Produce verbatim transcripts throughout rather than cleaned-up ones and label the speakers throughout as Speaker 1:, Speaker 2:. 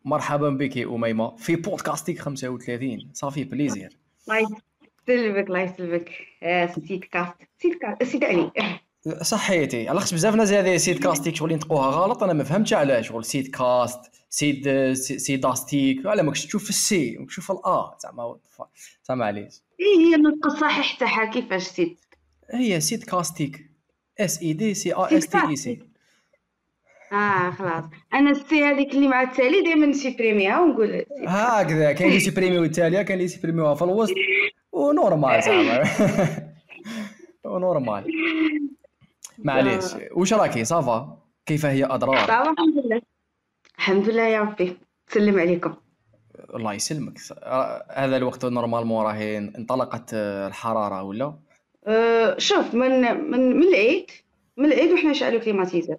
Speaker 1: مرحبا بك أميمة في بودكاستيك خمسة وثلاثين. صافي بليزير.
Speaker 2: الله يسلمك الله يسلمك. آه، سيد كاست سيد كاست سيد علي.
Speaker 1: صحيتي على خص بزاف ناس هذه سيد كاستيك شغل ينطقوها غلط، انا ما فهمتش علاش. شغل سيد كاست سيد سي- سيداستيك، على ماكش تشوف في السي ماكش تشوف في الا زعما زعما معليش.
Speaker 2: ايه هي النطق الصحيح تاعها كيفاش سيد؟
Speaker 1: هي سيد كاستيك اس اي دي سي ا
Speaker 2: سيد
Speaker 1: اس تي اي
Speaker 2: كاست.
Speaker 1: سي.
Speaker 2: اه خلاص، انا السي هذيك اللي مع التالي دائما نسيبريميها ونقول سيد كاست.
Speaker 1: هكذا كاين اللي سيبريميو التاليه، كاين اللي سيبريميوها في الوسط ونورمال زعما. ونورمال معليش.
Speaker 2: آه،
Speaker 1: واش راكي صافا؟ كيف هي اضرار؟
Speaker 2: صافا الحمد لله. الحمد لله يا ربي. سلم عليكم.
Speaker 1: الله يسلمك. آه، هذا الوقت نورمالمون راهي انطلقت آه، الحرارة ولا؟
Speaker 2: أه شوف، من من من العيد من العيد وحنا شعلوا كليماتيزر.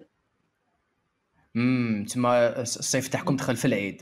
Speaker 1: امم تما الصيف تاعكم دخل في العيد.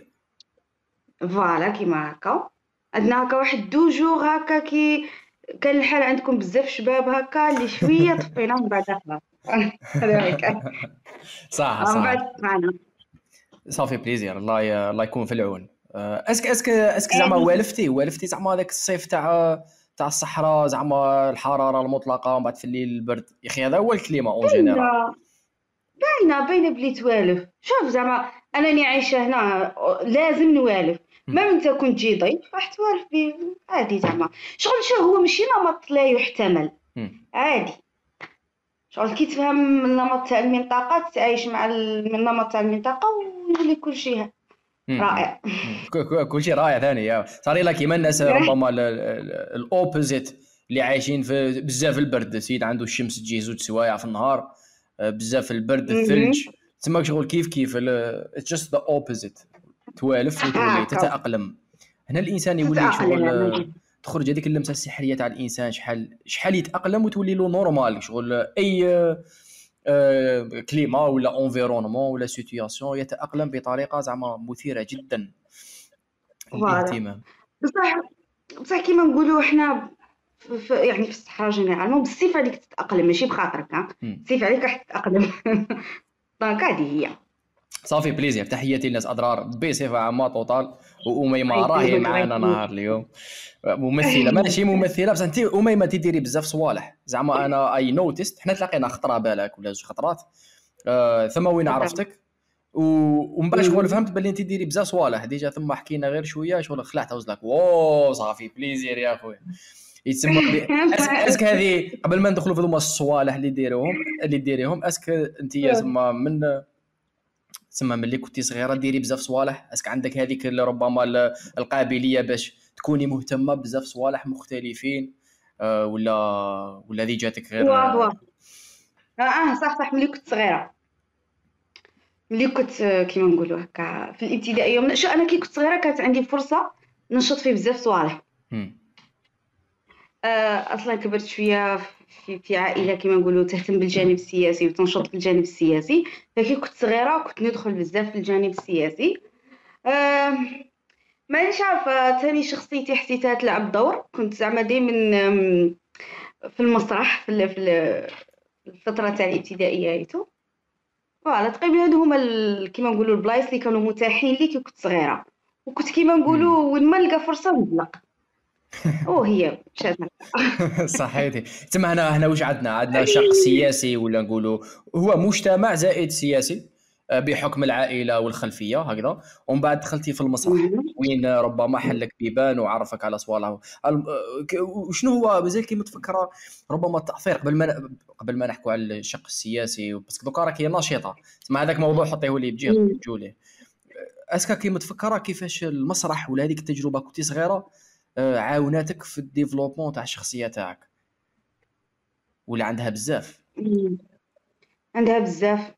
Speaker 2: فوالا كيما هكا. عندنا هكا واحد دو جوغ هكا كي كان الحال عندكم بزاف شباب هكا اللي شويه طفينا من بعد خلاص. هذا هو كان.
Speaker 1: صح
Speaker 2: من بعد
Speaker 1: صح.
Speaker 2: معنا.
Speaker 1: صافي بليزير. الله ي... الله يكون في العون. آه، اسك اسك اسك زعما
Speaker 2: آمين.
Speaker 1: والفتي والفتي زعما هذاك الصيف تاع تاع الصحراء، زعما الحرارة المطلقة ومن بعد في الليل البرد. يا اخي هذا هو الكليما اون جينيرال.
Speaker 2: باينه باينه باينه بلي توالف. شوف زعما انني عايشه هنا لازم نوالف. ما من تكون تجي ضيف راح توالف بيه عادي زعما. شغل شو هو ماشي نمط لا يحتمل. عادي. شغل كي تفهم النمط تاع المنطقة تعيش مع النمط تاع المنطقة ويولي كل شيء رائع.
Speaker 1: كل شيء رائع ثاني. يا صار لك كيما الناس ربما الاوبوزيت اللي عايشين في بزاف البرد. سيد عنده الشمس تجي زوج سوايع في النهار، بزاف البرد الثلج. تسمى شغل كيف كيف جاست ذا اوبوزيت. توالف وتولي تتأقلم. هنا الانسان يولي شغل تخرج هذيك اللمسه السحريه تاع الانسان. شحال شحال يتأقلم وتولي له نورمال. شغل اي آه، كليما ولا انفيرونمون ولا سيتوياسيون يتأقلم بطريقه زعما مثيره جدا للاهتمام.
Speaker 2: بصح بصح كيما نقولوا احنا في يعني في الصحراء جينيرالمون بالصيف عليك تتأقلم ماشي بخاطرك. ها الصيف عليك راح تتأقلم. دونك هذه هي.
Speaker 1: صافي بليزير. تحياتي للناس اضرار بصفه عامه طوطال. واميمه راهي معنا نهار اليوم ممثله ماشي ممثله بصح انت اميمه تديري بزاف صوالح. زعما انا اي نوتست حنا تلاقينا خطره بالك ولا جوج خطرات آه ثم وين عرفتك ومن بعد شغل فهمت باللي انت ديري بزاف صوالح ديجا. ثم حكينا غير شويه شغل خلعت وزلك واو صافي بليزير يا خويا. يتسمى اسك هذه قبل ما ندخلوا في هذوما الصوالح اللي ديروهم اللي ديريهم اسك انت تسمى من تسمى ملي كنتي صغيره ديري بزاف صوالح. اسك عندك هذيك ربما القابليه باش تكوني مهتمه بزاف صوالح مختلفين أه ولا ولا ذي جاتك غير؟
Speaker 2: واه واه اه صح صح. ملي كنت صغيره ملي كنت كيما نقولوا هكا في الابتدائيه. شو انا كي كنت صغيره كانت عندي فرصه ننشط في بزاف صوالح. آه اصلا كبرت شويه في في عائله كيما نقولوا تهتم بالجانب السياسي وتنشط في الجانب السياسي. فكي كنت صغيره كنت ندخل بزاف في الجانب السياسي. آه مانيش عارفه ثاني شخصيتي حسيتها تلعب دور. كنت زعما دائما في المسرح في في الفتره تاع الابتدائيه ايتو. فوالا تقريبا هادو هما كيما نقولوا البلايص اللي كانوا متاحين لي كي كنت صغيره. وكنت كيما نقولوا وين ما نلقى فرصه نطلق. او هي شاتنا.
Speaker 1: صحيتي. تما هنا هنا واش عندنا عندنا شق سياسي ولا نقولوا هو مجتمع زائد سياسي بحكم العائله والخلفيه هكذا. ومن بعد دخلتي في المسرح وين ربما حلك بيبان وعرفك على صوالح. وشنو هو مازال كي متفكره ربما التاثير قبل ما قبل ما نحكوا على الشق السياسي بس دوكا راكي نشيطه. تسمع هذاك الموضوع حطيه لي بجهه جولي. اسكا كي متفكره كيفاش المسرح ولا هذيك التجربه كنتي صغيره عاوناتك في الديفلوبمون تاع الشخصيه تاعك ولا عندها بزاف؟
Speaker 2: عندها بزاف.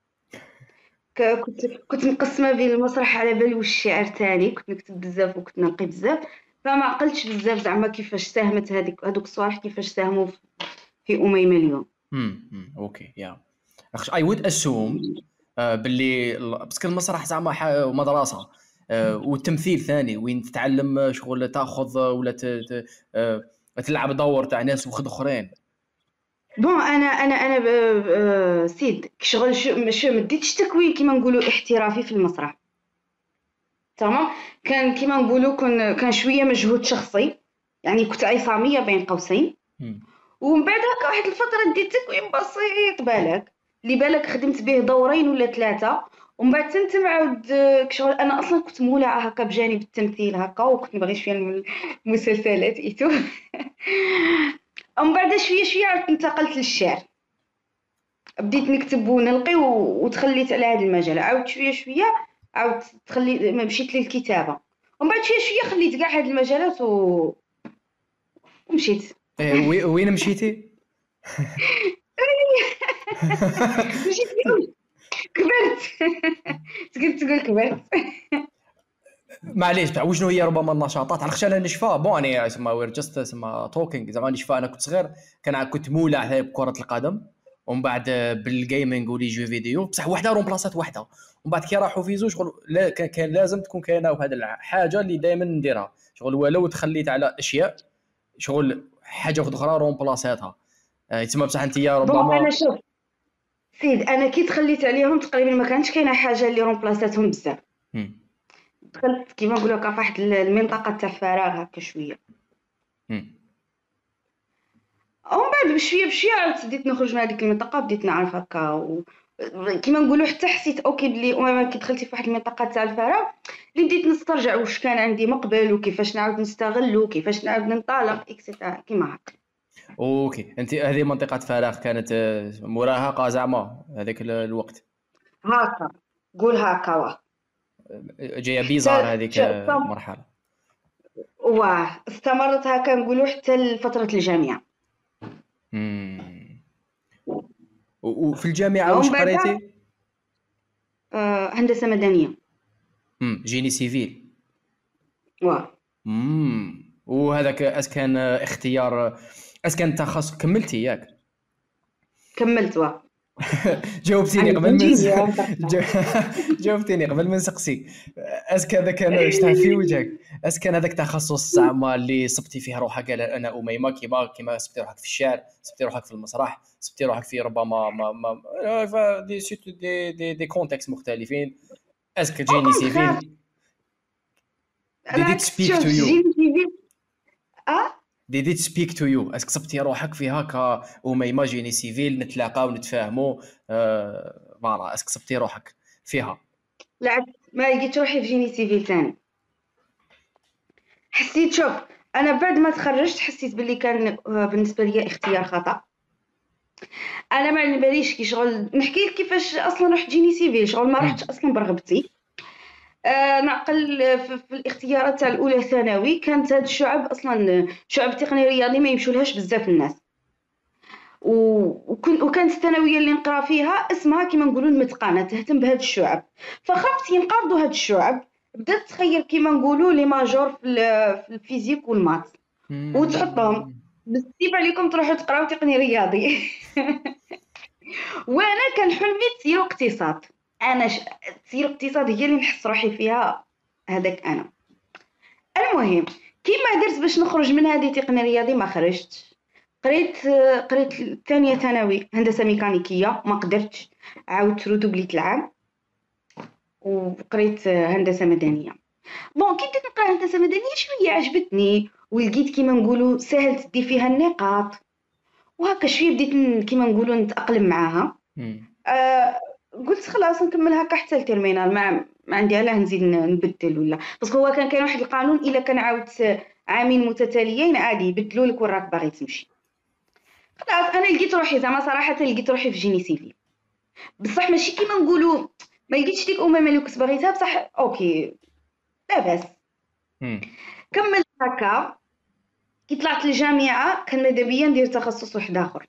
Speaker 2: كنت كنت مقسمه بين المسرح على بال والشعر تاني. كنت نكتب بزاف وكنت نلقي بزاف. فما عقلتش بزاف زعما كيفاش ساهمت هذيك هذوك الصوالح كيفاش ساهموا في اميمه اليوم.
Speaker 1: امم اوكي يا اخش اي وود اسوم باللي بس كان المسرح زعما مدرسه والتمثيل ثاني وين تتعلم شغل تاخذ ولا تلعب دور تاع ناس وخد اخرين.
Speaker 2: بون انا انا انا سيد شغل شو مش مديتش تكوين كيما نقولوا احترافي في المسرح. تمام. كان كيما نقولوا كان كان شويه مجهود شخصي، يعني كنت عصاميه بين قوسين.
Speaker 1: مم.
Speaker 2: ومن بعد هكا واحد الفتره ديت تكوين بسيط بالك، اللي بالك خدمت به دورين ولا ثلاثه. ومن بعد تنتم عاود آه، شغل انا اصلا كنت مولعه هكا بجانب التمثيل هكا، وكنت نبغي شويه من المسلسلات ايتو. ومن بعد شويه شويه عاود انتقلت للشعر، بديت نكتب ونلقي و- وتخليت على هذا المجال. عاود شويه شويه عاود تخلي مشيت للكتابه، ومن بعد شويه شويه خليت كاع هاد المجالات و... ومشيت.
Speaker 1: إيه، وي- وين مشيتي؟
Speaker 2: مشيت فيهم. كبرت. تقدر تقول كبرت.
Speaker 1: معليش تعوج شنو هي ربما النشاطات على خشان نشفى بون يعني تسمى وير جاست تسمى توكينغ زعما نشفى. انا كنت صغير كان كنت مولع بكره القدم، ومن بعد بالجيمنج ولي جو فيديو، بصح وحده رومبلاسات وحده. ومن بعد كي راحوا في زوج شغل لا كان, كان لازم تكون كاينه وهذا الحاجه اللي دائما نديرها شغل، ولو تخليت على اشياء شغل حاجه اخرى رومبلاساتها. آه، يتسمى بصح انت يا
Speaker 2: بون انا
Speaker 1: ربما.
Speaker 2: شوف سيد، انا كي تخليت عليهم تقريبا ما كانش كاينه حاجه اللي رومبلاساتهم بزاف.
Speaker 1: مم.
Speaker 2: دخلت كيما نقولوا هكا فواحد المنطقه تاع فراغ هكا شويه،
Speaker 1: مم.
Speaker 2: ومن بعد بشويه بشويه عاودت بديت نخرج من هذيك المنطقه، بديت نعرف هكا و... كيما نقولوا حتى حسيت اوكي بلي المهم كي دخلتي في واحد المنطقه تاع الفراغ اللي بديت نسترجع واش كان عندي مقبل، وكيفاش نعاود نستغل، وكيفاش نعاود ننطلق اكسيتيرا كيما هكا.
Speaker 1: اوكي، انت هذه منطقه فراغ كانت آه، مراهقه زعما هذاك ال- الوقت
Speaker 2: هكا قول هكا واه.
Speaker 1: جايه
Speaker 2: حتى
Speaker 1: بيزار هذيك
Speaker 2: حتى
Speaker 1: آه، المرحله.
Speaker 2: واه استمرت هكا نقولوا حتى لفتره الجامعه.
Speaker 1: مم. و- وفي الجامعه واش
Speaker 2: ومن بعد
Speaker 1: قريتي؟
Speaker 2: آه هندسه مدنيه.
Speaker 1: امم جيني سيفيل.
Speaker 2: واه
Speaker 1: امم وهذاك اس كان آه، اختيار، اس كان تخصص كملتي ياك؟
Speaker 2: كملت واه.
Speaker 1: جاوبتيني
Speaker 2: انا
Speaker 1: قبل ما نس...
Speaker 2: زنجيه
Speaker 1: جا- جاوبتيني قبل ما نسقسي. اس كان هذاك انا شفتها في وجهك، اس كان هذاك تخصص زعما اللي صبتي فيه روحك؟ قال انا اميمه كيما كيما صبتي روحك في الشعر، صبتي روحك في المسرح، صبتي روحك في ربما ما ما آه، دي سيت- دي دي, دي كونتكست مختلفين. اسك
Speaker 2: او
Speaker 1: جيني
Speaker 2: كونتخيغ.
Speaker 1: سيفيل did it
Speaker 2: العكس
Speaker 1: speak
Speaker 2: شوف
Speaker 1: to you
Speaker 2: جيني سيفيل. اه
Speaker 1: did it speak to you اسك صبتي روحك فيها كأميمة جيني سيفيل نتلاقاو ونتفاهموا آه، فوالا اسك صبتي روحك فيها؟
Speaker 2: العكس، ما لقيت روحي في جيني سيفيل ثاني. حسيت شوف، انا بعد ما تخرجت حسيت باللي كان آه، بالنسبه لي اختيار خطا. انا ما على باليش كي شغل نحكي لك كيفاش اصلا رحت جيني سيفيل، شغل ما رحتش
Speaker 1: مم.
Speaker 2: اصلا برغبتي. آه نعقل في, في الاختيارات تاع الاولى ثانوي كانت هاد الشعب اصلا شعب التقنيه الرياضي ما يمشولهاش بزاف الناس. و- وكن وكانت الثانويه اللي نقرا فيها اسمها كيما نقولوا المتقنه تهتم بهاد الشعب. فخفت ينقرضوا هاد الشعب، بدات تخير كيما نقولوا لي ماجور في ال- في الفيزيك والمات وتحطهم.
Speaker 1: مم.
Speaker 2: بالسيب عليكم تروحوا تقراو تقني رياضي. وانا كان حلمي تسير اقتصاد. انا ش... تسير اقتصاد هي اللي نحس روحي فيها هذاك انا. المهم كيما درت باش نخرج من هذه تقني رياضي ما خرجتش. قريت قريت الثانيه ثانوي هندسه ميكانيكيه ما قدرتش، عاودت ردوبليت العام وقريت هندسه مدنيه. بون كي بديت نقرا هندسه مدنيه شويه عجبتني، ولقيت كيما نقولوا سهل تدي فيها النقاط، وهكا شويه بديت ن- كيما نقولوا نتاقلم معاها.
Speaker 1: مم.
Speaker 2: آه قلت خلاص نكمل هكا حتى الترمينال، ما ما عندي علاه نزيد ن- نبدل ولا. بس هو كان كاين واحد القانون الا كان عاودت عامين متتاليين عادي يبدلوا لك وين راك باغي تمشي. خلاص انا لقيت روحي زعما صراحه لقيت روحي في جيني سيفي، بصح ماشي كيما نقولوا ما لقيتش ديك اميمه اللي كنت باغيتها، بصح اوكي لا باس.
Speaker 1: مم.
Speaker 2: كملت هكا. كي طلعت للجامعه كان ماذا بيا ندير تخصص واحد اخر،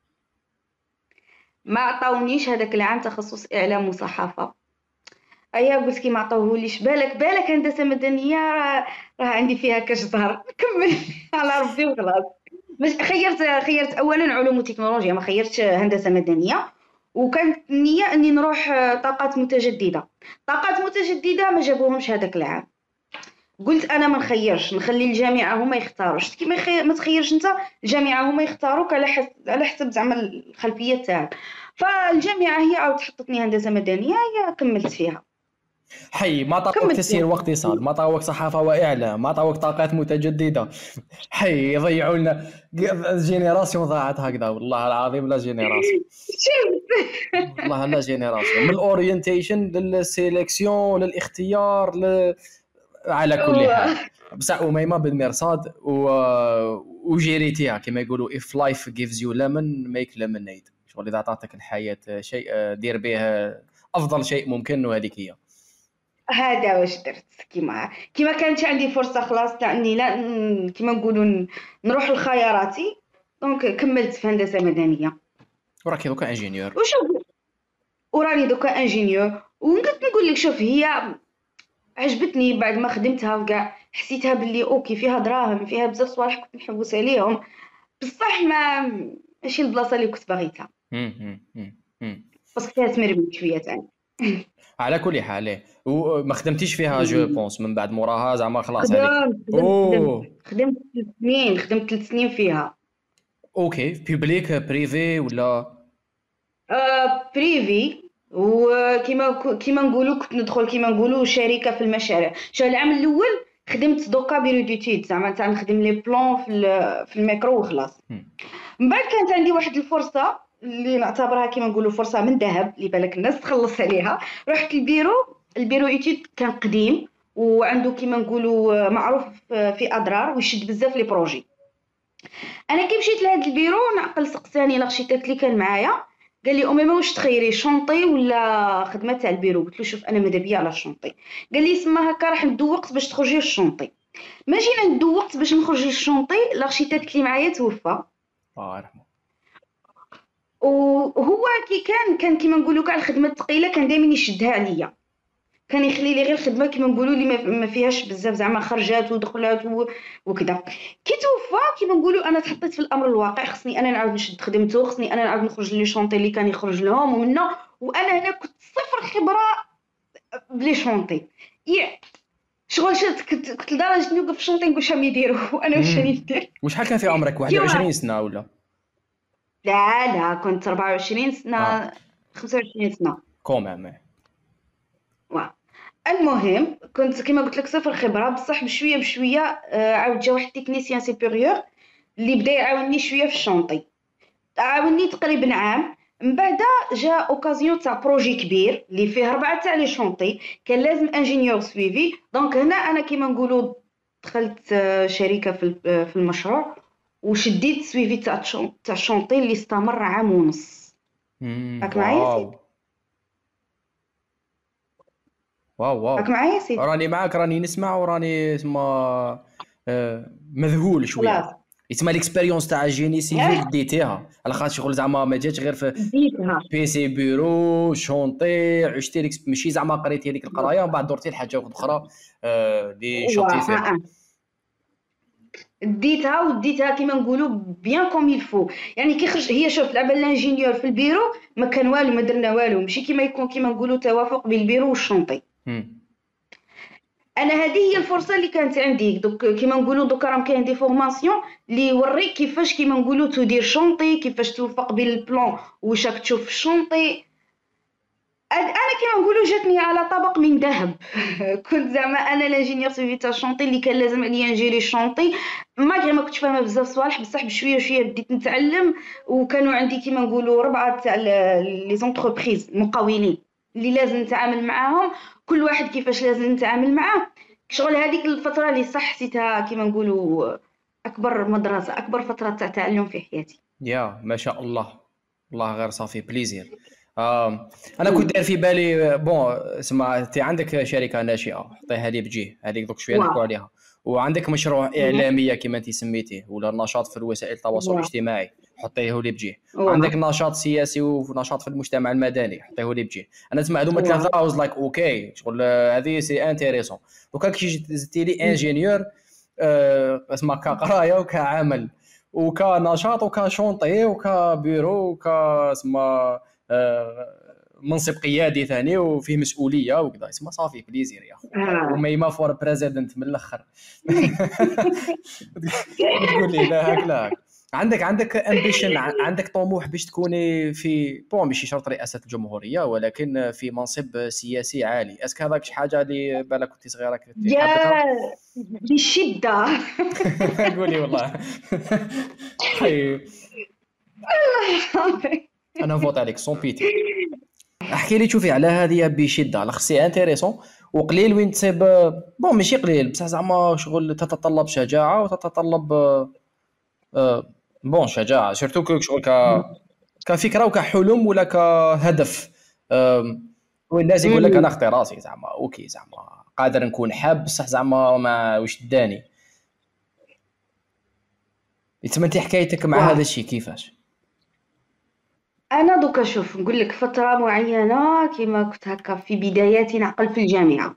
Speaker 2: ما عطاونيش هذاك العام تخصص اعلام وصحافه. ايا قلت كي ما عطاوهوليش بالك بالك هندسه مدنيه راه راه عندي فيها كاش ظهر نكمل. على ربي وخلاص. باش خيرت خيرت اولا علوم وتكنولوجيا، ما خيرتش هندسه مدنيه. وكانت النيه اني نروح طاقات متجدده. طاقات متجدده ما جابوهمش هذاك العام. قلت انا ما نخيرش، نخلي الجامعه هما يختاروا. شتي كي ما, يخي... ما تخيرش انت، الجامعه هما يختاروك على حسب على حسب زعما الخلفيه تاعك. فالجامعه هي عاود حطتني هندسه مدنيه، هي كملت فيها.
Speaker 1: حي ما طاوك
Speaker 2: كمل
Speaker 1: تسيير
Speaker 2: فيها.
Speaker 1: واقتصاد، ما طاوك صحافه واعلام، ما طاوك طاقات متجدده. حي يضيعوا لنا جينيراسيون ضاعت هكذا، والله العظيم لا جينيراسيون،
Speaker 2: شوف
Speaker 1: والله لا جينيراسيون، من الاورينتيشن للسيليكسيون للاختيار ل... على كل حال. بصح اميمه بالمرصاد و... وجيريتيها كما يقولوا if life gives you lemon make lemonade، شغل اذا تعطيك الحياه شيء دير به افضل شيء ممكن، وهذيك هي.
Speaker 2: هذا واش درت، كيما كيما كانت عندي فرصه خلاص تاع اني لا ن- كيما نقولوا ن- نروح لخياراتي، دونك كملت في هندسه مدنيه.
Speaker 1: وراكي دوكا انجينيور.
Speaker 2: وشوف، وراني دوكا انجينيور، وقلت نقول لك شوف هي عجبتني بعد ما خدمتها وكاع، حسيتها باللي اوكي فيها دراهم، فيها بزاف صوالح كنت نحوس عليهم، بصح ما ماشي البلاصه اللي كنت باغيتها،
Speaker 1: امم امم
Speaker 2: باسكو فيها تمرمد شويه تاني.
Speaker 1: على كل حال إيه. وما خدمتيش فيها جو بونس من بعد موراها زعما خلاص هذيك.
Speaker 2: خدمت خدمت خدمت
Speaker 1: اوه
Speaker 2: خدمت ثلاث سنين، خدمت ثلاث سنين فيها.
Speaker 1: اوكي، بيبليك بريفي ولا؟
Speaker 2: آه، بريفي، وكيما كيما نقولوا كنت ندخل كيما نقولوا شركه في المشاريع. شو العام الاول خدمت دوكا بيرو ديتيد، زعما تاع نخدم لي بلون في ال- في الميكرو وخلاص.
Speaker 1: مم.
Speaker 2: من بعد كانت عندي واحد الفرصه اللي نعتبرها كيما نقولوا فرصه من ذهب، اللي بالك الناس تخلص عليها. رحت البيرو، البيرو ايتيد كان قديم وعنده كيما نقولوا معروف في اضرار ويشد بزاف لي بروجي. انا كي مشيت لهاد البيرو نعقل سقساني لارشيتكت اللي كان معايا، قال لي اميمه واش تخيري شونطي ولا خدمه تاع البيرو؟ قلت له شوف انا ماذا بيا على الشونطي. قال لي سما هكا راح ندوقت باش تخرجي للشونطي. ما جينا ندوقت باش نخرج للشونطي، لارشيتكت اللي معايا توفى.
Speaker 1: الله يرحمه.
Speaker 2: وهو كي كان كان كيما نقولوا كاع الخدمه الثقيله كان دائما يشدها عليا، كان يخلي لي غير خدمه كيما نقولوا لي ما- ما فيهاش بزاف زعما خرجات ودخلات و- وكذا. كي توفى كيما نقولوا انا تحطيت في الامر الواقع، خصني انا نعاود نشد خدمته، خصني انا نعاود نخرج لي شونطي اللي كان يخرج لهم ومنا، وانا هنا كنت صفر خبره بلي شونطي. يا شغل شد كنت كنت لدرجه نوقف في شونطي نقول شام يديروا وانا واش راني ندير.
Speaker 1: وشحال كان في عمرك؟ واحد وعشرين سنه ولا؟
Speaker 2: لا لا كنت أربعة وعشرين سنه،
Speaker 1: اه
Speaker 2: خمسة وعشرين سنه.
Speaker 1: كومام.
Speaker 2: واه. المهم كنت كما قلت لك صفر خبره، بصح بشويه بشويه آه، عاود جا واحد تكنيسيان سيبيريور اللي بدا يعاوني شويه في الشونطي، عاوني تقريبا عام. من بعد جا اوكازيون تاع بروجي كبير اللي فيه اربعه تاع لي شونطي، كان لازم انجينيور سويفي. دونك هنا انا كيما نقولوا دخلت آه، شركه في ال- آه، في المشروع، وشديت سويفي تاع الشون- تاع الشونطي اللي استمر عام ونص.
Speaker 1: امم
Speaker 2: راك معايا يا سيدي؟
Speaker 1: واو واو
Speaker 2: راك
Speaker 1: واو.
Speaker 2: معايا يا سيدي؟
Speaker 1: راني معاك، راني نسمع وراني اسمع آه، مذهول شويه.
Speaker 2: خلاص
Speaker 1: يتسمى ليكسبيريونس تاع جيني سيفيل ديتيها على خاطر شغل زعما ما جاتش غير في
Speaker 2: ديتها.
Speaker 1: بي سي بيرو شونطي، عشتي ليك ماشي زعما قريتي هذيك القرايه ومن بعد درتي لحاجه اخرى آه، اللي شطي فيها.
Speaker 2: ديتها وديتها كيما نقولوا بيان كوم يلفو. يعني كي خرج هي شوف لعبه الانجينيور في البيرو ما كان والو، ما درنا والو، ماشي كيما يكون كيما نقولوا توافق بين البيرو والشونطي.
Speaker 1: مم.
Speaker 2: انا هذه هي الفرصه اللي كانت عندي. دوك كيما نقولوا دوك راهم كاين دي فورماسيون اللي يوريك كيفاش كيما نقولوا تدير شونطي، كيفاش توفق بين البلان واش راك تشوف في الشونطي. انا كيما نقولوا جاتني على طبق من ذهب. كنت زعما انا الانجينيور سيفي تاع الشونطي اللي كان لازم عليا نجيري الشونطي، ما ما كنتش فاهمه بزاف صوالح، بصح بشويه شويه بديت نتعلم. وكانوا عندي كيما نقولوا ربعه تاع لي زونتربريز مقاولين اللي لازم نتعامل معاهم، كل واحد كيفاش لازم نتعامل معاه. شغل هذيك الفتره اللي صح حسيتها كيما نقولوا اكبر مدرسه، اكبر فتره تاع تعلم في حياتي.
Speaker 1: يا ما شاء الله، الله غير صافي بليزير. آه. انا كنت داير في بالي بون اسمع انت عندك شركه ناشئه حطيها لي بجيه هذيك دوك شويه نحكوا عليها، وعندك مشروع اعلاميه كما انت سميتيه ولا نشاط في الوسائل التواصل الاجتماعي حطيه لي بجيه، عندك نشاط سياسي ونشاط في المجتمع المدني حطيه لي بجيه. انا تسمع هذوما ثلاثه اي واز لايك اوكي شغل هذه سي انتريسون. دوكا كي زدتي لي انجينيور آه اسمع كقرايه وكعمل وكنشاط وكشونطي وكبيرو وك اسمع آه منصب قيادي ثاني وفيه مسؤوليه وكذا، اسمع صافي بليزير يا اخو. وميما فور بريزيدنت من الاخر. تقول لي لا هاك لا هاك. عندك عندك امبيشن، عندك طموح باش تكوني في بون ماشي شرط رئاسه الجمهوريه، ولكن في منصب سياسي عالي؟ اسك هذاك شي حاجه اللي بالك كنتي صغيره كنتي حابتها؟
Speaker 2: يا بشدة.
Speaker 1: قولي والله. حي، انا فوت عليك سون بيتي. احكي لي شوفي على هذه بشده، على خصي انتريسون وقليل وين تصيب. بون ماشي قليل بصح زعما شغل تتطلب شجاعه وتتطلب آه، بون شجاعه سورتو كو شغل ك كفكره وكحلم ولا كهدف. آم، وين الناس يقول لك انا
Speaker 2: أمم.
Speaker 1: اختي راسي زعما اوكي، زعما قادر نكون حاب بصح زعما ما واش داني. تما انت حكايتك مع هذا
Speaker 2: واه
Speaker 1: الشيء كيفاش؟
Speaker 2: انا دوكا شوف نقول لك فتره معينه كيما كنت هكا في بداياتي نعقل في الجامعه.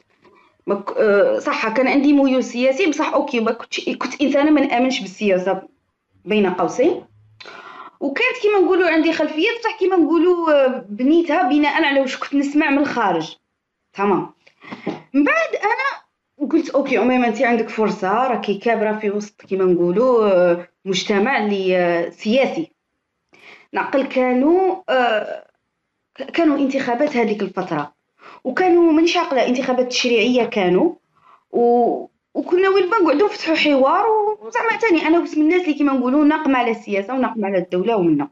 Speaker 2: ما ك- آه، صح كان عندي ميول سياسي بصح اوكي ما كنت كنت انسانه ما نامنش بالسياسه بين قوسين. وكانت كيما نقولوا عندي خلفيه بصح كيما نقولوا آه، بنيتها بناء على واش كنت نسمع من الخارج. تمام. من بعد قلت اوكي اميمه انت عندك فرصه راكي كابره في وسط كيما نقولوا آه، مجتمع اللي آه، سياسي. نعقل كانوا آه، كانوا انتخابات هذيك الفتره وكانوا مانيش عاقله انتخابات تشريعيه كانوا و... وكنا وين ما نقعدوا نفتحوا حوار وزعما تاني انا وسط من الناس اللي كيما نقولوا ناقم على السياسه وناقم على الدوله ومنا.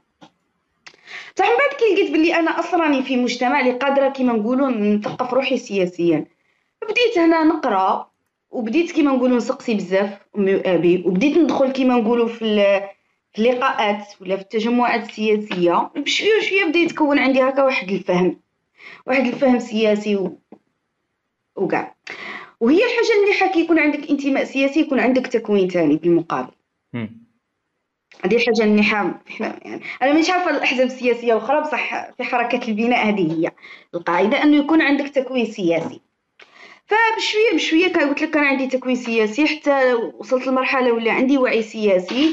Speaker 2: بصح من بعد كي لقيت بلي انا اصلا راني في مجتمع اللي قادره كيما نقولوا نثقف روحي سياسيا. بديت هنا نقرا وبديت كيما نقولوا نسقسي بزاف امي وابي وبديت ندخل كيما نقولوا في ال- في اللقاءات ولا في التجمعات السياسيه بشويه بشويه بدا يتكون عندي هكا واحد الفهم واحد الفهم سياسي و- وكاع. وهي الحاجه المليحه كي يكون عندك انتماء سياسي يكون عندك تكوين تاني بالمقابل.
Speaker 1: مم.
Speaker 2: هذه الحاجه المليحه احنا يعني انا مش عارفه الاحزاب السياسيه الاخرى بصح في حركه البناء هذه هي القاعده انه يكون عندك تكوين سياسي. فبشويه بشويه كان قلت لك كان عندي تكوين سياسي حتى وصلت لمرحله ولا عندي وعي سياسي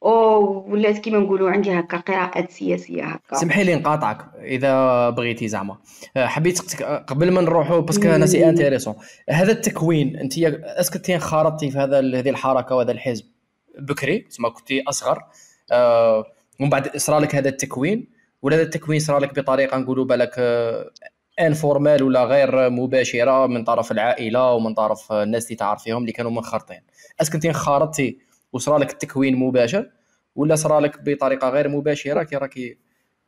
Speaker 2: ولات كيما نقولوا عندي هكا قراءات سياسيه هكا.
Speaker 1: سمحي لي نقاطعك اذا بغيتي زعما. آه، حبيت قلت- قبل ما نروحوا باسكو انا سي
Speaker 2: مم.
Speaker 1: انتريسون هذا التكوين. انت اسكو انت انخرطتي في هذا هذه الحركه وهذا الحزب بكري تسمى كنتي اصغر، آه، ومن بعد صرا لك هذا التكوين، ولا هذا التكوين صرا لك بطريقه نقولوا بالك آه، انفورمال ولا غير مباشره من طرف العائله ومن طرف الناس اللي تعرفيهم اللي كانوا منخرطين؟ اسكو انت انخرطتي وصرا لك التكوين مباشر، ولا صرا لك بطريقه غير مباشره كي راكي؟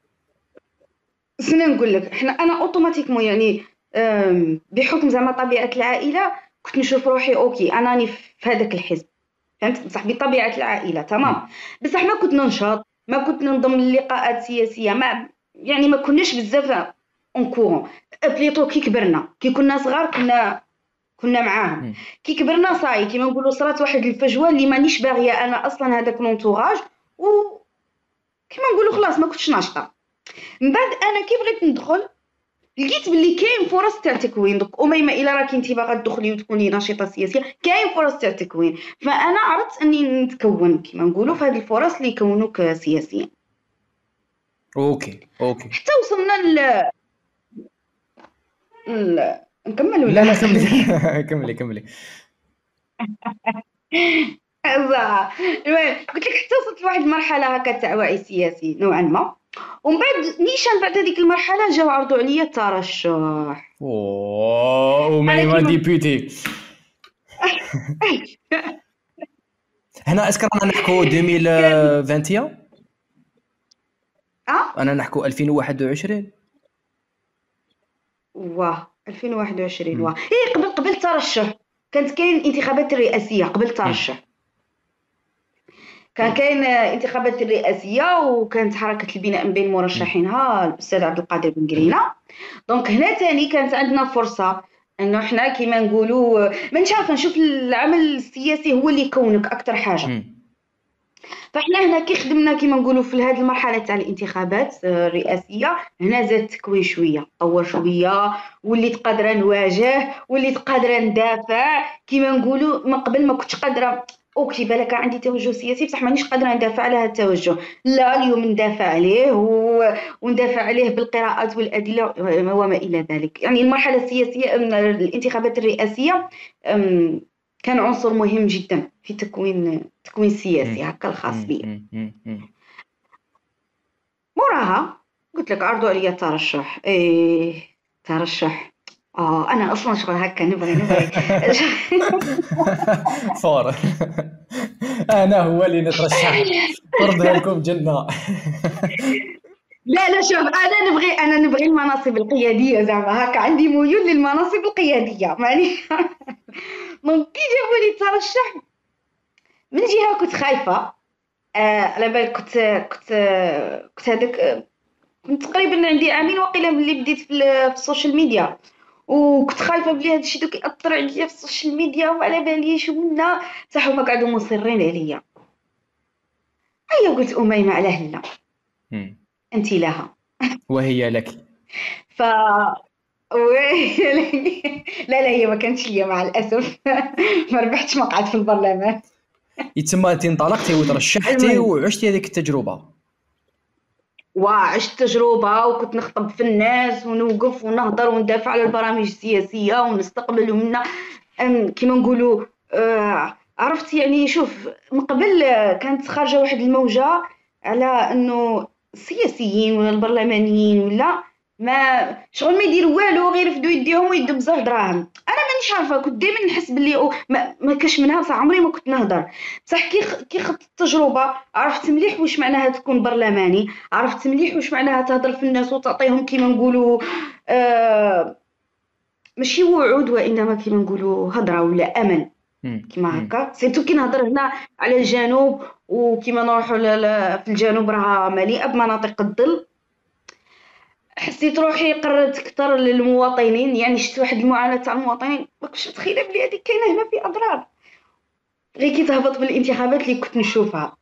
Speaker 2: شنو نقول لك احنا انا اوتوماتيكمون يعني آم، بحكم زعما طبيعه العائله كنت نشوف روحي اوكي انا راني في هذاك الحزب. فهمت بصح بطبيعه العائله تمام.
Speaker 1: مم.
Speaker 2: بصح ما كنت ننشط ما كنت ننضم للقاءات سياسيه ما يعني ما كناش بزاف اون كورون. بليطو كي كبرنا كي كنا صغار كنا كنا معاهم.
Speaker 1: مم.
Speaker 2: كي كبرنا صاي كيما نقولوا صرات واحد الفجوه اللي مانيش باغيه انا اصلا هذاك لونتوراج وكيما نقولوا خلاص ما كنتش ناشطه. من بعد انا كي بغيت ندخل لقيت باللي كاين فرص تاع تكوين. دوك اميمه الا راكي انت باغا تدخلي وتكوني نشيطه سياسيه كاين فرص تاع تكوين. فانا عرفت اني نتكون كيما نقولوا في هذه الفرص اللي يكونوك سياسيا.
Speaker 1: اوكي اوكي.
Speaker 2: حتى وصلنا ل ل- نكمل
Speaker 1: لا
Speaker 2: ولا
Speaker 1: لا كملي. كملي كملي.
Speaker 2: صح. المهم قلت لك حتى وصلت لواحد المرحله هكا تاع وعي سياسي نوعا ما. ومن بعد نيشان بعد هذيك المرحله جاو عرضوا عليا الترشح.
Speaker 1: اوه
Speaker 2: انا
Speaker 1: مي
Speaker 2: كيما
Speaker 1: ديبيوتي. هنا اسكو رانا نحكوا
Speaker 2: كان
Speaker 1: ألفين وواحد وعشرين؟
Speaker 2: اه
Speaker 1: انا نحكوا ألفين وواحد وعشرين.
Speaker 2: واه ألفين وواحد وعشرين واه
Speaker 1: مم.
Speaker 2: ايه قبل قبل الترشح كانت كاين الانتخابات الرئاسيه قبل
Speaker 1: مم.
Speaker 2: الترشح. كان كاين آه، انتخابات الرئاسيه وكانت حركه البناء من بين
Speaker 1: مم.
Speaker 2: مرشحينها الاستاذ عبد القادر بن قرينه. دونك هنا تاني كانت عندنا فرصه انه احنا كيما نقولوا مانيش عارفه نشوف العمل السياسي هو اللي يكونك اكثر حاجه.
Speaker 1: مم.
Speaker 2: فاحنا هنا كي خدمنا كيما نقولوا في هذه المرحله تاع الانتخابات آه، الرئاسيه هنا زاد التكوين شويه طور شويه وليت قادره نواجه وليت قادره ندافع كيما نقولوا من قبل ما كنتش قادره. اوكي بالك عندي توجه سياسي بصح مانيش قادره ندافع على هذا التوجه. لا اليوم ندافع عليه و... وندافع عليه بالقراءات والادله وما الى ذلك. يعني المرحله السياسيه الانتخابات الرئاسيه كان عنصر مهم جدا في تكوين التكوين السياسي هكا الخاص
Speaker 1: مم.
Speaker 2: بي.
Speaker 1: مم. مم. مم.
Speaker 2: موراها قلت لك عرضوا عليا الترشح. ايه ترشح، اه انا اصلا شغل هكا نبغي نبغي
Speaker 1: فور. انا هو اللي نترشح، طردها لكم جنة.
Speaker 2: لا لا شوف، انا نبغي انا نبغي المناصب القياديه، زعما هكا عندي ميول للمناصب القياديه ماني دونك كي جابوا لي الترشح، من جهه كنت خايفه. آه على بالك كنت كنت كنت هذاك كنت تقريبا عندي عامين واقيلا ملي بديت في, ال- في السوشيال ميديا، وكنت خايفه بلي هذا الشيء دوك ياثر عليا في السوشيال ميديا وعلى باليش ولا صح. هما قعدوا مصرين عليا. هيا قلت اميمه على هلا
Speaker 1: مم.
Speaker 2: انت لها.
Speaker 1: وهي لك.
Speaker 2: ف وي- لا لا هي ما كانتش ليا مع الاسف ما ربحتش مقعد في البرلمان.
Speaker 1: يتسمى انت انطلقتي وترشحتي
Speaker 2: المهم
Speaker 1: وعشتي هذيك التجربه.
Speaker 2: وعشت تجربة وكنت نخطب في الناس ونوقف ونهضر وندافع على البرامج السياسية ونستقبل منا أم، كيما نقولوا. آه، عرفت يعني. شوف من قبل آه، كانت خارجة واحد الموجة على انه السياسيين ولا البرلمانيين ولا ما شغل ما يديروا والو غير يرفدوا يديهم ويدوا بزاف دراهم. انا مانيش عارفه، كنت دائما نحس باللي أو ما, ما كاش منها، بصح عمري ما كنت نهضر. بصح كي خ- كي خدت التجربه عرفت مليح واش معناها تكون برلماني، عرفت مليح واش معناها تهضر في الناس وتعطيهم كيما نقولوا آه ماشي وعود وانما كيما نقولوا هضره ولا امل.
Speaker 1: مم.
Speaker 2: كيما
Speaker 1: مم.
Speaker 2: هكا سيرتو كي نهضر هنا على الجنوب، وكيما نروحوا ل- ل- في الجنوب راها مليئه بمناطق الظل. حسيت روحي قربت اكثر للمواطنين، يعني شفت واحد المعاناه تاع المواطنين ما كنتش متخيله بلي هذه كاينه هنا في اضرار. غير كي تهبط بالانتخابات اللي كنت نشوفها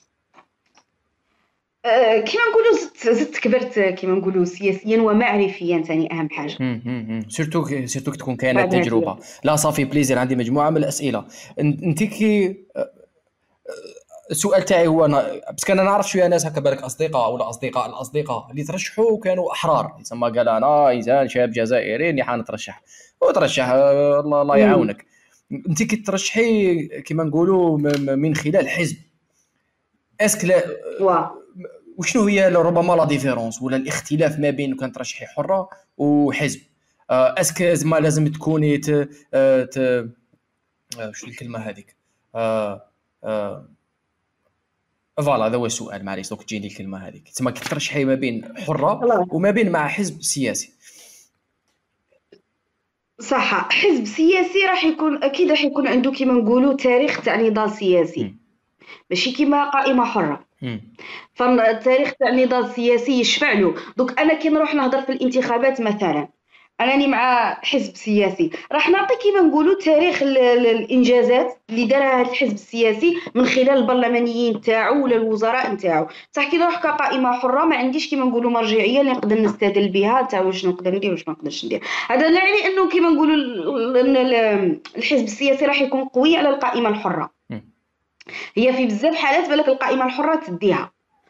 Speaker 2: آه، كيما نقولوا زدت زدت كبرت كيما نقولوا سياسيا ومعرفيا ثاني اهم حاجه
Speaker 1: مم. مم. سيرتو سيرتو كي تكون كاينه
Speaker 2: بعد هذه.
Speaker 1: تجربه. لا صافي بليزير، عندي مجموعه من الاسئله. أن- انت كي السؤال تاعي هو انا بس كان نعرف شويه ناس هكا بالك اصدقاء ولا اصدقاء الاصدقاء اللي ترشحوا كانوا احرار، يسمى قال انا انسان شاب جزائري اللي حنترشح وترشح. آه، الله الله
Speaker 2: امم
Speaker 1: يعاونك. انت كي ترشحي كيما نقولوا م- م- من خلال حزب، اسك لا
Speaker 2: وا
Speaker 1: وشنو هي ربما لا ديفيرونس ولا الاختلاف ما بين كان ترشحي حره وحزب؟ آه، اسك زعما لازم تكوني ت... آه، ت... آه، شو الكلمه هذيك؟ آه، آه، فوالا هذا هو السؤال. معليش دوك تجيني الكلمه هذيك. تسمى كي ترشحي ما بين حره
Speaker 2: خلاص
Speaker 1: وما بين مع حزب سياسي.
Speaker 2: صح. حزب سياسي راح يكون اكيد راح يكون عنده كيما نقولوا تاريخ تاع نضال سياسي،
Speaker 1: مم.
Speaker 2: ماشي كيما قائمه حره.
Speaker 1: مم.
Speaker 2: فالتاريخ تاع النضال السياسي يشفع له. دوك انا كي نروح نهضر في الانتخابات مثلا، انني مع حزب سياسي راح نعطي كيما نقولوا تاريخ ال- ال- الانجازات اللي دارها هذا الحزب السياسي من خلال البرلمانيين تاعو ولا الوزراء نتاعو. صح كي نروح كقائمه حره ما عنديش كيما نقولوا مرجعيه اللي نقدر نستدل بها تاع واش نقدر ندير واش ما نقدرش ندير. هذا لا يعني انه كيما نقولوا ال- ال- ال- الحزب السياسي راح يكون قوي على القائمه الحره.
Speaker 1: مم.
Speaker 2: هي في بزاف حالات بالك القائمه الحره تديها،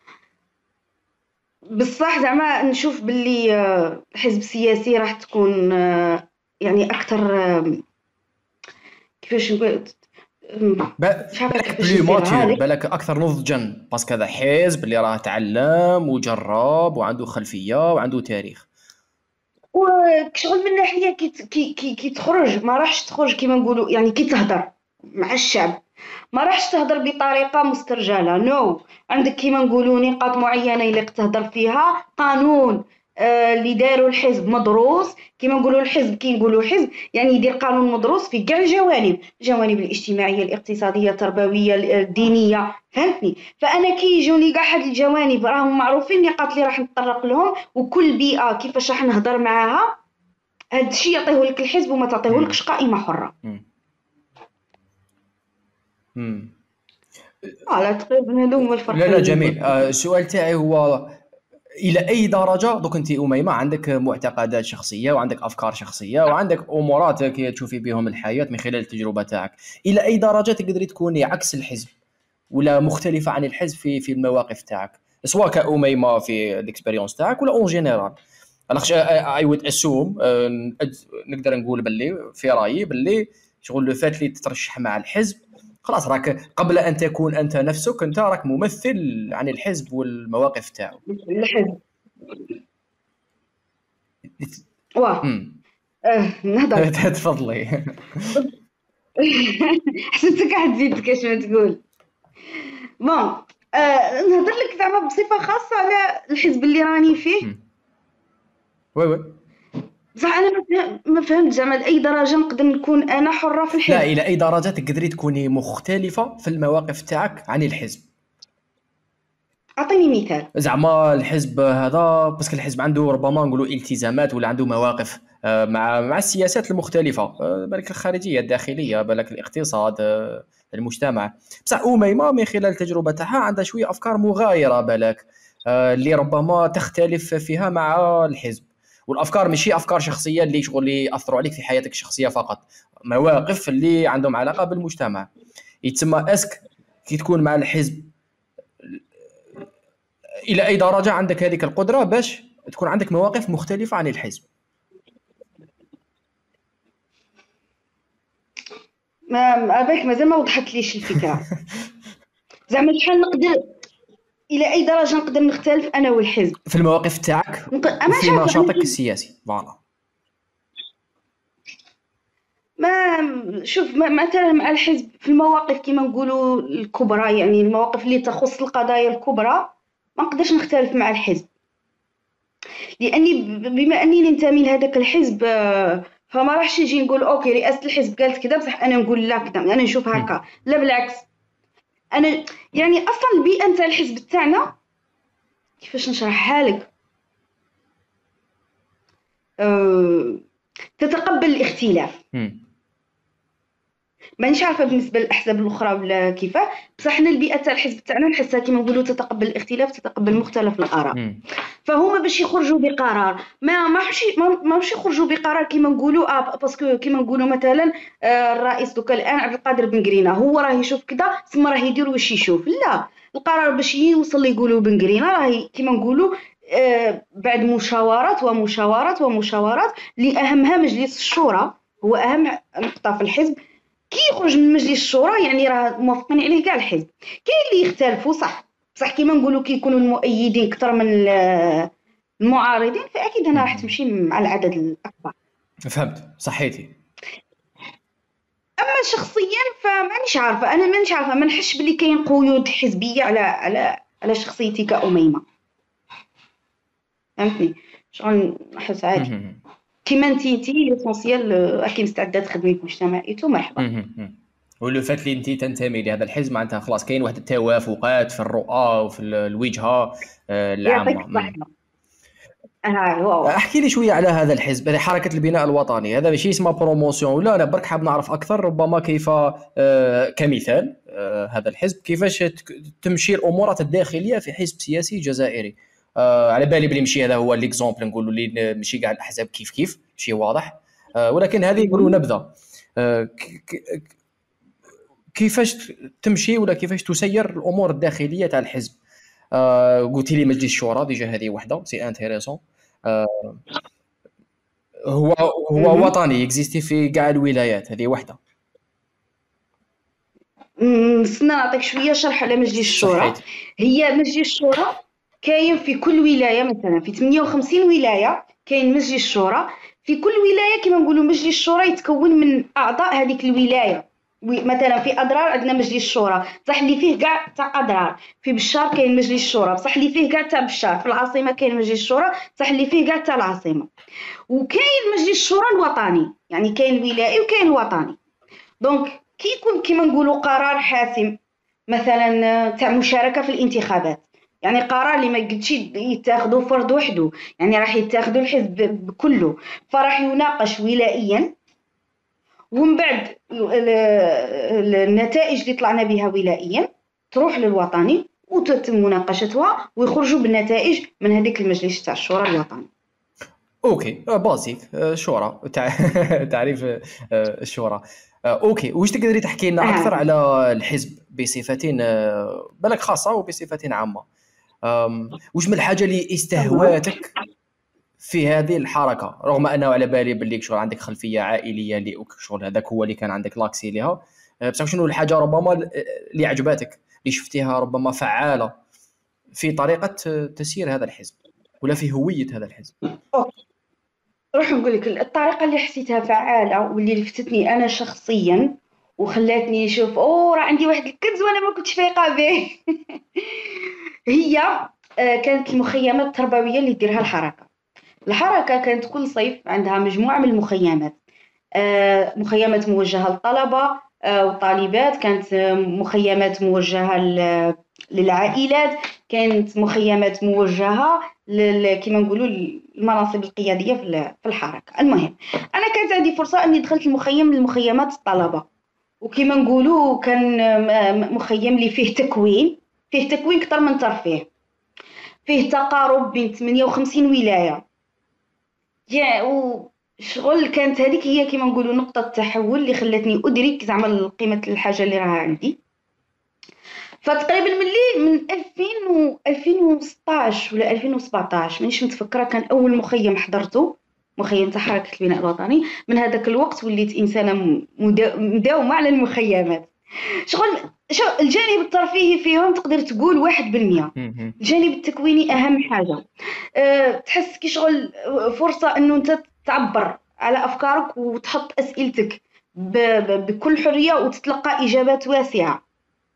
Speaker 2: بصح زعما نشوف باللي آه، الحزب السياسي راح تكون آه، يعني اكثر آه، كيفاش نقول. أم،
Speaker 1: با-
Speaker 2: مش عارفه
Speaker 1: بالك
Speaker 2: كيفاش
Speaker 1: بلو
Speaker 2: نصيغها
Speaker 1: ماتور،
Speaker 2: لك.
Speaker 1: بالك اكثر نضجا، باسكو هذا حزب اللي راه تعلم وجرب وعنده خلفيه وعنده تاريخ.
Speaker 2: وشغل من ناحيه كي ت- كي كي, كي تخرج ما راحش تخرج كيما نقولوا، يعني كي تهضر مع الشعب ما راحش تهضر بطريقه مسترجله. نو no. عندك كيما نقولوا نقاط معينه اللي تهضر فيها، قانون آه، اللي داروا الحزب مدروس. كيما نقولوا الحزب كي نقولوا حزب يعني يدير قانون مدروس في كاع الجوانب، الجوانب الاجتماعيه الاقتصاديه التربويه الدينيه، فهمتني. فانا كي يجوني كاع هاد الجوانب راهم معروفين النقاط اللي راح نتطرق لهم، وكل بيئه كيفاش راح نهضر معاها. هاد الشيء يعطيه لك الحزب وما تعطيه
Speaker 1: مم.
Speaker 2: لكش قائمه حره.
Speaker 1: مم. مم.
Speaker 2: على تقريبا هادو هما
Speaker 1: لا لا
Speaker 2: الفرقين اللي
Speaker 1: جميل.
Speaker 2: نقول.
Speaker 1: آه، السؤال تاعي هو الى اي درجه دوك انت اميمه عندك معتقدات شخصيه وعندك افكار شخصيه وعندك امورات كي تشوفي بهم الحياه من خلال التجربه تاعك، الى اي درجه تقدري تكوني عكس الحزب ولا مختلفه عن الحزب في في المواقف تاعك، سواء كأميمه في الاكسبيريونس تاعك ولا اون جينيرال؟ انا اي وود اسوم نقدر نقول باللي في رايي باللي شغل لو فات اللي تترشح مع الحزب خلاص راك قبل ان تكون انت نفسك انت راك ممثل عن الحزب والمواقف تاعو.
Speaker 2: الحزب واه اه نهضر.
Speaker 1: تفضلي.
Speaker 2: حسيتك حتزيد كاش ما تقول. بون آه نهضر لك زعما بصفه خاصه على الحزب اللي راني فيه.
Speaker 1: وي وي
Speaker 2: بصح انا ما فهمت زعما لاي درجه نقدر نكون انا حره في الحزب.
Speaker 1: لا الى اي درجه تقدري تكوني مختلفه في المواقف تاعك عن الحزب.
Speaker 2: اعطيني مثال.
Speaker 1: زعما الحزب هذا باسكو الحزب عنده ربما نقولوا التزامات ولا عنده مواقف مع مع السياسات المختلفه، بالك الخارجيه الداخليه بالك الاقتصاد المجتمع. بصح أميمة من خلال التجربه تاعها عندها شويه افكار مغايره بالك اللي ربما تختلف فيها مع الحزب، والافكار ماشي افكار شخصيه اللي شغل اللي ياثروا عليك في حياتك الشخصيه فقط، مواقف اللي عندهم علاقه بالمجتمع. يتسمى اسك كي تكون مع الحزب الى اي درجه عندك هذيك القدره باش تكون عندك مواقف مختلفه عن الحزب.
Speaker 2: ما بالك مازال ما وضحت ليش الفكره. زعما شحال نقدر الى اي درجه نقدر نختلف انا والحزب
Speaker 1: في المواقف تاعك
Speaker 2: نق...
Speaker 1: وفي نشاطك السياسي. فوالا
Speaker 2: ما شوف مثلا مع الحزب في المواقف كما نقولوا الكبرى، يعني المواقف اللي تخص القضايا الكبرى ما نقدرش نختلف مع الحزب، لاني بما اني ننتمي لهذاك الحزب فما راحش نجي نقول اوكي رئاسه الحزب قالت كذا بصح انا نقول لا كذا، انا نشوف هكا. لا بالعكس، انا يعني اصلا البيئه نتاع الحزب تاعنا كيفاش نشرحها لك أه... تتقبل الاختلاف. مانيش عارفه بالنسبه للاحزاب الاخرى ولا كيفاه، بصح حنا البيئه تاع الحزب تاعنا نحسها كيما نقولوا تتقبل الاختلاف، تتقبل مختلف الاراء. فهما باش يخرجوا بقرار ما ماهمش ماهمش يخرجوا بقرار كيما نقولوا اه باسكو كيما نقولوا مثلا آه الرئيس دوكا الان عبد القادر بن قرينه هو راه يشوف كذا ثم راه يدير واش يشوف. لا، القرار باش يوصل اللي يقولوا بن قرينه راه كيما نقولوا آه بعد مشاورات ومشاورات ومشاورات اللي اهمها مجلس الشورى، هو اهم نقطه في الحزب. كي يخرج من مجلس الشورى يعني راه موافقين عليه كاع الحزب. كاين اللي يختلفوا صح بصح كيما نقولوا كي يكونوا المؤيدين اكثر من المعارضين فاكيد انا راح تمشي مع العدد الاكبر.
Speaker 1: فهمت صحيتي.
Speaker 2: اما شخصيا فمانيش عارفه، انا مانيش عارفه ما نحسش بلي كاين قيود حزبيه على على على شخصيتي كأميمة. فهمتني شغل نحس عادي كيما انتي انتي ليسونسيال اكيد مستعده تخدمي في مجتمعيته مرحبا.
Speaker 1: ولو فات لي انت تنتمي لهذا الحزب معناتها خلاص كاين واحد التوافقات في الرؤى وفي الوجهه العامه. احكي لي شويه على هذا الحزب، هذه حركه البناء الوطني، هذا ماشي اسمها بروموسيون ولا انا برك حاب نعرف اكثر ربما كيف كمثال هذا الحزب كيفاش تمشي الامورات الداخليه في حزب سياسي جزائري. على بالي بلي ماشي هذا هو ليكزامبل نقولوا لي ماشي كاع الاحزاب كيف كيف شيء واضح، ولكن هذه نقولوا نبذه كيفاش تمشي ولا كيفاش تسير الامور الداخليه تاع الحزب. آه قلتي لي مجلس الشورى ديجا هذه وحده سي انتريسون. آه هو هو وطني اكزيستي في كاع الولايات، هذه وحده.
Speaker 2: نستنى نعطيك شويه شرح على مجلس الشورى. هي مجلس الشورى كاين في كل ولايه، مثلا في ثمانية وخمسين ولايه كاين مجلس الشورى. في كل ولايه كما نقولوا مجلس الشورى يتكون من اعضاء هذيك الولايه. مثلا في اضرار عندنا مجلس الشورى بصح اللي فيه كاع تاع اضرار، في بشار كاين مجلس الشورى بصح اللي فيه كاع تاع بشار، في العاصمه كاين مجلس الشورى بصح اللي فيه كاع تاع العاصمه. وكاين مجلس الشورى الوطني، يعني كاين الولائي وكاين الوطني. دونك كي يكون كيما نقولوا قرار حاسم مثلا تاع مشاركه في الانتخابات، يعني قرار اللي ما قلتش يتاخذوا فرد وحده، يعني راح يتاخذوا الحزب بكله، فراح يناقش ولائيا ومن بعد النتائج اللي طلعنا بها ولائيا تروح للوطني وتتم مناقشتها ويخرجوا بالنتائج من هذيك المجلس تاع الشورى الوطني.
Speaker 1: اوكي باسيك شورى تعريف الشورى. اوكي واش تقدري تحكي لنا اكثر آه. على الحزب بصفه بالك خاصه وبصفه عامه؟ واش من الحاجه اللي استهواتك في هذه الحركه، رغم انه على بالي باللي شغل عندك خلفيه عائليه اللي شغل هذاك هو اللي كان عندك لاكسي ليها. بصح شنو الحاجه ربما اللي عجبتك اللي شفتيها ربما فعاله في طريقه تسيير هذا الحزب ولا في هويه هذا الحزب؟
Speaker 2: نروح نقول لك الطريقه اللي حسيتها فعاله واللي لفتتني انا شخصيا وخلاتني نشوف اوه راه عندي واحد الكنز وانا ما كنتش فايقه به هي كانت المخيمات التربويه اللي ديرها الحركه. الحركه كانت كل صيف عندها مجموعه من المخيمات، مخيمات موجهه للطلبه والطالبات، كانت مخيمات موجهه للعائلات، كانت مخيمات موجهه كما نقولوا المناصب القياديه في الحركه. المهم انا كانت عندي فرصه اني دخلت المخيم من مخيمات الطلبه، وكما نقولوا كان مخيم اللي فيه تكوين فيه تكوين اكثر من ترفيه، فيه تقارب بين ثمانية وخمسين ولايه. يا وشغل كانت هذيك هي كما نقولوا نقطه التحول اللي خلتني ادرك زعما قيمه الحاجه اللي راها عندي. فتقريبا ملي من ألفين و ألفين وستطاش ولا ألفين وسبعطاش مانيش متفكره، كان اول مخيم حضرته مخيم تاع حركه البناء الوطني. من هذاك الوقت وليت انسانه مداومه على المخيمات. شغل شو الجانب الترفيهي فيهم تقدر تقول واحد بالمية، الجانب التكويني اهم حاجه. أه تحس كي شغل فرصه انه انت تعبر على افكارك وتحط اسئلتك بكل حريه وتتلقى اجابات واسعه.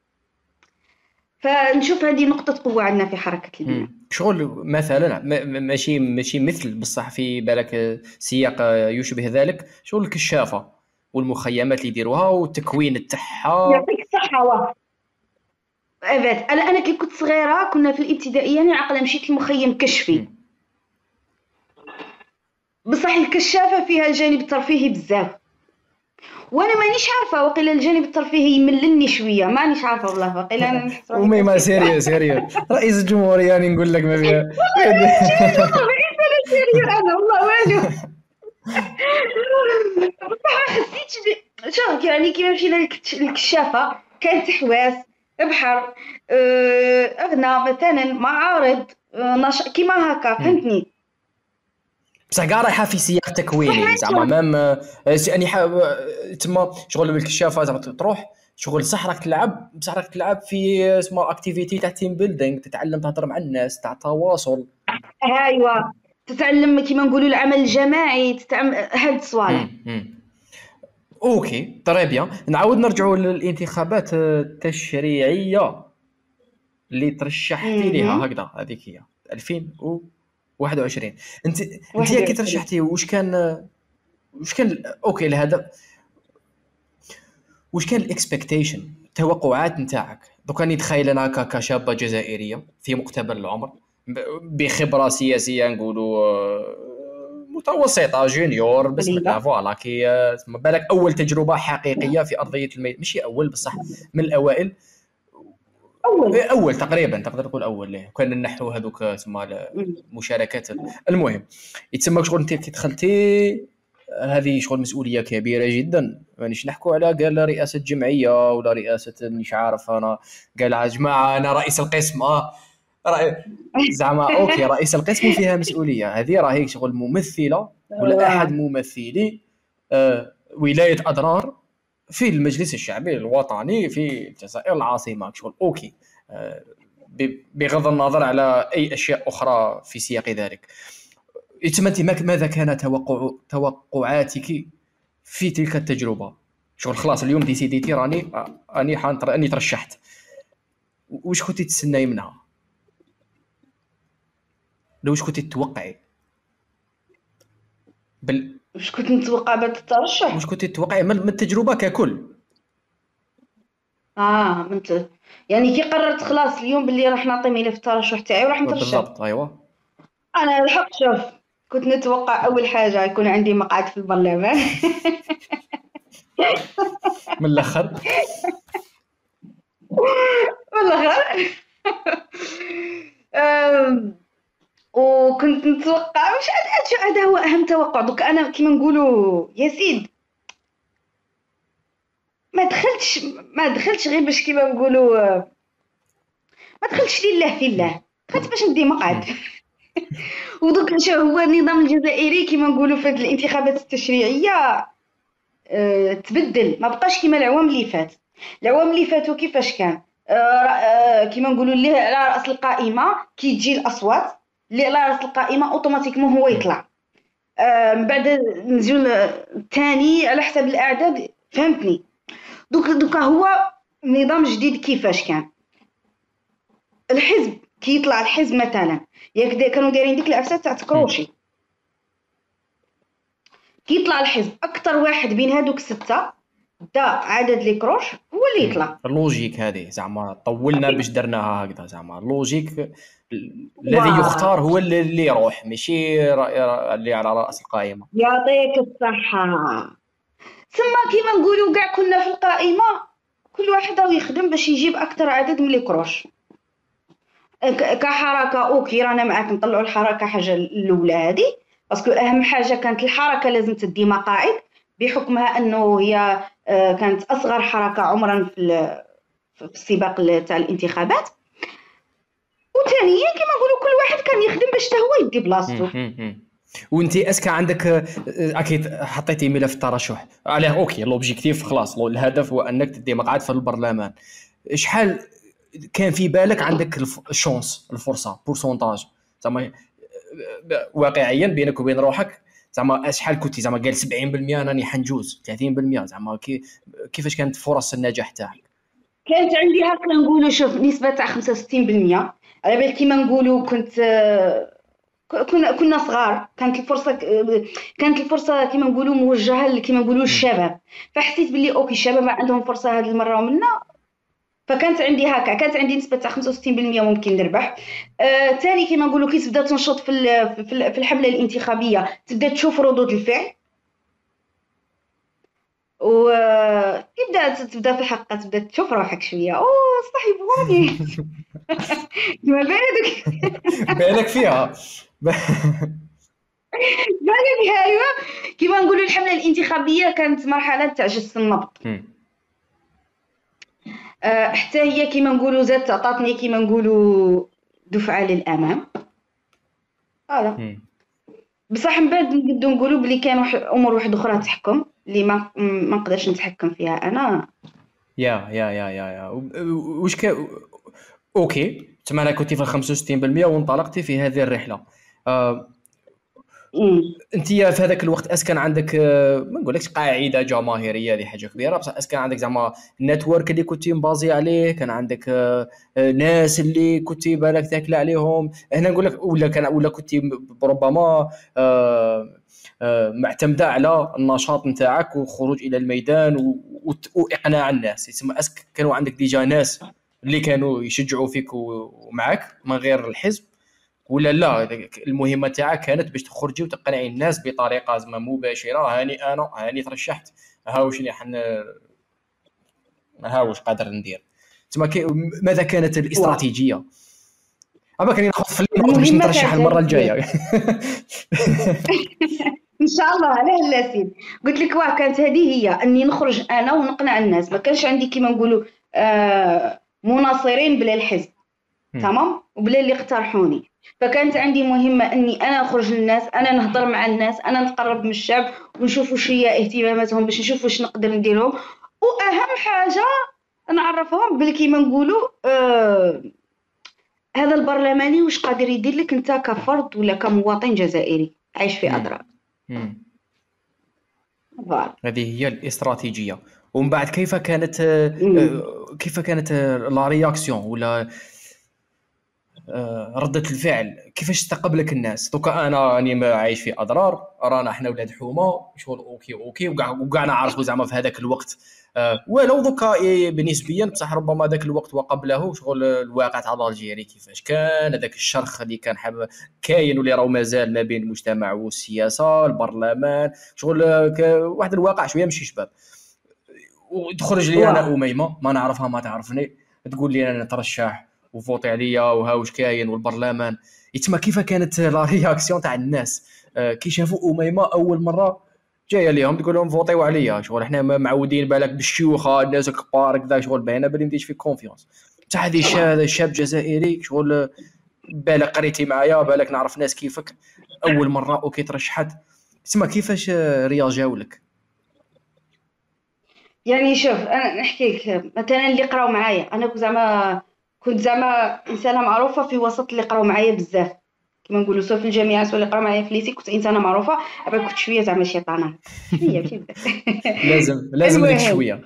Speaker 2: فنشوف هذه نقطة قوة عندنا في حركة البناء.
Speaker 1: شغل مثلا ماشي ماشي مثل بصح في بالك سياق يشبه ذلك، شغل الكشافة والمخيمات اللي يديروها والتكوين تاعها.
Speaker 2: يعطيك الصحة. واه أبد أنا أنا كي كنت صغيرة كنا في الابتدائية يعني عقلة مشيت لمخيم كشفي، بصح الكشافة فيها الجانب الترفيهي بزاف، وانا مانيش عارفه وقيلا الجانب الترفيهي يملني شويه، مانيش عارفه والله وقيلا انا نحس روحي
Speaker 1: ومي ما سيريو سيريو رئيس الجمهوريه يعني نقول لك ما فيها
Speaker 2: سيريو انا والله والو بصح ما حسيتش شوف يعني كي مشينا للكشافه كانت حواس بحر اغنى مثلا معارض نش... كيما هكا فهمتني.
Speaker 1: بصح كاع رايحه في سياق تكويني زعما مام يعني تما شغل بالكشافه زعما تروح شغل صح راك تلعب بصح راك تلعب في اسمها اكتيفيتي تاع تيم بيلدينغ، تتعلم تهضر مع الناس تاع التواصل.
Speaker 2: ايوا تتعلم كيما نقولوا العمل الجماعي، تتعلم هاد الصوالح.
Speaker 1: اوكي طري بيان. نعاود نرجعوا للانتخابات التشريعيه اللي ترشحتي ليها هكذا، هذيك هي ألفين وواحد وعشرين. انت انت كي ترشحتي واش كان واش كان اوكي الهدف، واش كان الاكسبكتيشن التوقعات نتاعك؟ دوك راني تخيل انا كشابه جزائريه في مقتبل العمر بخبره سياسيه نقولوا متوسطه جونيور بسم الله فوالا كي بالك اول تجربه حقيقيه في ارضيه الميدان، ماشي اول بصح من الاوائل،
Speaker 2: اول
Speaker 1: اول تقريبا تقدر تقول اول ليه كان نحو هذوك تسمى المشاركات. المهم يتسمى شغل انت كي دخلتي هذه شغل مسؤوليه كبيره جدا، مانيش نحكوا على قال رئاسه جمعيه ولا رئاسه مش عارف انا قال يا جماعه انا رئيس القسم اه رأي زعما اوكي رئيس القسم فيها مسؤوليه، هذه راهي شغل ممثله ولا احد ممثلي آه ولايه اضرار في المجلس الشعبي الوطني في الجزائر العاصمه شغل اوكي آه بغض النظر على اي اشياء اخرى في سياق ذلك. انت ماذا كان توقع توقعاتك في تلك التجربه؟ شغل خلاص اليوم ديسيديتي راني راني حانطر اني ترشحت، واش كنتي تستناي منها؟ لو واش كنتي تتوقعي بل
Speaker 2: واش كنت نتوقع بعد الترشح؟
Speaker 1: واش كنتي تتوقعي من التجربه ككل؟
Speaker 2: اه منت يعني كي قررت خلاص اليوم باللي راح نعطي ملف الترشح تاعي وراح نترشح
Speaker 1: بالضبط. ايوا
Speaker 2: انا الحق شوف كنت نتوقع اول حاجه يكون عندي مقعد في البرلمان
Speaker 1: من الاخر
Speaker 2: والله وكنت نتوقع واش هذا هو اهم توقع. دوك انا كيما نقولوا يا سيد ما دخلتش ما دخلتش غير باش كيما نقولوا ما دخلتش لله في الله، دخلت باش ندي مقعد ودوك شو هو النظام الجزائري كما نقولوا في هذه الانتخابات التشريعيه أه تبدل، ما بقاش كما العوام اللي فات. العوام اللي فاتوا كيفاش كان أه أه كما نقولوا اللي على راس القائمه كي تجي الاصوات اللي على راس القائمه اوتوماتيكمون هو يطلع. أه من بعد نزول الثاني على حسب الاعداد، فهمتني؟ دوك دوكا هو نظام جديد. كيفاش كان الحزب كي يطلع الحزب مثلا، ياك كانوا دايرين ديك العفسه تاع تكروشي، كي يطلع الحزب اكثر واحد بين هادوك السته دا عدد لي كروش هو اللي يطلع.
Speaker 1: اللوجيك هذه زعما طولنا باش درناها هكذا، زعما اللوجيك الذي يختار هو اللي يروح، ماشي اللي على راس القائمه.
Speaker 2: يعطيك الصحه. ثم كيما نقولوا كاع كنا في القائمه كل واحد راه يخدم باش يجيب اكثر عدد من لي كروش. كحركه اوكي رانا معاك نطلعوا الحركه حاجه الاولى هذه، باسكو اهم حاجه كانت الحركه لازم تدي مقاعد بحكمها انه هي كانت اصغر حركه عمرا في في السباق تاع الانتخابات. وثانيا كما نقولوا كل واحد كان يخدم باش حتى هو يدي بلاصتو.
Speaker 1: وانت اسكا عندك اكيد حطيتي ملف الترشح عليه، اوكي لوبجيكتيف خلاص، الهدف هو انك تدي مقعد في البرلمان. شحال كان في بالك عندك الشونس الفرصه بورسونتاج زعما واقعيا بينك وبين روحك؟ زعما شحال كنتي زعما قال سبعين بالمئة راني حنجوز ثلاثين بالمئة زعما كي كيفاش كانت فرص النجاح تاعك؟
Speaker 2: كانت عندي هكا نقولوا شوف نسبه تاع خمسة وستين بالمئة على بالك. كيما نقولوا كنت كنا كنا صغار، كانت الفرصه كانت الفرصه كيما نقولوا موجهه كيما نقولوا للشباب، فحسيت باللي اوكي الشباب ما عندهم فرصه هذه المره ومنا، فكانت عندي هكا كانت عندي نسبه تاع خمسة وستين بالمئة ممكن نربح. ثاني آه كيما نقولوا كي تبدا تنشط في في الحمله الانتخابيه تبدا تشوف ردود الفعل، وتبدا تبدا في الحقيقه تبدا تشوف روحك شويه اوه صح يبغوني ما بالك
Speaker 1: بالك فيها
Speaker 2: بالك. ايوا كيما نقولوا الحمله الانتخابيه كانت مرحله تاع جس النبض، أه حتى هي كيما نقولوا زادت عطاتني كيما نقولوا دفعه للامام. فوالا بصح من بعد نقدروا نقولوا بلي كان واحد امور واحده اخرى تحكم اللي ما ما نقدرش نتحكم فيها انا.
Speaker 1: يا يا يا يا يا واش كان اوكي تما انا كنتي في خمسة وستين بالمئة وانطلقتي في هذه الرحله. أه انت في هذاك الوقت اسكن عندك ما نقولكش قاعده جماهيريه هذه حاجه كبيره، بصح اسكن عندك زعما النتورك اللي كنتي مبازي عليه، كان عندك ناس اللي كنتي بالك تاكل عليهم هنا نقول لك، ولا كان ولا كنتي ربما معتمده على النشاط نتاعك والخروج الى الميدان واقناع الناس؟ يسمى اسك كانوا عندك ديجا ناس اللي كانوا يشجعوا فيك ومعك من غير الحزب، ولا لا المهمه تاعك كانت باش تخرجي وتقنعي الناس بطريقه زعما مباشره؟ هاني انا هاني ترشحت، ها واش اللي حن ها واش قادر ندير. تما ماذا كانت الاستراتيجيه؟ اما كان ناخذ في النقط باش نترشح المره الجايه
Speaker 2: ان شاء الله. علاه لا سيد قلت لك واه كانت هذه هي اني نخرج انا ونقنع الناس. ما كانش عندي كيما نقولوا آه مناصرين بلا الحزب تمام وبلا اللي اقترحوني، فكانت عندي مهمه اني انا نخرج للناس، انا نهضر مع الناس، انا نتقرب من الشعب ونشوف واش هي اهتماماتهم باش نشوف واش نقدر نديرهم، واهم حاجه نعرفهم بلي كيما نقولوا آه هذا البرلماني واش قادر يدير لك انت كفرد ولا كمواطن جزائري عايش في اضرار.
Speaker 1: هذه هي الاستراتيجيه. ومن بعد كيف كانت كيف كانت لا رياكسيون ولا ردة الفعل؟ كيفاش استقبلك الناس؟ دوكا انا راني عايش في اضرار، رانا احنا ولاد حومه شغل اوكي اوكي وكاع وكاع نعرفوا زعما في هذاك الوقت أه ولو دوكا بنسبيا، بصح ربما ذاك الوقت وقبله شغل الواقع تاع الجزائري كيفاش كان، هذاك الشرخ اللي كان حاب كاين واللي راه مازال ما بين المجتمع والسياسه البرلمان، شغل واحد الواقع شويه ماشي شباب. وتخرج لي انا اميمه ما نعرفها ما تعرفني تقول لي انا نترشح وفوتي عليا وها واش كاين والبرلمان. يتما كيف كانت لا رياكسيون تاع الناس أه كي شافوا اميمه اول مره جايه ليهم تقول لهم فوتيو عليا؟ شغل احنا معودين بالك بالشيوخه الناس كبار كذا، شغل باينه بلي مديش في كونفيونس تاع هذه هذا الشاب جزائري شغل بالك قريتي معايا، بالك نعرف ناس كيفك اول مره اوكي ترشحت، تسمى كيفاش رياجاو لك؟
Speaker 2: يعني شوف انا نحكي لك مثلا اللي قراو معايا، انا كنت زعما كنت زعما انسانه معروفه في وسط اللي قراو معايا بزاف، كما نقولوا سواء في الجامعه سواء اللي قراو معايا في ليسي، كنت انسانه معروفه. ابا كنت شويه زعما شيطانه، شويه ماشي بزاف.
Speaker 1: لازم لازم لك
Speaker 2: المهم
Speaker 1: شويه.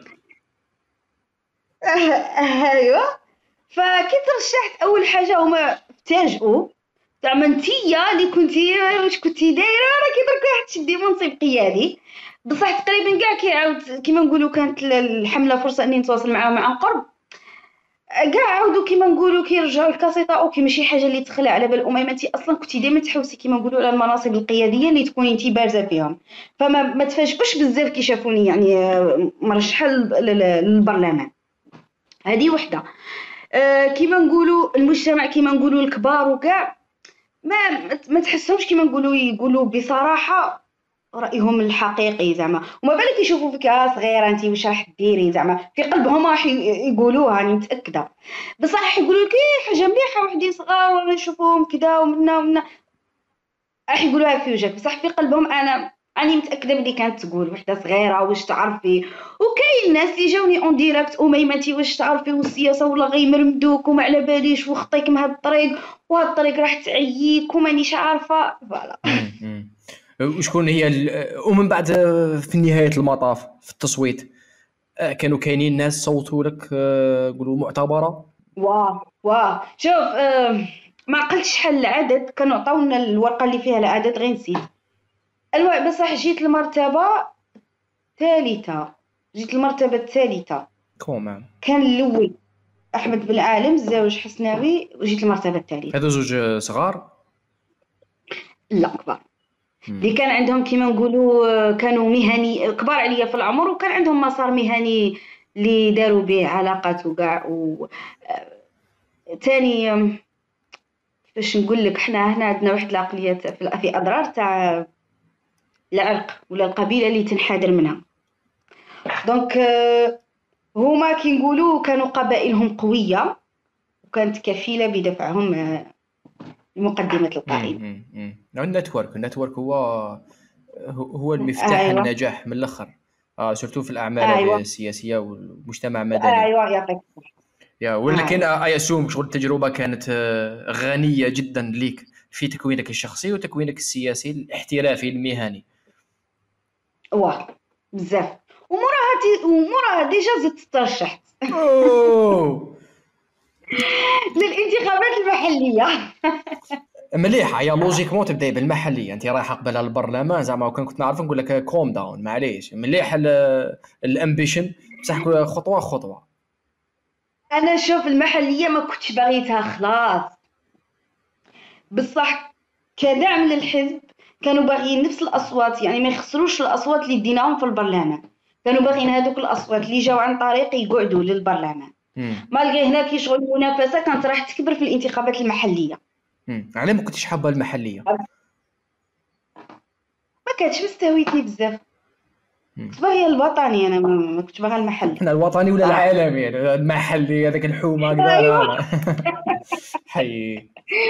Speaker 2: ايوا، فكي ترشحت اول حاجه هما تفاجئوا زعما نتيا اللي كنتي واش كنتي دايره، راكي درك واحد تشدي منصب قيادي. بصح تقريبا كاع كيعاود كيما نقولوا كانت الحمله فرصه اني نتواصل معاهم عن قرب، كاع عاودوا كيما نقولوا كيرجعوا الكاسيطه اوكي ماشي حاجه اللي تخلع على بال اميمه. انت اصلا كنتي دائما تحوسي كيما نقولوا على المناصب القياديه اللي تكوني انت بارزه فيهم، فما ما تفاجئوش بزاف كي شافوني يعني آه، مرشحه لل- لل- للبرلمان. هذه وحده. آه، كيما نقولوا المجتمع كيما نقولوا الكبار وكاع ما ما تحسهمش كيما نقولوا يقولوا بصراحه رايهم الحقيقي زعما، وما بالك يشوفوا فيك اه صغيره انت واش راح ديري، زعما في قلبهم راح ي- يقولوها راني متاكده. بصح راح يقولوا لك إيه حاجه مليحه وحدين صغار وانا نشوفوهم كذا ومنا ومنا، راح يقولوها في وجهك، بصح في قلبهم انا راني متاكده بلي كانت تقول وحده صغيره واش تعرفي. وكاين الناس اللي جاوني اون ديريكت اميمتي واش تعرفي والسياسه ولا غيمرمدوك وما على باليش وخطيك من هاد الطريق وهاد الطريق راح تعييك ومانيش عارفه فوالا.
Speaker 1: امم وشكون هي ال- ومن بعد في نهايه المطاف في التصويت آه، كانوا كاينين ناس صوتوا لك آه، قولوا معتبره؟
Speaker 2: واه واه شوف آه ما قلتش شحال العدد، كانوا عطاونا الورقه اللي فيها العدد غير نسيت الوقت. بصح جيت المرتبه الثالثه، جيت المرتبه الثالثه.
Speaker 1: كومان.
Speaker 2: كان الاول احمد بن عالم الزاوج حسناوي، وجيت المرتبه الثالثه.
Speaker 1: هذو زوج صغار؟
Speaker 2: لا كبار، اللي
Speaker 1: مم.
Speaker 2: كان عندهم كيما نقولوا آه، كانوا مهني كبار عليا في العمر وكان عندهم مسار مهني اللي داروا به علاقات وكاع. و آه، تاني آم، باش نقول لك حنا هنا عندنا واحد العقليه في في اضرار تاع العرق ولا القبيله اللي تنحدر منها. دونك آه، هما كي نقولوا كانوا قبائلهم قويه وكانت كفيله بدفعهم آه، لمقدمه القائمه.
Speaker 1: امم امم النتورك النتورك هو هو المفتاح
Speaker 2: ايوه
Speaker 1: النجاح من الاخر. آه سورتو في الاعمال
Speaker 2: ايوه
Speaker 1: السياسيه والمجتمع المدني.
Speaker 2: ايوه يعطيك
Speaker 1: يا ولكن
Speaker 2: ايوه.
Speaker 1: اي اسوم شغل التجربه كانت آه، غنيه جدا ليك في تكوينك الشخصي وتكوينك السياسي الاحترافي المهني.
Speaker 2: واه بزاف. وموراها دي وموراها ديجا زدت ترشحت
Speaker 1: اوه
Speaker 2: للانتخابات المحليه.
Speaker 1: مليحه يا لوجيكمون تبداي بالمحليه، انت رايحه قبل البرلمان زعما وكان كنت نعرف نقول لك كوم داون معليش مليح الامبيشن بصح خطوه خطوه.
Speaker 2: انا شوف المحليه ما كنتش باغيتها خلاص، بصح كدعم للحزب كانوا باغيين نفس الاصوات، يعني ما يخسروش الاصوات اللي ديناهم في البرلمان. كانوا باغيين هذوك الاصوات اللي جاوا عن طريق يقعدوا للبرلمان.
Speaker 1: امم
Speaker 2: مالغي هنا كي شغل المنافسه كانت راح تكبر في الانتخابات المحليه.
Speaker 1: امم علاه ما كنتش حابه المحليه؟
Speaker 2: ما كانتش مستهويتني بزاف،
Speaker 1: مم.
Speaker 2: كنت باغيه الوطني، انا ما ما كنتش باغا المحلي
Speaker 1: احنا الوطني ولا
Speaker 2: صراحه.
Speaker 1: العالمي يعني المحلي هذاك الحومه هكذا لا
Speaker 2: ايوه
Speaker 1: لا حي.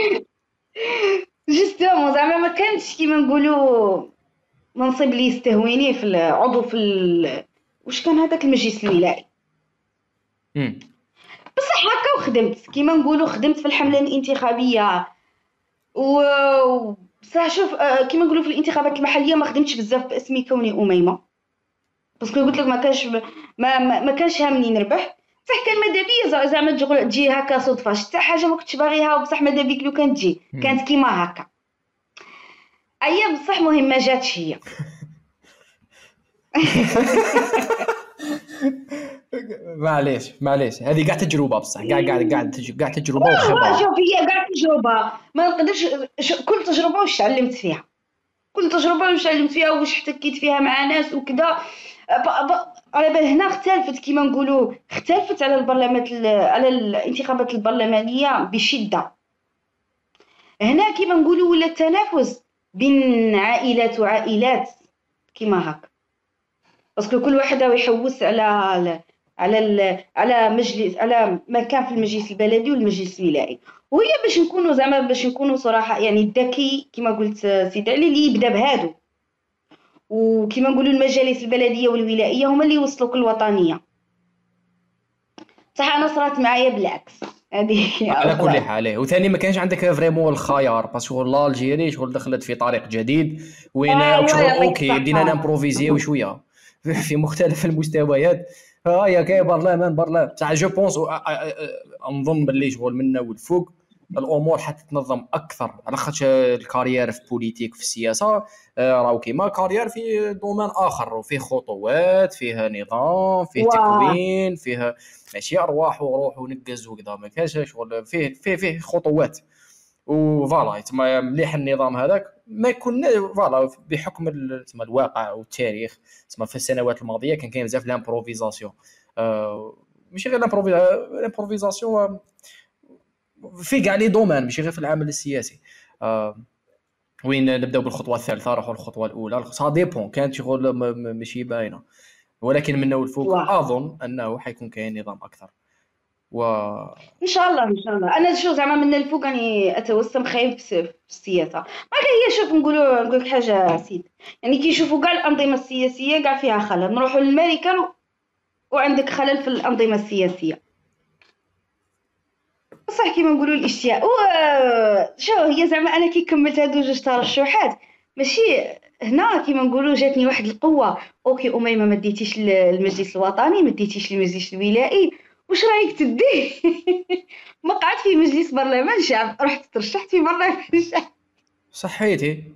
Speaker 2: جوستومون زعما ما كانتش كيما نقولوا منصب اللي يستهويني في العضو في ال... واش كان هذاك المجلس الولائي.
Speaker 1: امم
Speaker 2: بصح هكا وخدمت كيما نقولوا خدمت في الحمله الانتخابيه. و بصح شوف آه، كيما نقولوا في الانتخابات المحليه ما خدمتش بزاف باسمي كوني اميمه، باسكو قلت لك ما كانش ما ما, ما كانش هامني نربح. بصح كان ماذا بيا زعما تجي تجي هكا صدفه، شتا حاجه ما كنتش باغيها وبصح ماذا بيك لو كانت تجي كانت كيما هكا. ايا بصح مهم ما جاتش هي.
Speaker 1: معليش معليش هذه قاع تجربه بصح قاع قاع قاع تج- قاع تجربه
Speaker 2: واه
Speaker 1: وخبره.
Speaker 2: شوف هي كاع تجربه، ما نقدرش ش- كل تجربه واش تعلمت فيها، كل تجربه واش تعلمت فيها واش احتكيت فيها مع ناس وكذا. ب- ب- على بال هنا اختلفت كيما نقولوا اختلفت على البرلمانات ال- على الانتخابات البرلمانيه بشده. هنا كيما نقولوا ولا التنافس بين عائلات وعائلات كيما هكا، باسكو كل واحد راه يحوس على على ال- على مجلس، على مكان في المجلس البلدي والمجلس الولائي. وهي باش نكونوا زعما باش نكونوا صراحه يعني الذكي كما قلت آه، سيدي علي اللي يبدا بهادو، وكما نقولوا المجالس البلديه والولائيه هما اللي يوصلوك الوطنيه. صح انا صرات معايا بالعكس هذه
Speaker 1: على كل
Speaker 2: خلاص.
Speaker 1: حال. وثاني ما كانش عندك فريمون الخيار، باسكو لا الجيري شغل دخلت في طريق جديد وين راك
Speaker 2: ايوه
Speaker 1: شغل
Speaker 2: يعطيك
Speaker 1: اوكي بدينا
Speaker 2: الصحه.
Speaker 1: نامبروفيزيو شويه في مختلف المستويات. ها يا كاين برلمان برلمان بصح جو بونس نظن باللي شغل منا والفوق الامور حتتنظم اكثر، على خاطر الكارير في بوليتيك في السياسه آه، راهو كيما كارير في دومين اخر، وفيه خطوات، فيها نظام، فيه
Speaker 2: واه
Speaker 1: تكوين، فيها ماشي ارواح وروح ونقز وكذا، ما كانش شغل فيه فيه فيه خطوات. وفوالا تما مليح النظام هذاك ما كنا فوالا بحكم ال- تما الواقع والتاريخ. تما في السنوات الماضيه كان كاين بزاف لامبروفيزاسيون، آه ماشي غير لامبروفيزاسيون في كاع لي دومين، ماشي غير في العمل السياسي. آه وين نبداو بالخطوه الثالثه نروحوا للخطوه الاولى، سا ديبون كانت شغل م- م- ماشي باينه، ولكن من الفوق
Speaker 2: واه
Speaker 1: اظن انه حيكون كاين نظام اكثر. و
Speaker 2: ان شاء الله ان شاء الله. انا شو زعما من الفوق راني اتوسم خايف في في السياسه. ما هي شوف نقولوا نقول لك حاجه سيد، يعني كيشوفوا كاع الانظمه السياسيه كاع فيها خلل، نروحوا للامريكان وعندك خلل في الانظمه السياسيه. بصح كيما نقولوا الاشياء و شو هي زعما انا كي كملت هادو جوج ترشحات ماشي هنا كيما نقولوا جاتني واحد القوه. اوكي اميمه ما ديتيش للمجلس الوطني، ما ديتيش للمجلس الولائي، واش رايك تدي؟ ما قعدت في مجلس برلمان شعب، رحت ترشحت في برلمان شعب.
Speaker 1: صحيتي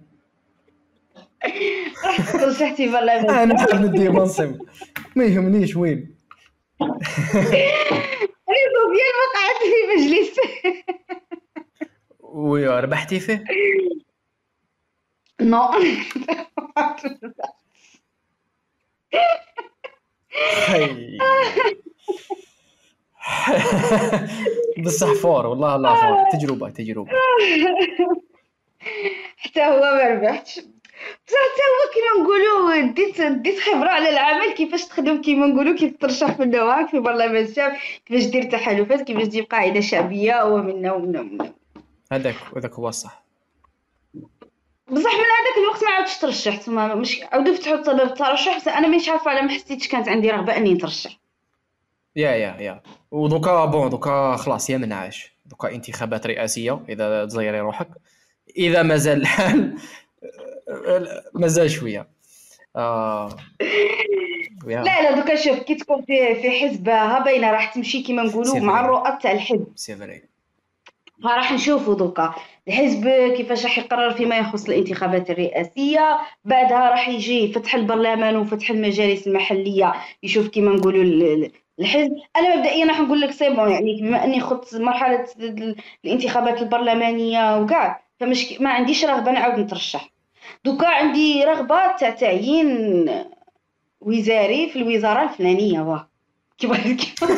Speaker 2: رحت ترشحت في برلمان
Speaker 1: انا
Speaker 2: شعب.
Speaker 1: نحب ندي منصب ما يهمنيش وين.
Speaker 2: انا صوفيا ما قعدت في مجلس.
Speaker 1: وربحتي فيه.
Speaker 2: نو.
Speaker 1: خي بصح فور والله لا فور تجربه تجربه.
Speaker 2: حتى هو ما ربحتش. بصح حتى هو كيما نقولوا ديت ديت خبره على العمل، كيفاش تخدم كيما نقولوا كيف ترشح في النواب في برلمان الشعب، كيفاش دير تحالفات، كيفاش تجيب قاعده شعبيه ومنا ومنا ومنا.
Speaker 1: هذاك هذاك هو الصح.
Speaker 2: بصح من هذاك الوقت ما عاودش ترشحت، ما مش عاودوا فتحوا الطلب الترشح، بس انا مانيش عارفه على ما حسيتش كانت عندي رغبه اني نترشح.
Speaker 1: يا يا يا ودوكا بون دوكا خلاص يا منعاش دوكا انتخابات رئاسيه اذا تزيري روحك، اذا مازال الحال مازال شويه. آه يا
Speaker 2: لا لا دوكا شوف كي تكون في في حزب ها باينه راح تمشي كيما نقولوا
Speaker 1: سي
Speaker 2: مع
Speaker 1: فري
Speaker 2: الرؤى تاع الحزب.
Speaker 1: سي فري.
Speaker 2: فراح نشوفوا دوكا الحزب كيفاش راح يقرر فيما يخص الانتخابات الرئاسية. بعدها راح يجي فتح البرلمان وفتح المجالس المحلية، يشوف كيما نقولوا ال- ال- الحزب. أنا مبدئيا راح نقول لك سي بون، يعني بما أني خدت مرحلة ال- الانتخابات البرلمانية وكاع، فمش ما عنديش رغبة نعاود نترشح. دوكا عندي رغبة تاع تعيين وزاري في الوزارة الفلانية. واه كيما كيما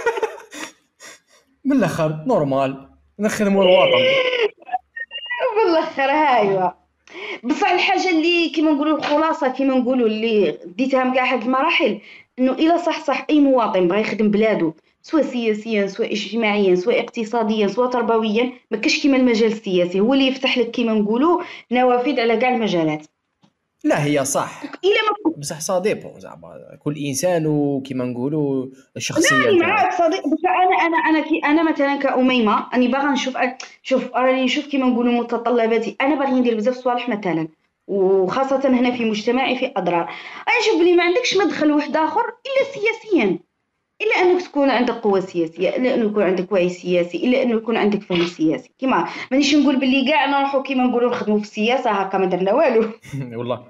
Speaker 1: من الاخر نورمال نخدموا الوطن.
Speaker 2: بالاخر هايوا. بصح الحاجه اللي كيما نقولوا الخلاصه كيما نقولوا اللي ديتها من كاع هاد المراحل، انه الا صح صح اي مواطن بغى يخدم بلادو سواء سياسيا سواء اجتماعيا سواء اقتصاديا سواء تربويا، ما كاش كيما المجال السياسي هو اللي يفتح لك كيما نقولوا نوافذ على كاع المجالات.
Speaker 1: لا هي صح
Speaker 2: الا ما
Speaker 1: بصح سا ديبون زعما كل انسان وكيما نقولوا الشخصيه
Speaker 2: راني
Speaker 1: نتاعو.
Speaker 2: معاك صديق. بس انا انا انا كي انا مثلا كأميمه راني باغا نشوف، شوف راني نشوف كيما نقولوا متطلباتي. انا باغي ندير بزاف صوالح مثلا، وخاصه هنا في مجتمعي في اضرار. انا نشوف بلي ما عندكش مدخل واحد اخر الا سياسيا، الا انك تكون عندك قوه سياسيه، الا انه يكون عندك وعي سياسي، الا انه يكون عندك فهم سياسي. كيما مانيش نقول باللي كاع نروحوا كيما نقولوا نخدموا في السياسه هكا ما درنا والو.
Speaker 1: والله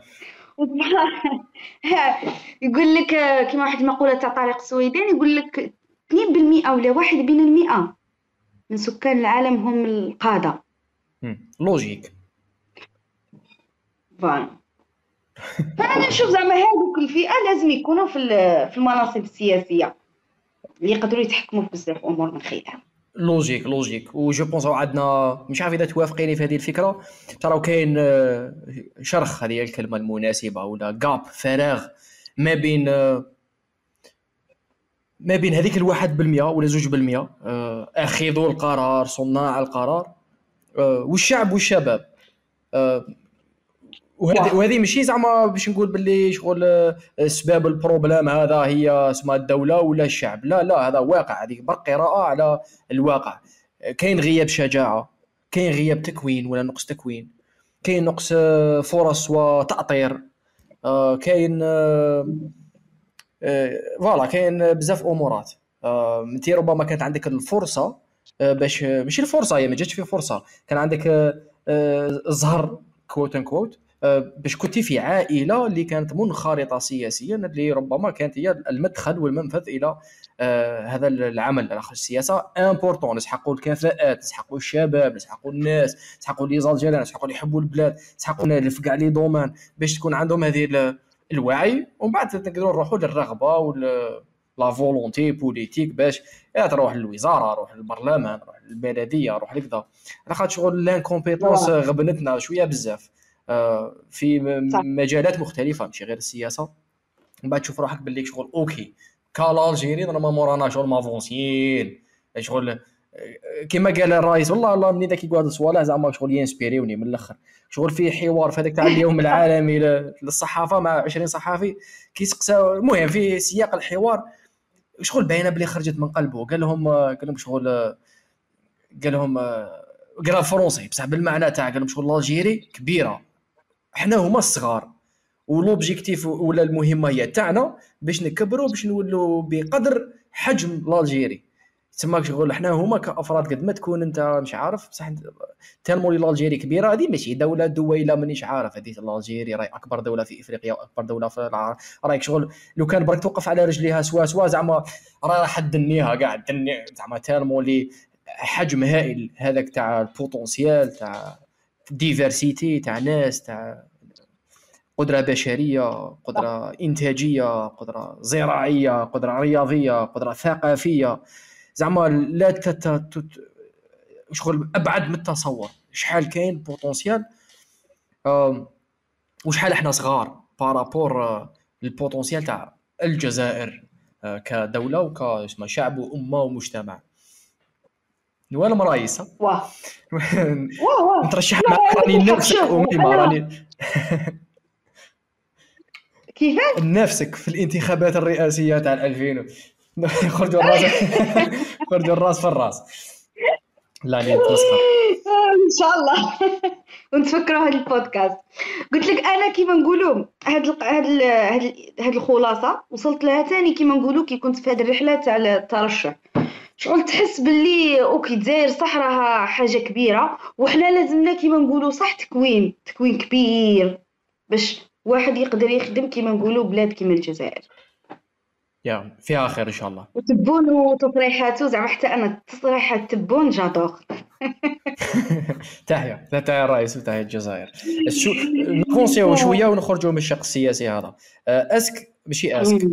Speaker 2: ها، يقول لك كما واحد المقولة تاع طارق السويدان، يقول لك اثنين بالمئة ولا واحد بين المئة من سكان العالم هم القادة.
Speaker 1: مم. لوجيك.
Speaker 2: فوالا. فأنا نشوف زعما هذوك الفئة لازم يكونوا في ال- في المناصب السياسية اللي يقدروا يتحكموا في بزاف أمور من خلالها.
Speaker 1: لوجيك لوجيك وجو بونس عندنا مش عارف اذا توافقيني في هذه الفكره. ترى كاين آه، شرخ، هذه هي الكلمه المناسبه، ولا غاب فراغ ما بين آه، ما بين هذيك الواحد بالمية ولا زوج بالمية اخذوا القرار، صناع القرار، والشعب والشباب. وهذه وهذه ماشي زعما باش نقول باللي شغل اسباب البروبليم هذا هي اسمها الدوله ولا الشعب، لا لا، هذا واقع، هذه برك قراءه على الواقع. كاين غياب شجاعه، كاين غياب تكوين ولا نقص تكوين، كاين نقص فرص وتأطير، كاين فوالا كاين بزاف امورات. انت ربما كانت عندك الفرصه باش ماشي الفرصه، هي ما جاتش في فرصه، كان عندك الزهر كوت ان كوت باش كنتي في عائله اللي كانت منخرطه سياسيا، اللي ربما كانت هي المدخل والمنفذ الى آه هذا العمل. الاخ السياسه امبورطون، نسحقوا الكفاءات، نسحقوا الشباب، نسحقوا الناس، نسحقوا لي زالجيريان، نسحقوا اللي يحبوا البلاد، نسحقوا في كاع لي دومان باش تكون عندهم هذه الوعي، ومن بعد نقدروا نروحوا للرغبه ولا لا فولونتي بوليتيك باش تروح للوزاره، روح للبرلمان، روح للبلديه، روح لكذا. على خاطر شغل لانكومبيتونس غبنتنا شويه بزاف في مجالات مختلفه ماشي غير السياسه. من بعد تشوف روحك باللي شغل اوكي كالالجيري رانا مورانا شغل مافونسيين، شغل كما قال الرئيس والله والله مني ذاك يقعد الصوالح زعما شغل ينسبيريوني من الاخر. شغل في حوار في هذاك تاع اليوم العالمي للصحافه مع عشرين صحافي كيسقسى، المهم في سياق الحوار شغل باينه بلي خرجت من قلبه. قال لهم قال لهم شغل قال لهم قال الفرنسي بصح بالمعنى تاع قال لهم شغل الجيري كبيره، احنا هما الصغار، ولوبجيكتيف ولا المهمه هي تاعنا باش نكبروا باش نولوا بقدر حجم الجيري. تسمى شغل احنا هما كافراد قد ما تكون انت مش عارف بصح تالمو لي الجيري كبيره، هذه ماشي دوله دويله مانيش عارف، هذه الجيري راهي اكبر دوله في افريقيا واكبر دوله في العالم. رايك شغل لو كان برك توقف على رجليها سوا سوا زعما راه راح تدنيها كاع تدني زعما تالمو لي حجم هائل هذاك تاع البوتنسيال تاع ديفيرسيتي تاع ناس، تاع قدرة بشرية، قدرة إنتاجية، قدرة زراعية، قدرة رياضية، قدرة ثقافية، زعما لا تت شغل أبعد من التصور. شحال كاين بوتنسيال وشحال احنا صغار بارابور البوتنسيال تاع الجزائر كدولة وكاسم شعب وأمة ومجتمع. نوال مرايسة
Speaker 2: واه
Speaker 1: نترشح معك راني نفسك أميمة راني
Speaker 2: كيفاش
Speaker 1: نفسك في الانتخابات الرئاسيه تاع ألفين خرجوا الراس خرجوا الراس في الراس. لا ني نتسخر
Speaker 2: ان شاء الله ونتفكروا هذا البودكاست. قلت لك انا كيما نقولوا هاد هاد هاد الخلاصه وصلت لها ثاني كيما نقولوا كي كنت في هذه الرحله تاع الترشح. شغل تحس باللي اوكي الجزائر صح راها حاجه كبيره وحنا لازمنا كيما نقولوا صح تكوين تكوين كبير باش واحد يقدر يخدم كيما نقولوا بلاد كيما الجزائر.
Speaker 1: يا فيها خير ان شاء الله.
Speaker 2: وتبون وتصريحاته زعما حتى انا تصريحات تبون جادور.
Speaker 1: تحية تحية الرئيس وتحية الجزائر. شو نفونسيو شويه ونخرجوا من الشق السياسي هذا. اسك ماشي اسك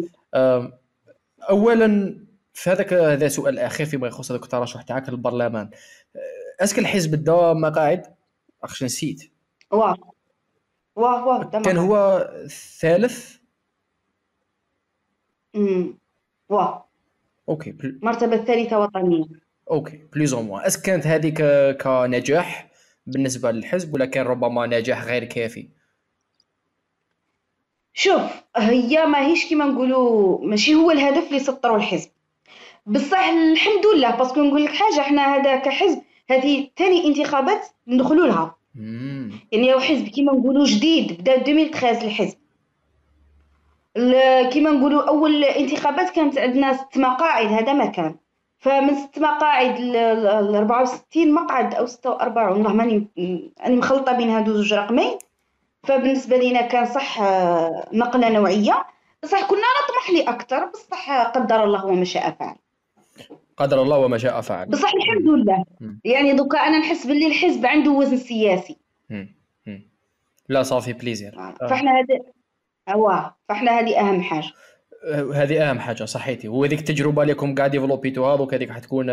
Speaker 1: اولا في هذاك هذا سؤال الاخير فيما يخص هذاك الترشح تاعك للبرلمان. اسك الحزب دا مقاعد اخش نسيت
Speaker 2: واه واه واه
Speaker 1: كان هو الثالث.
Speaker 2: امم واه
Speaker 1: اوكي
Speaker 2: المرتبه الثالثه وطنيه.
Speaker 1: اوكي بلوز او موان. اس كانت هذيك كنجاح بالنسبه للحزب ولا كان ربما نجاح غير كافي؟
Speaker 2: شوف هي ماهيش كيما نقولوا ماشي هو الهدف اللي سطروا الحزب بصح الحمد لله باسكو نقول لك حاجه احنا هذا كحزب هذه ثاني انتخابات ندخلوا لها.
Speaker 1: مم.
Speaker 2: يعني هو حزب كيما نقولوا جديد بدا ألفين وثلاثة الحزب. كيما نقولوا اول انتخابات كانت عندنا ست مقاعد هذا ما كان، فمن ست مقاعد ل أربعة وستين مقعد او ستة وأربعين والله ماني انا مخلطه بين هادو زوج رقمين. فبالنسبه لينا كان صح نقله نوعيه بصح كنا نطمح لي اكثر بصح قدر الله وما شاء فعل.
Speaker 1: قدر الله وما شاء فعل.
Speaker 2: بصح الحمد لله م. يعني دوكا انا نحس باللي الحزب عنده وزن سياسي.
Speaker 1: م. م. لا صافي بليزير.
Speaker 2: فاحنا هذا اواه فاحنا هذه اهم حاجه.
Speaker 1: هذه اهم حاجه صحيتي. وهذيك التجربه لكم قاعد ديفلوبيتو هذوك هذيك حتكون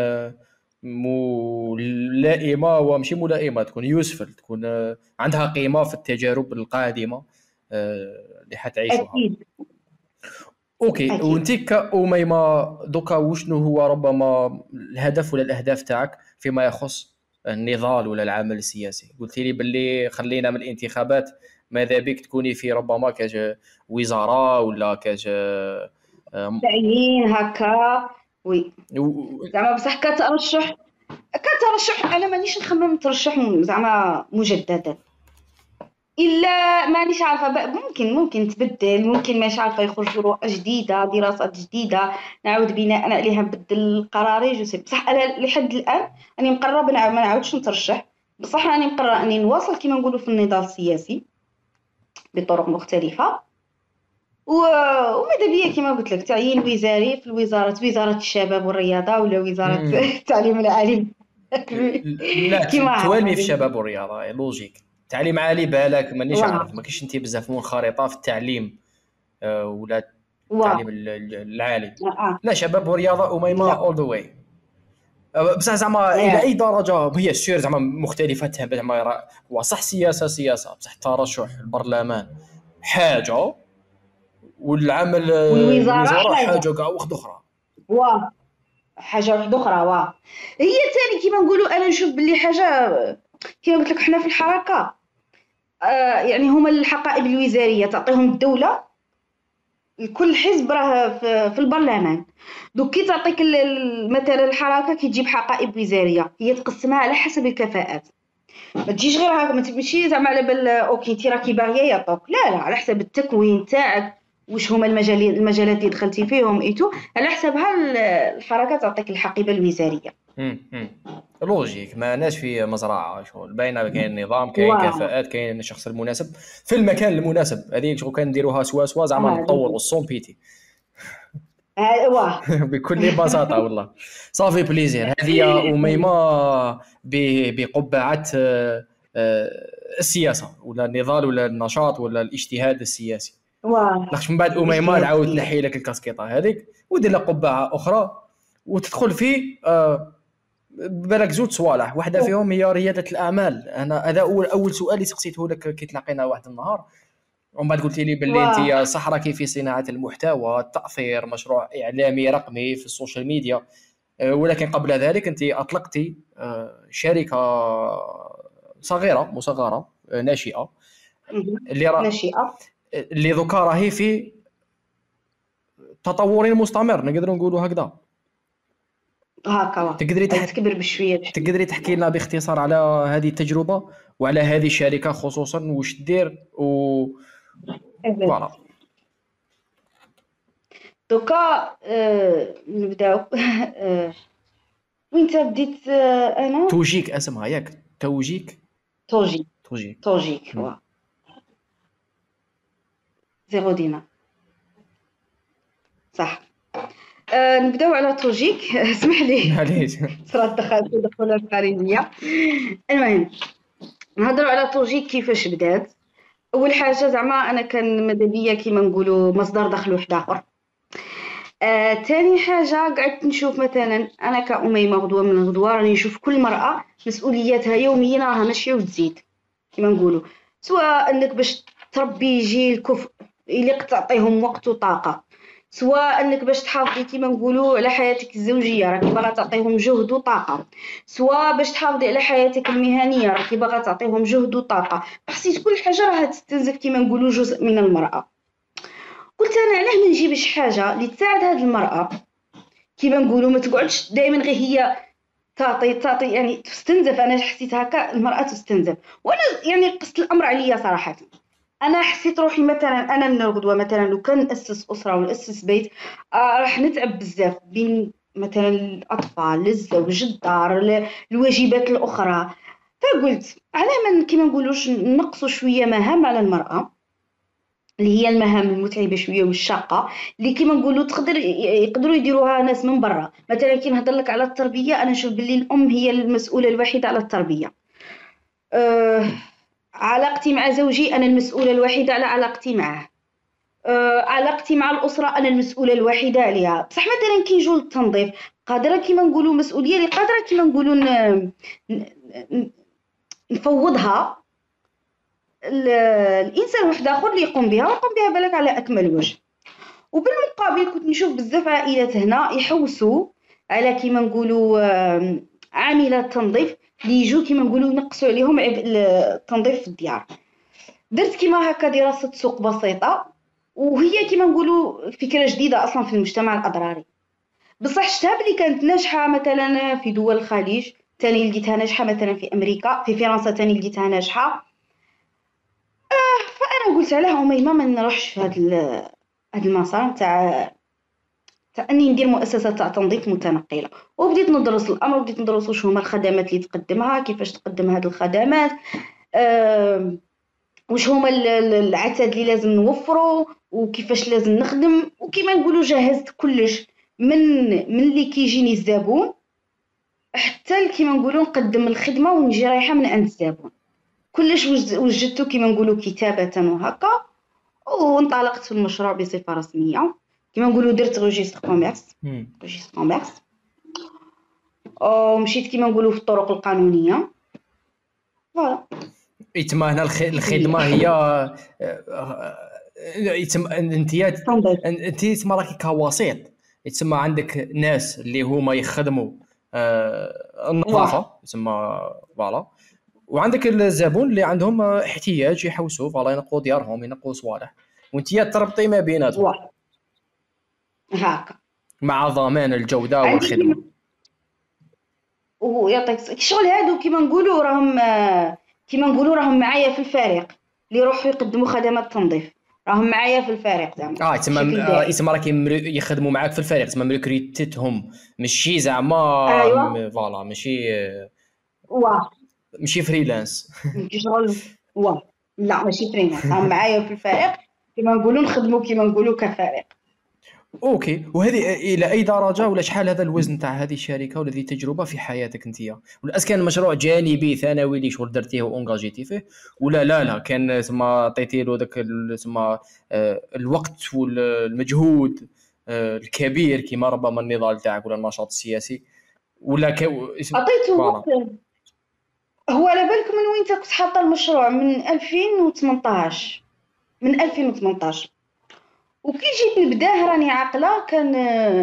Speaker 1: ملائمه ومشي ملائمه تكون يوسفل تكون عندها قيمه في التجارب القادمه اللي حتعيشوها.
Speaker 2: اكيد
Speaker 1: اوكي،
Speaker 2: اكيد.
Speaker 1: وانت كأميمة دوكا وشنو هو ربما الهدف ولا الاهداف تاعك فيما يخص النضال ولا العمل السياسي؟ قلت لي باللي خلينا من الانتخابات، ماذا بك تكوني في ربما كاج وزراء ولا كاج آم،
Speaker 2: تعيين هكا. وي.
Speaker 1: و-
Speaker 2: زعما بصح كترشح، كترشح انا مانيش نخمم نترشح م- زعما مجددا، الا مانيش عارفه ب- ممكن ممكن تبدل، ممكن مانيش عارفه يخرجوا رؤى جديده، دراسات جديده، نعاود بناء عليها نبدل قراري جو سي. بصح انا لحد الان راني مقرره نع- ما نعاودش نترشح. بصح راني مقرره اني نواصل كما نقولوا في النضال السياسي بطرق مختلفه. و- وماذا بيا كما قلت لك تعيين وزاري في الوزاره، وزاره الشباب والرياضه ولا وزاره
Speaker 1: مم.
Speaker 2: التعليم العالي.
Speaker 1: لا،
Speaker 2: كيما
Speaker 1: ت-
Speaker 2: عارف
Speaker 1: توالمي في
Speaker 2: هذه.
Speaker 1: الشباب والرياضه لوجيك. تعليم عالي بالك مانيش
Speaker 2: واه
Speaker 1: عارف، ما كاينش انت بزاف منخرطه في التعليم آه، ولا
Speaker 2: واه
Speaker 1: التعليم ال- ال- العالي.
Speaker 2: اه
Speaker 1: لا، شباب ورياضه اميمه
Speaker 2: لا
Speaker 1: اول ذا واي. بصح زعما الى
Speaker 2: ياك
Speaker 1: اي درجه هي سير زعما مختلفه تماما. زعما راه- هو صح سياسه سياسه، بصح الترشح البرلمان حاجه، والعمل آه،
Speaker 2: والوزاره
Speaker 1: الوزراء
Speaker 2: حاجه.
Speaker 1: حاجه كاع واحده اخرى.
Speaker 2: واه حاجه واحده اخرى. واه هي ثاني كيما نقولوا، انا نشوف باللي حاجه كيما قلت لك حنا في الحركه. آه يعني هما الحقائب الوزاريه تعطيهم الدوله، كل حزب راه في, في البرلمان. دوك كي تعطيك ال- ال- مثلا الحركه كي تجيب حقائب وزاريه، هي تقسمها على حسب الكفاءات. ما تجيش غير هكا، ما تمشي زعما على بال اوكي انت راكي باغيه يعطوك، لا لا، على حسب التكوين تاعك، واش هما المجال المجالات اللي دخلتي فيهم ايتو، على حسبها ال- الحركه تعطيك الحقيبه الوزاريه.
Speaker 1: امم لوجيك، ما ناش في مزرعه شغل باينه، كاين نظام، كاين
Speaker 2: واه
Speaker 1: كفاءات، كاين الشخص المناسب في المكان المناسب. هذيك شغل كنديروها سوا سوا زعما
Speaker 2: هذه
Speaker 1: نطوروا الصون بيتي.
Speaker 2: ها- واه
Speaker 1: بكل بساطه والله. صافي بليزير. هذه يا اميمه ب- بقبعه آه، آه، السياسه ولا النضال ولا النشاط ولا الاجتهاد السياسي.
Speaker 2: واه
Speaker 1: لاخش من بعد اميمه
Speaker 2: الاجتهاد
Speaker 1: نعاود
Speaker 2: السياسي.
Speaker 1: تلحي لك الكاسكيطه هذيك ودير لك قبعه اخرى وتدخل في آه، بالك زوج صوالح. واحده فيهم هي رياده الاعمال. انا هذا اول اول سؤال اللي سقسيته لك كي تلاقينا واحد النهار، ومن بعد قلت لي باللي انت
Speaker 2: واه
Speaker 1: صح راكي في صناعه المحتوى، التاثير، مشروع اعلامي رقمي في السوشيال ميديا. أه، ولكن قبل ذلك انت اطلقتي أه، شركه صغيره مصغره أه، ناشئه
Speaker 2: مهم.
Speaker 1: اللي را
Speaker 2: ناشئه.
Speaker 1: اللي ذكا راهي في تطور مستمر، نقدروا نقولوا هكذا.
Speaker 2: هاكا واه
Speaker 1: تقدري
Speaker 2: هاي
Speaker 1: تح...
Speaker 2: تكبر بشويه بشويه.
Speaker 1: تقدري تحكي لنا باختصار على هذه التجربه وعلى هذه الشركه خصوصا، واش دير و
Speaker 2: أبد.
Speaker 1: فوالا.
Speaker 2: دوكا آه نبداو. آه وين بديت آه انا.
Speaker 1: توجيك اسمها ياك؟ توجيك.
Speaker 2: توجي.
Speaker 1: توجيك.
Speaker 2: توجيك
Speaker 1: مم.
Speaker 2: واه زيرو دينا. صح. آه نبداو على توجيك. اسمح لي.
Speaker 1: معليش.
Speaker 2: صرات دخلت دخولات خارجيه. المهم نهضروا على توجيك كيفاش بدات. اول حاجه زعما انا كان ماذا بيا كيما نقولوا مصدر دخل واحد اخر. آه، تاني حاجة قعدت نشوف مثلا أنا كأميمة غدوة من الغدوة راني نشوف كل مرأة مسؤولياتها يوميا راها ماشية وتزيد كما نقولوا، سواء أنك باش تربي جيل كفء يليق تعطيهم وقت وطاقة، سواء أنك باش تحافظي كما نقولوا على حياتك الزوجية راكي باغا تعطيهم جهد وطاقة، سواء باش تحافظي على حياتك المهنية راكي باغا تعطيهم جهد وطاقة. حسيت كل حاجة راها تستنزف كما نقولوا جزء من المرأة. قلت انا علاه ما نجيبش حاجه اللي تساعد هذه المراه كيما نقولوا، ما تقعدش دائما غير هي تعطي تعطي يعني تستنزف. انا حسيت هكا المراه تستنزف، وانا يعني قصت الامر عليا صراحه. انا حسيت روحي مثلا انا من الغدوه مثلا لو كان ناسس اسره وناسس بيت آه راح نتعب بزاف بين مثلا الاطفال، الزوج، الدار، الواجبات الاخرى. فقلت علاه ما كيما نقولوش نقصوا شويه مهام على المراه اللي هي المهام المتعبه شويه والشاقه، اللي كيما نقولوا تقدر يقدروا يديروها ناس من برا. مثلا كي نهضر لك على التربيه، انا نشوف باللي الام هي المسؤوله الوحيده على التربيه. أه علاقتي مع زوجي انا المسؤوله الوحيده على علاقتي معه. أه علاقتي مع الاسره انا المسؤوله الوحيده عليها. بصح مثلا كي نجوا للتنظيف قادره كيما نقولوا مسؤوليه اللي قادره كيما نقولوا نفوضها الانسان واحد اخر اللي يقوم بها ويقوم بها بالك على اكمل وجه. وبالمقابل كنت نشوف بزاف عائلات هنا يحوسوا على كيما نقولوا آم، عاملات تنظيف اللي يجوا كيما نقولوا ينقصوا عليهم عبء التنظيف في الديار. درت كيما هكا دراسة سوق بسيطة، وهي كيما نقولوا فكرة جديدة أصلا في المجتمع الأضراري. بصح شتها بلي كانت ناجحة مثلا في دول الخليج، تاني لقيتها ناجحة مثلا في أمريكا، في فرنسا تاني لقيتها ناجحة. فأنا قلت علاه أميمة ما نروحش في هذا ال- هذا المسار تاع تاع اني ندير مؤسسه تاع تنظيف متنقله. وبديت ندرس الامر، وبديت ندرس واش هما الخدمات اللي تقدمها، كيفاش تقدم هذه الخدمات، أه واش هما ال- ال- العتاد اللي لازم نوفره، وكيفاش لازم نخدم. وكيما نقولوا جهزت كلش من من اللي كيجيني الزبون حتى كيما نقولوا نقدم الخدمه ونجي رايحه من عند الزبون. كلش وج- وجدته كيما نقولوا كتابه وهكا، وانطلقت في المشروع بصفه رسميه. كيما نقولوا درت روجيستر كوميرس
Speaker 1: مم.
Speaker 2: روجيستر كوميرس ومشيت كيما نقولوا في الطرق القانونيه. فوالا
Speaker 1: يتما هنا الخ- الخدمه هي آه، آه، يتم انت
Speaker 2: تنظيف.
Speaker 1: انت تما راكي كوسيط، يتسمى عندك ناس اللي هما يخدموا آه، النظافه
Speaker 2: واه
Speaker 1: يتسمى فوالا، وعندك الزبون اللي عندهم آه، احتياج يحوسوا فوالا ينقوا ديارهم ينقوا صوالح، وانت تربطي ما بيناتهم
Speaker 2: واه هاكا.
Speaker 1: مع ضمان الجوده
Speaker 2: عندي كيما
Speaker 1: والخدمه.
Speaker 2: ويعطيك الص- الشغل هادو كيما نقولوا راهم آه، كيما نقولوا راهم معايا في الفريق اللي يروحوا يقدموا خدمات تنظيف، راهم معايا في الفريق زعما
Speaker 1: اه يتسمى
Speaker 2: بشكل
Speaker 1: آه،
Speaker 2: دائم.
Speaker 1: يتسمى راكي مري- يخدموا معاك في الفريق، تسمى مريكريتيتهم ماشي زعما
Speaker 2: ايوا
Speaker 1: م- فوالا ماشي آه،
Speaker 2: واه
Speaker 1: ماشي فريلانس.
Speaker 2: نجي شغل. واه لا ماشي فريلانس، راهم معايا في الفريق كيما نقولوا نخدموا كيما نقولوا كفريق.
Speaker 1: اوكي، وهذه الى اي درجه ولا شحال هذا الوزن تاع هذه الشركه ولا هذه التجربه في حياتك انت؟ ولا اس كان مشروع جانبي ثانوي اللي شغل درتيه وانجاجيتي فيه، ولا لا لا كان ثم عطيتي له ذاك ثم الوقت والمجهود آه، الكبير كما ربما النضال تاعك ولا النشاط السياسي ولا ك... اسم
Speaker 2: عطيته
Speaker 1: فوالا.
Speaker 2: وقت. هو على بالك من وين تا كنت حاطه المشروع؟ من ألفين وثمنطاش، من ألفين وثمنطاش. وكي جيت نبداه راني عاقله كان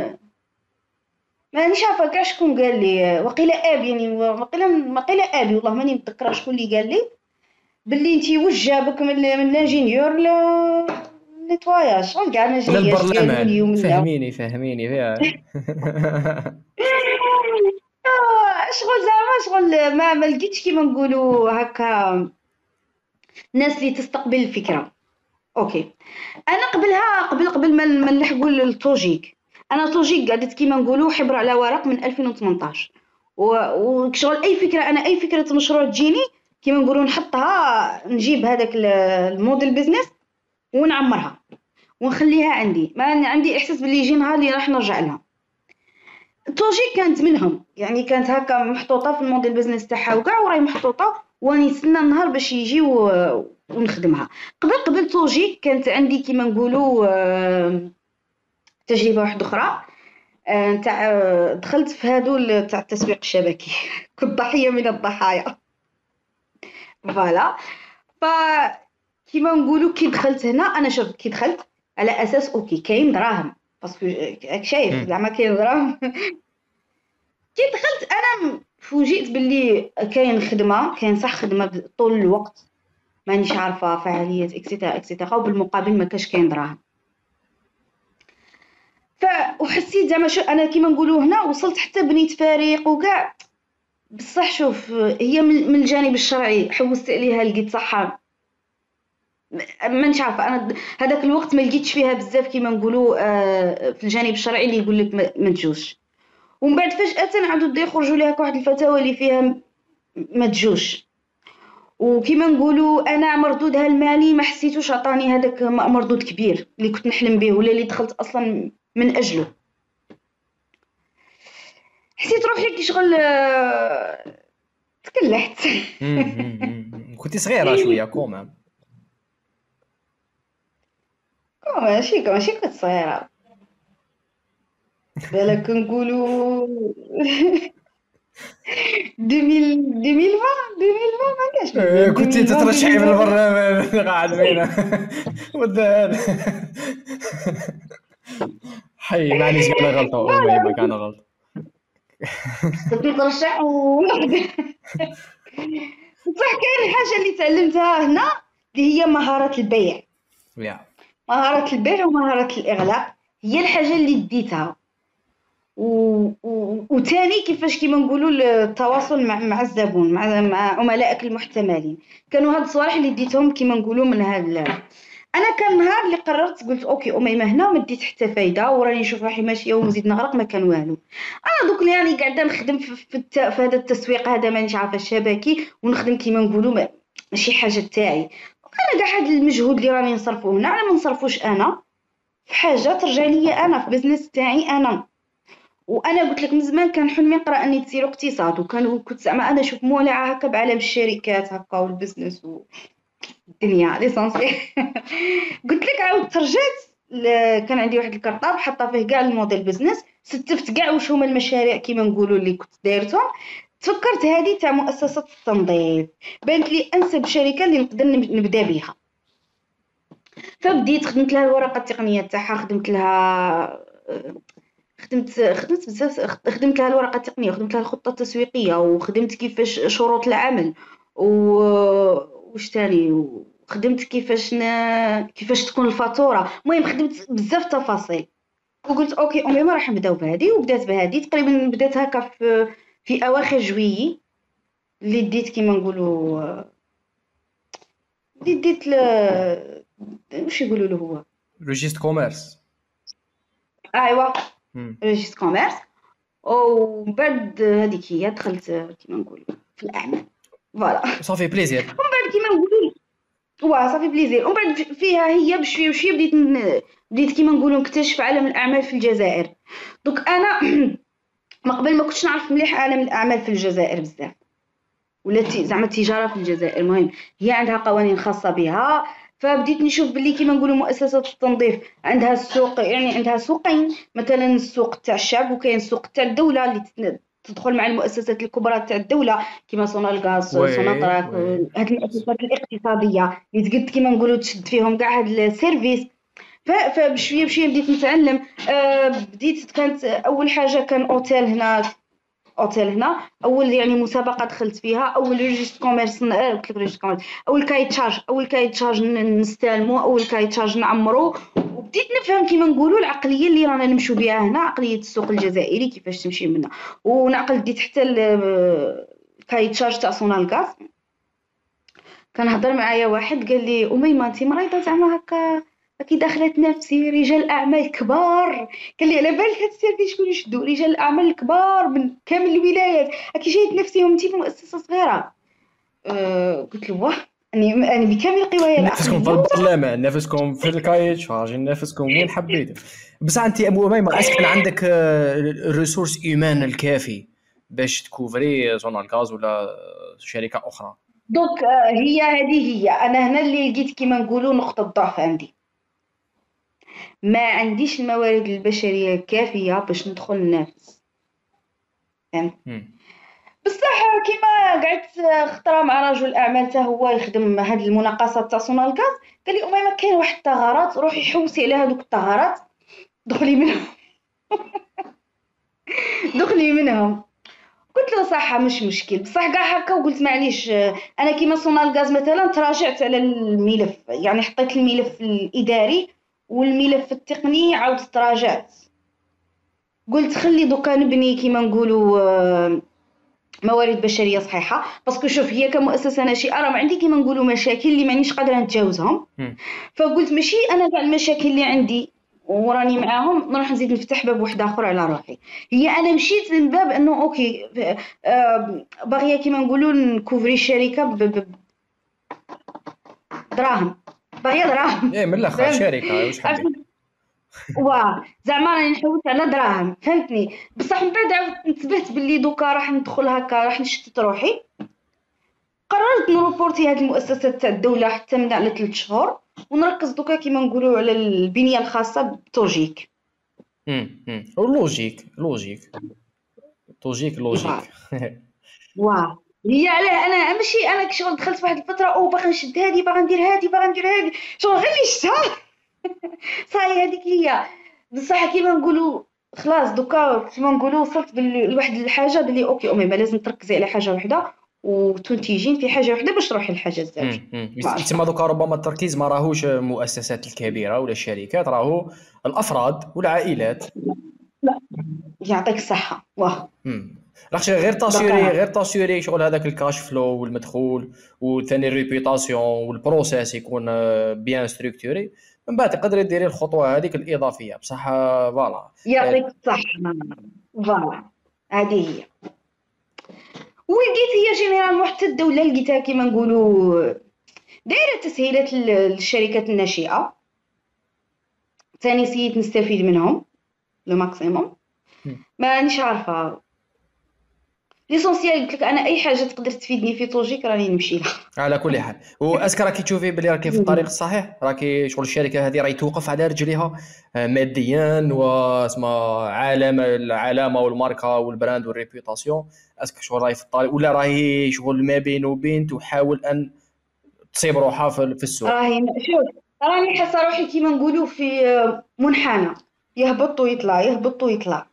Speaker 2: مانيش عارفه كاع شكون قال لي، وقيله ابي يعني وقيله وقيله ابي والله ماني متذكره شكون اللي قال لي باللي انتي واش جابك من من الانجينيور ل نيتواياج. شغل كاع ما جاياش قالوا لي
Speaker 1: للبرلمان
Speaker 2: ومن
Speaker 1: فهميني فهميني فيها.
Speaker 2: آه، شغل زعما شغل ما ما لقيتش كيما نقولوا هكا الناس اللي تستقبل الفكره. اوكي انا قبلها قبل قبل ما ما نلحقوا للتوجيك، انا توجيك قعدت كيما نقولوا حبر على ورق من ألفين وثمنطاش. وشغل اي فكره انا اي فكره مشروع تجيني كيما نقولوا نحطها نجيب هذاك الموديل بيزنس ونعمرها ونخليها عندي، ما عندي احساس باللي يجي نهار اللي راح نرجع لها. توجيك كانت منهم يعني كانت هكا محطوطه في الموديل بيزنس تاعها وكاع وراهي محطوطه وني نستنى النهار باش يجي و... ونخدمها. قبل قبل توجيك كانت عندي كيما نقولوا آه، تجربه واحده اخرى آه، تاع آه، دخلت في هادو ال- تاع التسويق الشبكي. كنت ضحيه من الضحايا. فوالا ف كيما نقولوا كي دخلت هنا انا شوف كي دخلت على اساس اوكي كاين دراهم باسكو راك شايف
Speaker 1: مم.
Speaker 2: زعما كاين دراهم. كي دخلت انا فوجئت باللي كاين خدمه كاين صح خدمه طول الوقت مانيش عارفه فعاليات اكسيتيرا اكسيتيرا وبالمقابل ما كاش كاين دراهم. ف وحسيت زعما شو انا كيما نقولوا هنا وصلت حتى بنيت فريق وكاع. بصح شوف هي من من الجانب الشرعي حوست عليها لقيت صح مانيش عارفه انا هذاك الوقت ما لقيتش فيها بزاف كيما نقولوا آه، في الجانب الشرعي اللي يقول لك ما ما تجوش. ومن بعد فجاه عادوا بدا يخرجوا لي هكا واحد الفتاوى اللي فيها م- ما تجوش. وكيما نقولوا انا مردودها المالي ما حسيتوش عطاني هذاك م- مردود كبير اللي كنت نحلم به ولا اللي دخلت اصلا من اجله. حسيت روحي كي شغل آه، تكلحت.
Speaker 1: مم، مم، مم. كنت صغيره شويه كومام.
Speaker 2: كون ماشي كون ماشي كنت صغيره بالك نقولوا ألفين ألفين وعشرين ألفين وعشرين ما كاش
Speaker 1: إيه،
Speaker 2: مزيان
Speaker 1: كنت
Speaker 2: ألفين وعشرين
Speaker 1: تترشحي في
Speaker 2: ألفين وعشرين.
Speaker 1: البرنامج قاعد فينا. وات ذا حي معنيش كاع غلطوا اميمه كاع غلط.
Speaker 2: كنت نترشح و بصح كاين حاجه اللي تعلمتها هنا اللي هي مهاره البيع.
Speaker 1: يا
Speaker 2: مهاره البيع ومهاره الاغلاق هي الحاجه اللي ديتها. و... و... وثاني كيفاش كيما نقولوا التواصل مع مع الزبون، مع مع عملائك المحتملين، كانوا هاد الصوالح اللي ديتهم كيما نقولوا من هاد ال... انا كان نهار اللي قررت قلت اوكي اميمه هنا وما ديت حتى فايده وراني نشوف روحي ماشيه ونزيد نغرق ما كان والو. انا دوك اللي راني قاعده نخدم في, في, الت... في هذا التسويق هذا مانيش عارفه الشبكي ونخدم كيما نقولوا ما... ماشي حاجه تاعي. انا كاع هذا المجهود اللي راني نصرفه هنا انا ما نصرفوش انا في حاجه ترجع لي انا في بزنس تاعي انا. وانا قلت لك من زمان كان حلمي نقرا اني تصير اقتصاد، وكان كنت زعما انا نشوف مولعه هكا بعالم الشركات هكا والبزنس والدنيا ليسونسي. قلت لك عاود ترجعت ل... كان عندي واحد الكرطاب حاطه فيه كاع الموديل بزنس، ستفت كاع واش هما المشاريع كيما نقولوا اللي كنت دايرتهم. تفكرت هذه تاع مؤسسه التنظيف بانت لي انسب شركه اللي نقدر نبدا بها. فبديت خدمت لها الورقه التقنيه تاعها، خدمت لها خدمت خدمت بزاف، خدمت لها الورقه التقنيه، خدمت لها الخطه التسويقيه، وخدمت كيفاش شروط العمل و واش ثاني، وخدمت كيفاش ن... كيفاش تكون الفاتوره. المهم خدمت بزاف تفاصيل وقلت اوكي امي ما راح نبداو بهذه. وبدات بهذه تقريبا بدات هكا في في اواخر جويي اللي ديت كيما نقولوا اللي ديت ل... واش يقولوا له هو
Speaker 1: لوجيست كوميرس.
Speaker 2: ايوا ريجيست كوميرس. ومن بعد هذيك هي دخلت كيما نقولوا في الاعمال فوالا
Speaker 1: صافي بليزير.
Speaker 2: ومن بعد كيما نقولوا واه صافي بليزير. ومن بعد فيها هي بشويه بشويه بديت ن... بديت كيما نقولوا نكتشف عالم الاعمال في الجزائر. دوك انا ما قبل ما كنتش نعرف مليح عالم الاعمال في الجزائر بزاف، ولا زعما التجاره في الجزائر. المهم هي عندها قوانين خاصه بها، فبديت نشوف باللي كيما نقولوا مؤسسه التنظيف عندها السوق، يعني عندها سوقين، مثلا السوق تاع الشعب وكاين السوق تاع الدوله اللي تدخل مع المؤسسات الكبرى تاع الدوله كيما سونال غاز سوناطراك، هاد المؤسسات الاقتصاديه اللي تقد كيما نقولوا تشد فيهم كاع هاد السيرفيس. فبشويه بشويه بديت نتعلم. أه بديت كانت اول حاجه كان اوتيل هنا اوتيل هنا اول يعني مسابقه دخلت فيها، اول ريجيست كوميرس قلت لك ريجيست كوميرس، اول كاي تشارج اول كاي تشارج نستلمو، اول كاي تشارج نعمرو. وبديت نفهم كيما نقولوا العقليه اللي رانا نمشوا بها هنا، عقليه السوق الجزائري كيفاش تمشي منها. ونعقل ديت حتى الكاي تشارج تاع سونال غاز. كان هضر معايا واحد قال لي اميمه انت مريضه زعما هكا كي دخلت نفسي رجال اعمال كبار، قال لي على بالك هاد السيرفيس شكون يشدوا رجال الاعمال الكبار من كامل الولايات كي جايت نفسهم انت في مؤسسه صغيره. أه قلت له واه اني انا بكامل قوايا
Speaker 1: نفسكم في البرلمان، نفسكم في الكايت شارج، نفسكم وين حبيتوا. بس انت ابو اميمه اسكن عندك الريسورس ايمان الكافي باش تكوفري سونال غاز ولا شركه اخرى؟
Speaker 2: دوك هي هذه هي انا هنا اللي لقيت كيما نقولوا نقطه ضعف عندي، ما عنديش الموارد البشريه الكافيه باش ندخل ننافس. فهمت؟ بصح كيما قعدت خطره مع رجل اعمال حتى هو يخدم هاد المناقصات تاع سونال غاز، قال لي اميمه كاين واحد الثغرات روحي حوسي على هذوك الثغرات دخلي منهم. دخلي منهم. قلت له صح مش مشكل، بصح كاع هكا وقلت معليش انا كيما سونال غاز مثلا تراجعت على الملف، يعني حطيت الملف الاداري والملف التقني عاود تراجعت. قلت خلي دوكا نبني كيما نقولوا موارد بشريه صحيحه، باسكو شوف هي كمؤسسه ناشئه راه عندي كيما نقولوا مشاكل اللي مانيش قادره نتجاوزهم. فقلت ماشي انا كاع المشاكل اللي عندي وراني معاهم نروح نزيد نفتح باب واحد اخر على روحي. هي انا مشيت للباب انه اوكي باغيه كيما نقولوا نكوفري الشركه دراهم، باغيه دراهم
Speaker 1: ايه من الاخر شركه واش حبيت
Speaker 2: واه زعما راني نحوس على دراهم. فهمتني؟ بصح من بعد عاود انتبهت باللي دوكا راح ندخل هكا راح نشتت روحي. قررت نروبورتي هاد المؤسسات تاع الدوله حتى من على ثلاث شهور ونركز دوكا كيما نقولوا على البنيه الخاصه بتوجيك.
Speaker 1: امم لوجيك لوجيك توجيك لوجيك.
Speaker 2: واه هي علاه انا ماشي انا كشغل دخلت واحد الفتره او باغي نشد هادي باغي ندير هادي باغي ندير هادي شغل غير اللي شتا. صاي هذيك هي بصح كيما نقولوا خلاص دوكا كيما نقولوا وصلت بال- لواحد الحاجه بلي اوكي امي ما لازم تركزي على حاجه واحده وتنتجين في حاجه واحده باش تروحي للحاجه الزوج.
Speaker 1: امم أمم.
Speaker 2: ما
Speaker 1: يتسمى
Speaker 2: أشبه.
Speaker 1: دوكا ربما التركيز ما راهوش المؤسسات الكبيره ولا الشركات، راهو الافراد والعائلات.
Speaker 2: لا، يعطيك الصحه واه.
Speaker 1: امم راكش غير تاسيوري
Speaker 2: دوكا
Speaker 1: غير تاسيوري شغل هذاك الكاش فلو والمدخول، وثاني الريبيوتاسيون والبروسيس يكون بيان ستركتوري، من بعد تقدري ديري الخطوه هذيك الاضافيه بصح. آه، فوالا.
Speaker 2: يعطيك الصحه. فوالا، هذه هي. ولقيت هي جينيرالمون حتى الدوله لقيتها كيما نقولوا دايره تسهيلات لل- للشركات الناشئه، ثاني سيت نستفيد منهم لو ماكسيموم.
Speaker 1: مم.
Speaker 2: مانيش عارفه، ليسونسيال قلت لك انا اي حاجه تقدر تفيدني في توجيك راني نمشي لها.
Speaker 1: على كل حال، واسك راكي تشوفي بلي راكي في الطريق الصحيح، راكي شغل الشركه هذه راهي توقف على رجليها آه، ماديا واسمى عالم العلامه والماركه والبراند والريبيوتاسيون. اسك شغل راهي في الطريق ولا راهي شغل ما بين وبين تحاول ان تصيب روحها في في السوق؟
Speaker 2: راهي شوف، راني حاسه روحي كيما نقولوا في آه، منحنى، يهبط ويطلع يهبط ويطلع،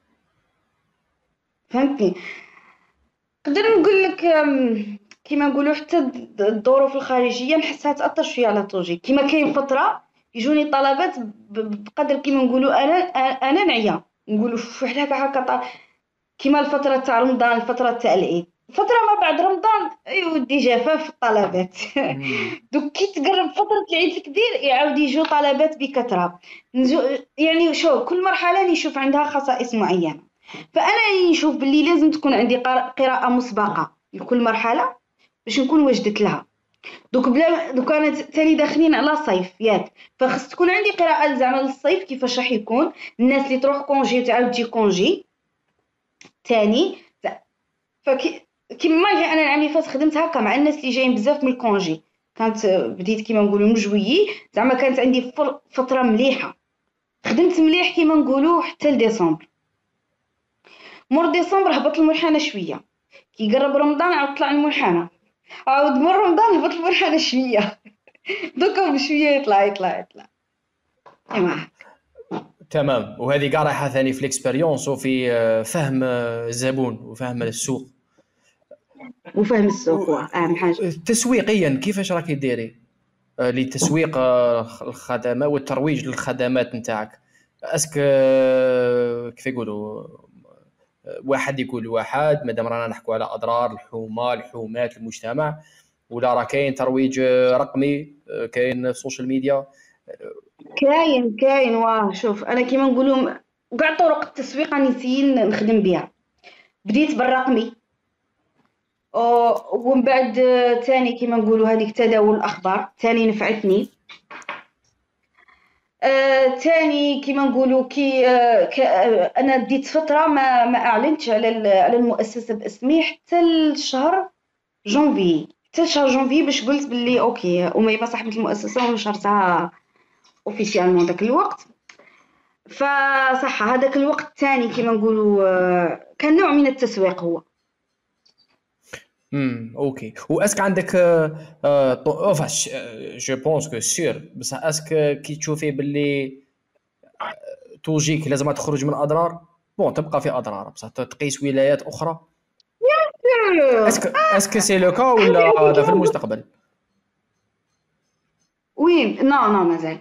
Speaker 2: فهمتني. نقدر نقول لك آم، كيما نقولوا حتى الد- الظروف الخارجيه نحسها تاثر شويه على توجي. كيما كاين فتره يجوني طلبات ب- بقدر كيما نقولوا انا انا نعيا نقولوا في وحده هكا طا- كيما الفتره تاع رمضان، الفتره تاع العيد، فتره ما بعد رمضان اي ودي جفاف في الطلبات.
Speaker 1: مم.
Speaker 2: دوك كي تقرب فتره العيد الكبير يعاود يجوا طلبات بكثره. نزو- يعني شو كل مرحله نشوف عندها خصائص معينه، فانا نشوف باللي لازم تكون عندي قر- قراءه مسبقه لكل مرحله باش نكون وجدت لها. دوك بلا دوك انا ثاني داخلين على صيف ياك، فخص تكون عندي قراءه زعما للصيف كيفاش راح يكون، الناس اللي تروح كونجي تعاود تجي كونجي ثاني. فكي كيما جا انا العام اللي فات خدمت هكا مع الناس اللي جايين بزاف من الكونجي، كانت بديت كيما نقولوا من جويي، زعما كانت عندي فر- فتره مليحه، خدمت مليح كيما نقولوا حتى لديسمبر. مور ديسمبر هبط المنحنى شويه، كي قرب رمضان عاود طلع المنحنى، عاود مور رمضان هبط المنحنى شويه. دوكا بشويه يطلع يطلع يطلع. ايوا
Speaker 1: تمام. وهذه كاع رايحه ثاني في الاكسبيريونس وفي آه، فهم آه، الزبون وفهم السوق.
Speaker 2: وفهم السوق
Speaker 1: و-
Speaker 2: هو اهم حاجه.
Speaker 1: تسويقيا كيفاش راكي ديري آه، لتسويق آه، الخدمات والترويج للخدمات نتاعك؟ اسك آه، كيف يقولوا آه، واحد يقول واحد مادام رانا نحكوا على اضرار الحومه الحومات المجتمع، ولا راه كاين ترويج آه، رقمي آه، كاين السوشيال ميديا؟
Speaker 2: كاين كاين واه شوف انا كيما نقولوا كاع طرق التسويق راني نسيي نخدم بها. بديت بالرقمي، أو- ومن بعد آه، تاني كيما نقولوا هذيك تداول الاخبار تاني نفعتني. آه، تاني كيما نقولوا كي آه، ك- آه، انا ديت فتره ما ما اعلنتش على ال- على المؤسسه باسمي حتى الشهر جونفي، حتى شهر جونفي باش قلت باللي اوكي اميمه صاحبه المؤسسه ونشرتها اوفيسيالمون داك الوقت. فصح هذاك الوقت الثاني كيما نقولوا آه، كان نوع من التسويق هو.
Speaker 1: امم اوكي. واسك عندك آه، آه، طو- اوفا جو بونس كو سير، بصح اسك كي تشوفي باللي توجيك لازم تخرج من اضرار، بون تبقى في اضرار بصح تقيس ولايات اخرى. اسك اسك سي لو كا ولا
Speaker 2: خليني
Speaker 1: هذا في
Speaker 2: كيما نقول
Speaker 1: المستقبل؟
Speaker 2: وين نو نو مازال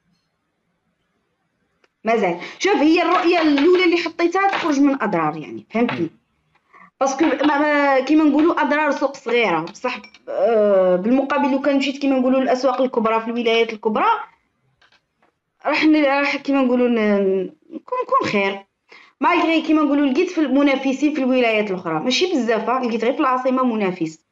Speaker 2: مازال. شوف هي الرؤيه الاولى اللي حطيتها تخرج من اضرار يعني فهمتني، باسكو ما- ما- كيما نقولوا اضرار سوق صغيره بصح آه، بالمقابل لو كان مشيت كيما نقولوا الاسواق الكبرى في الولايات الكبرى راح ن- راح كيما نقولوا ن- نكون نكون خير. مالغري كيما نقولوا لقيت في المنافسين في الولايات الاخرى ماشي بزاف، لقيت غير في العاصمه منافس،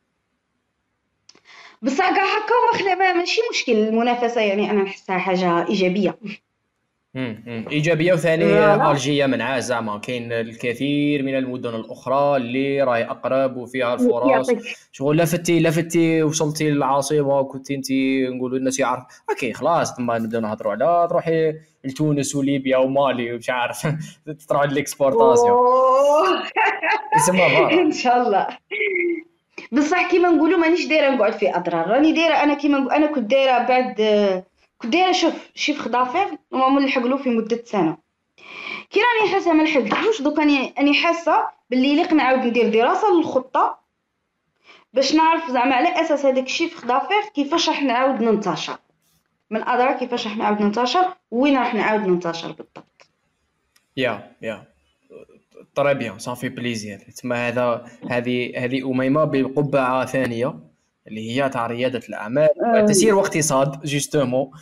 Speaker 2: بصح كاع هكا وما خلا ما- ماشي مشكل المنافسه، يعني انا نحسها حاجه ايجابيه.
Speaker 1: امم ايجابيه. وثاني
Speaker 2: فوالا
Speaker 1: الجيه منعاه زعما كاين الكثير من المدن الاخرى اللي راهي اقرب وفيها الفرص.
Speaker 2: يعطيك.
Speaker 1: شغل لفتي لفتي وصلتي للعاصمه وكنت انت نقولوا الناس يعرف اوكي خلاص ثم نبداو نهضروا على تروحي لتونس وليبيا ومالي ومش عارف تروح للاكسبورتاسيون.
Speaker 2: اوه.
Speaker 1: يسمى فوالا.
Speaker 2: ان شاء الله. بصح كيما نقولوا مانيش دايره نقعد في اضرار، راني دايره انا كيما نقول انا كنت دايره بعد كنت دايره شوف شيف خضافير نورمالمون نلحق له في مده سنه، كي راني حاسه ما لحقتوش دوك راني راني حاسه باللي ليق نعاود ندير دراسه للخطه باش نعرف زعما على اساس هذاك الشيفر دافير كيفاش راح نعاود ننتشر من ادرا كيفاش راح نعاود ننتشر وين راح نعاود ننتشر بالضبط.
Speaker 1: يا يا طري بيان صافي بليزير. تما هذا هذه هذه اميمه بقبعه ثانيه اللي هي تاع رياده الاعمال تسيير واقتصاد جوستومون.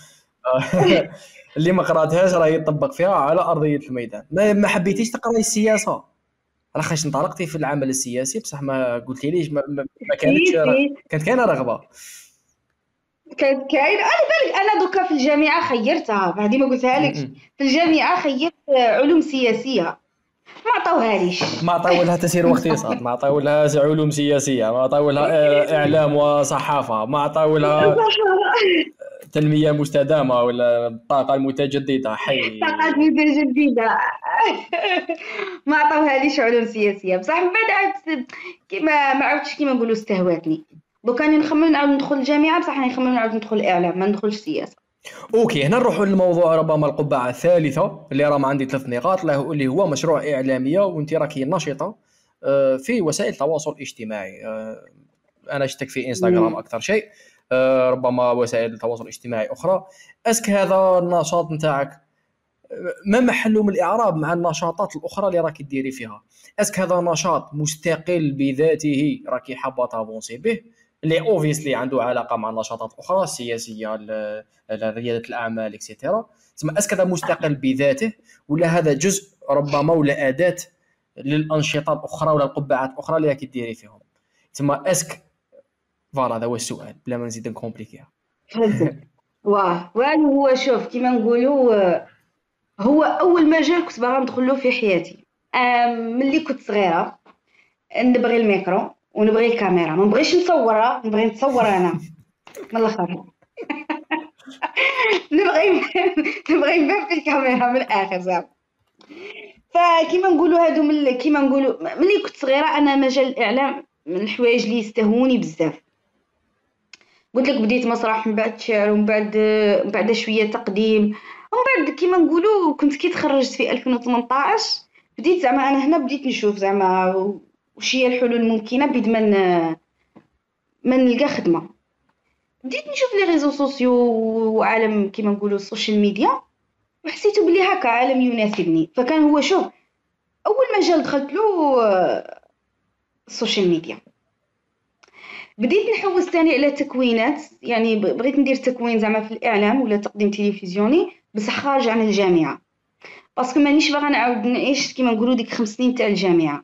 Speaker 1: اللي ما قراتهاش راهي يطبق فيها على ارضيه الميدان. ما, ما حبيتيش تقراي السياسه راخاش انطلقتي في العمل السياسي بصح ما قلتي ليش ما, ما كانتش كانت كاينه رغبه
Speaker 2: كانت كاين. انا بالك انا دوكا في الجامعه خيرتها بعدي ما قلتها لك في الجامعه خيرت علوم سياسيه ما عطاوهاليش
Speaker 1: ما عطاو لها تسيير واقتصاد ما عطاو لها علوم سياسيه ما عطاو لها اعلام وصحافه ما عطاو لها تنميه مستدامه ولا الطاقه المتجدده حي
Speaker 2: الطاقه المتجدده ما عطاوهاليش علوم سياسيه بصح من بعد عرفت كيما ما عرفتش كيما نقولوا استهواتني دوك راني نخمم نعاود ندخل الجامعه بصح راني نخمم نعاود ندخل الاعلام ما ندخلش سياسه.
Speaker 1: اوكي هنا نروحوا للموضوع ربما القبعه الثالثه اللي راه عندي ثلاث نقاط اللي هو مشروع اعلاميه وانت راكي نشطه في وسائل التواصل الاجتماعي. انا شفتك في انستغرام اكثر شيء ربما وسائل التواصل الاجتماعي اخرى. اسك هذا النشاط نتاعك ما محله من الاعراب مع النشاطات الاخرى اللي راكي ديري فيها؟ اسك هذا نشاط مستقل بذاته راكي حابه تافونسي به اللي اوفيسلي عنده علاقه مع النشاطات الاخرى السياسيه رياده الاعمال اكسيتيرا؟ ثم اسك هذا مستقل بذاته ولا هذا جزء ربما ولا اداه للانشطه الاخرى ولا القبعات الاخرى اللي راكي ديري فيهم؟ ثم اسك فوالا هذا هو السؤال بلا ما نزيد نكومبليكيها.
Speaker 2: واه والو هو شوف كيما نقولوا هو اول مجال كنت باغا ندخل له في حياتي. ملي كنت صغيره نبغي الميكرو ونبغي الكاميرا ما نبغيش نصورها نبغي نتصور انا من الاخر. نبغي نبغي نبان في الكاميرا من الاخر زعما. فكيما نقولوا هادو من كيما نقولوا ملي كنت صغيره انا مجال الاعلام من الحوايج اللي يستهوني بزاف. قلت لك بديت مسرح من بعد شعر ومن بعد من بعد شويه تقديم ومن بعد كيما نقولوا كنت كي تخرجت في ألفين وثمنطاش بديت زعما انا هنا بديت نشوف زعما وش هي الحلول الممكنه بيد من ما نلقى خدمه. بديت نشوف لي ريزو سوسيو وعالم كيما نقولوا السوشيال ميديا وحسيت بلي هكا عالم يناسبني. فكان هو شوف اول مجال دخلت له السوشيال ميديا. بديت نحوس ثاني على تكوينات يعني بغيت ندير تكوين زعما في الاعلام ولا تقديم تلفزيوني بس خارج عن الجامعه باسكو مانيش باغا نعاود نعيش كيما نقولوا ديك خمس سنين تاع الجامعه.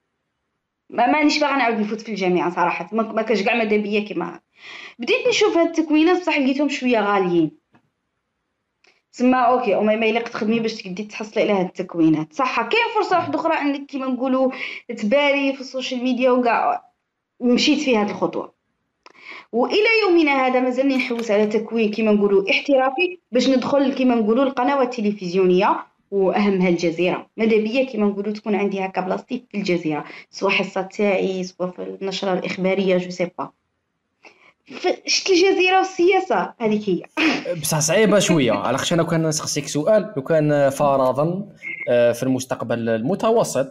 Speaker 2: ما مانيش باغا نعاود نفوت في الجامعه صراحه ما كاش كاع ماذا بيا كيما. بديت نشوف هاد التكوينات بصح لقيتهم شويه غاليين. تما اوكي او ما يليق تخدمي باش تقدي تحصلي على هاد التكوينات صح. كاين فرصه واحده اخرى انك كيما نقولوا تباري في السوشيال ميديا وكاع مشيت في هاد الخطوه. والى يومنا هذا مازلني نحوس على تكوين كيما نقولوا احترافي باش ندخل كيما نقولوا القنوات التلفزيونيه واهمها الجزيره. ماذا بيا كيما نقولوا تكون عندي هكا بلاصتي في الجزيره سواء حصه تاعي سواء في النشره الاخباريه جو سي با. شت الجزيره والسياسه هذيك هي.
Speaker 1: بصح صعيبه شويه على خاطر انا كان نسقسيك سؤال لو كان فرضا في المستقبل المتوسط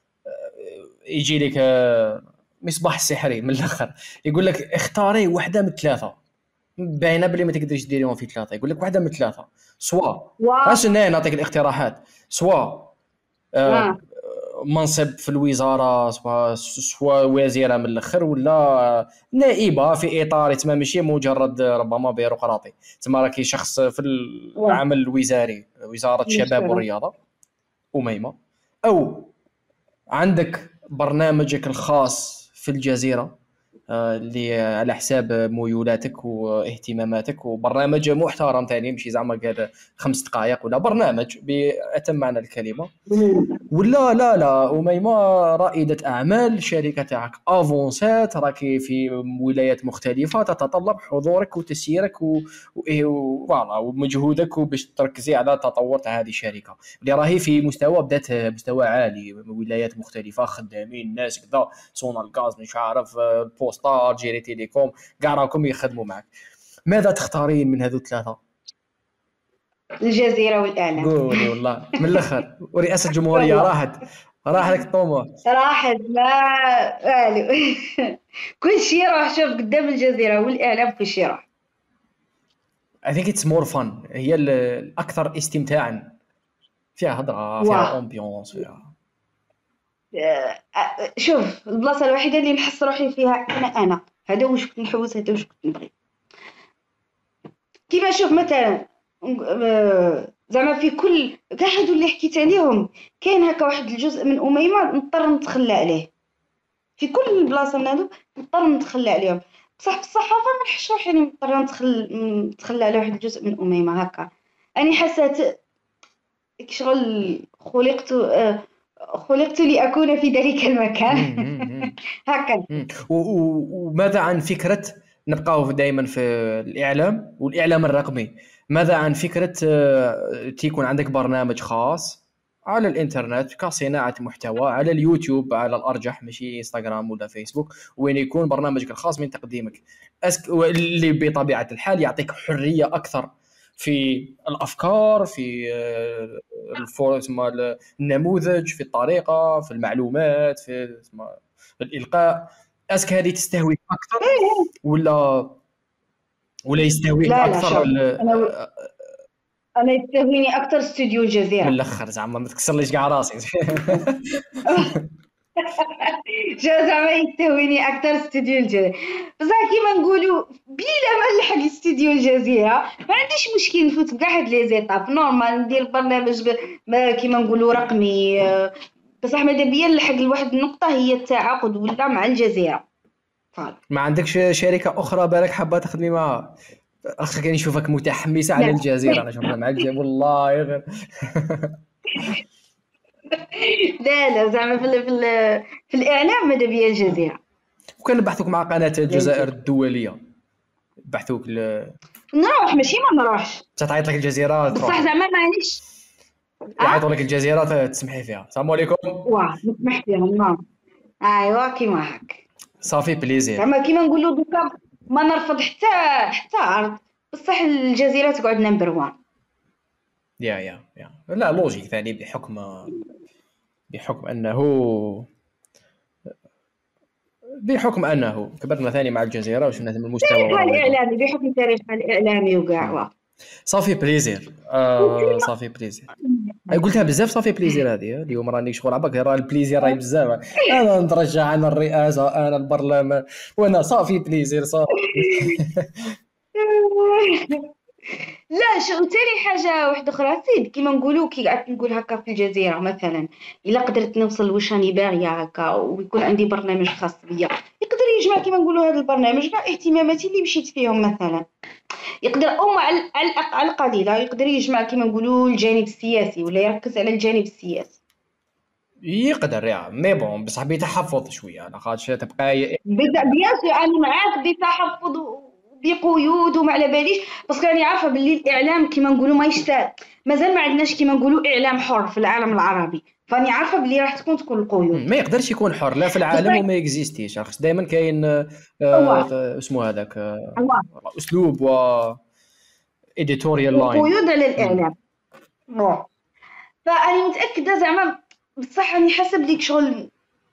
Speaker 1: يجي لك مصباح السحري من الاخر يقول لك اختاري واحده من ثلاثه باينه بلي ما تقدريش ديريهم في ثلاثه يقول لك واحده من ثلاثه سواء اش نعطيك الاقتراحات سواء آه منصب في الوزاره سواء سواء وزيره من الاخر ولا نائبه في اطار تما ماشي مجرد ربما بيروقراطي تما راكي شخص في العمل الوزاري وزاره الشباب والرياضه اميمه او عندك برنامجك الخاص في الجزيره اللي على حساب ميولاتك واهتماماتك وبرنامج محترم ثاني ماشي زعما قال خمس دقائق ولا برنامج بأتم معنى الكلمه ولا لا لا أميمة رائدة أعمال شركة تاعك افونسات راكي في ولايات مختلفة تتطلب حضورك وتسييرك وفوالا ومجهودك باش تركزي على تطور تاع هذه الشركة اللي راهي في مستوى بدات مستوى عالي ولايات مختلفة خدامين ناس كذا صون الغاز مش عارف بوستار جيري تيليكوم كاع راكم يخدموا معك. ماذا تختارين من هذو الثلاثة؟
Speaker 2: الجزيره والاعلام.
Speaker 1: قولي والله من الاخر، ورئاسه الجمهوريه
Speaker 2: والله
Speaker 1: راحت، راح لك الطموح.
Speaker 2: صراحه ما والو. كل شيء راح. شوف قدام الجزيره والاعلام كل شيء راح.
Speaker 1: I think it's more fun، هي ال- الاكثر استمتاعا، فيها هضره،
Speaker 2: واه
Speaker 1: فيها امبيونس، فيها
Speaker 2: آه، آه، شوف البلاصه الوحيده اللي نحس روحي فيها انا انا هذا واش كنت نحوس، هذا واش كنت نبغي. كيما شوف مثلا آه، زعما في كل كاع هادو اللي حكيت عليهم كاين هكا واحد الجزء من اميمه نضطر نتخلى عليه. في كل بلاصه من هادو نضطر نتخلى عليهم. بصح في الصحافه ما نحسش روحي راني مضطره نتخلى نتخلى على واحد الجزء من اميمه هكا. اني حسيت شغل خلقت آه، خلقت لأكون في ذلك المكان.
Speaker 1: مم.
Speaker 2: هكذا.
Speaker 1: مم. و- و- وماذا عن فكرة، نبقاو دائما في الإعلام والإعلام الرقمي، ماذا عن فكرة آه، تيكون عندك برنامج خاص على الإنترنت كصناعة محتوى على اليوتيوب على الأرجح، ماشي إنستغرام ولا فيسبوك، وين يكون برنامجك الخاص من تقديمك، أسك... اللي بطبيعة الحال يعطيك حرية أكثر في الأفكار، في آه، الفور... اسمها النموذج، في الطريقة، في المعلومات، في اسمها الإلقاء. اسك هذه تستهويك اكثر ولا ولا يستهويك
Speaker 2: لا لا
Speaker 1: اكثر
Speaker 2: شوف
Speaker 1: ال-
Speaker 2: انا انا يستهويني اكثر استوديو
Speaker 1: من
Speaker 2: الجزيره.
Speaker 1: الاخر زعما ما تكسرليش كاع راسي.
Speaker 2: شو زعما يستهويني اكثر استوديو الجزيره. بصح كيما نقولوا بلا ما نلحق استوديو الجزيره ما عنديش مشكل نفوت بكاع هاد لي زيتاب نورمال ندير برنامج ب- ما كيما نقولوا رقمي. آه، بصح ماذا بيا نلحق لواحد النقطه هي التعاقد ولا مع الجزيره. فوالا.
Speaker 1: ما عندكش شركه اخرى بالك حابه تخدمي معها؟ اخي كان نشوفك متحمسه على
Speaker 2: لا
Speaker 1: الجزيره، انا شفنا مع الجزيره والله غير.
Speaker 2: لا لا زعما في ال- في ال- في الاعلام ماذا بيا الجزيره.
Speaker 1: وكان بحثوك مع قناه الجزائر الدوليه، بحثوك ل...
Speaker 2: نروح ماشي ما نروحش.
Speaker 1: تعيط لك الجزيره
Speaker 2: بصح
Speaker 1: تروح،
Speaker 2: زعما مانيش
Speaker 1: يعيطوا
Speaker 2: اه
Speaker 1: لك الجزيره تسمحي فيها السلام عليكم.
Speaker 2: واه نسمح فيهم نعم. ايوا كيما هاك.
Speaker 1: صافي بليزير.
Speaker 2: زعما كيما نقولوا دوكا ما نرفض حتى حتى عرض. بصح الجزيره تقعد نمبر واحد.
Speaker 1: يا يا يا لا لوجيك ثاني، بحكم بحكم انه بحكم انه كبرنا ثاني مع الجزيره وشفنا من المستوى
Speaker 2: تاريخها
Speaker 1: وراه يكون.
Speaker 2: الاعلامي بحكم تاريخها الاعلامي وكاع
Speaker 1: مم.
Speaker 2: واه.
Speaker 1: صافي بليزير. آه صافي بليزير. أي قلتها بزاف صافي بليزير هذه. اليوم راني شغل عباك راه البليزير راهي بزاف، انا نترجع انا الرئاسه انا البرلمان وانا صافي بليزير صافي.
Speaker 2: لا شو تاني حاجه واحده اخرى سيد كيما نقولوا كي قعدت نقول هكا في الجزيره مثلا الا قدرت نوصل واش راني باغيه هكا ويكون عندي برنامج خاص بيا يقدر يجمع كيما نقولوا هذا البرنامج كاع اهتماماتي اللي مشيت فيهم مثلا. يقدر او على على الأق- على القليله يقدر يجمع كيما نقولوا الجانب السياسي ولا يركز على الجانب السياسي.
Speaker 1: يقدر يا مي بون بصح بتحفظ شويه على خاطش تبقى.
Speaker 2: بدا بيان سور انا معاك بتحفظ وبقيود وما على باليش. بس راني عارفه باللي الاعلام كيما نقولوا ما يشتاق مازال ما عندناش كيما نقولوا اعلام حر في العالم العربي. فاني عارفه باللي راح تكون تكون القيود.
Speaker 1: ما يقدرش يكون حر لا في العالم وما يكزيستيش، خاص دائما كاين آه،
Speaker 2: هو
Speaker 1: آه، اسمه هذاك آه،
Speaker 2: هو
Speaker 1: اسلوب و editorial line.
Speaker 2: القيود على
Speaker 1: مم.
Speaker 2: الاعلام. بون فاني متاكده زعما بصح راني حسب ليك شغل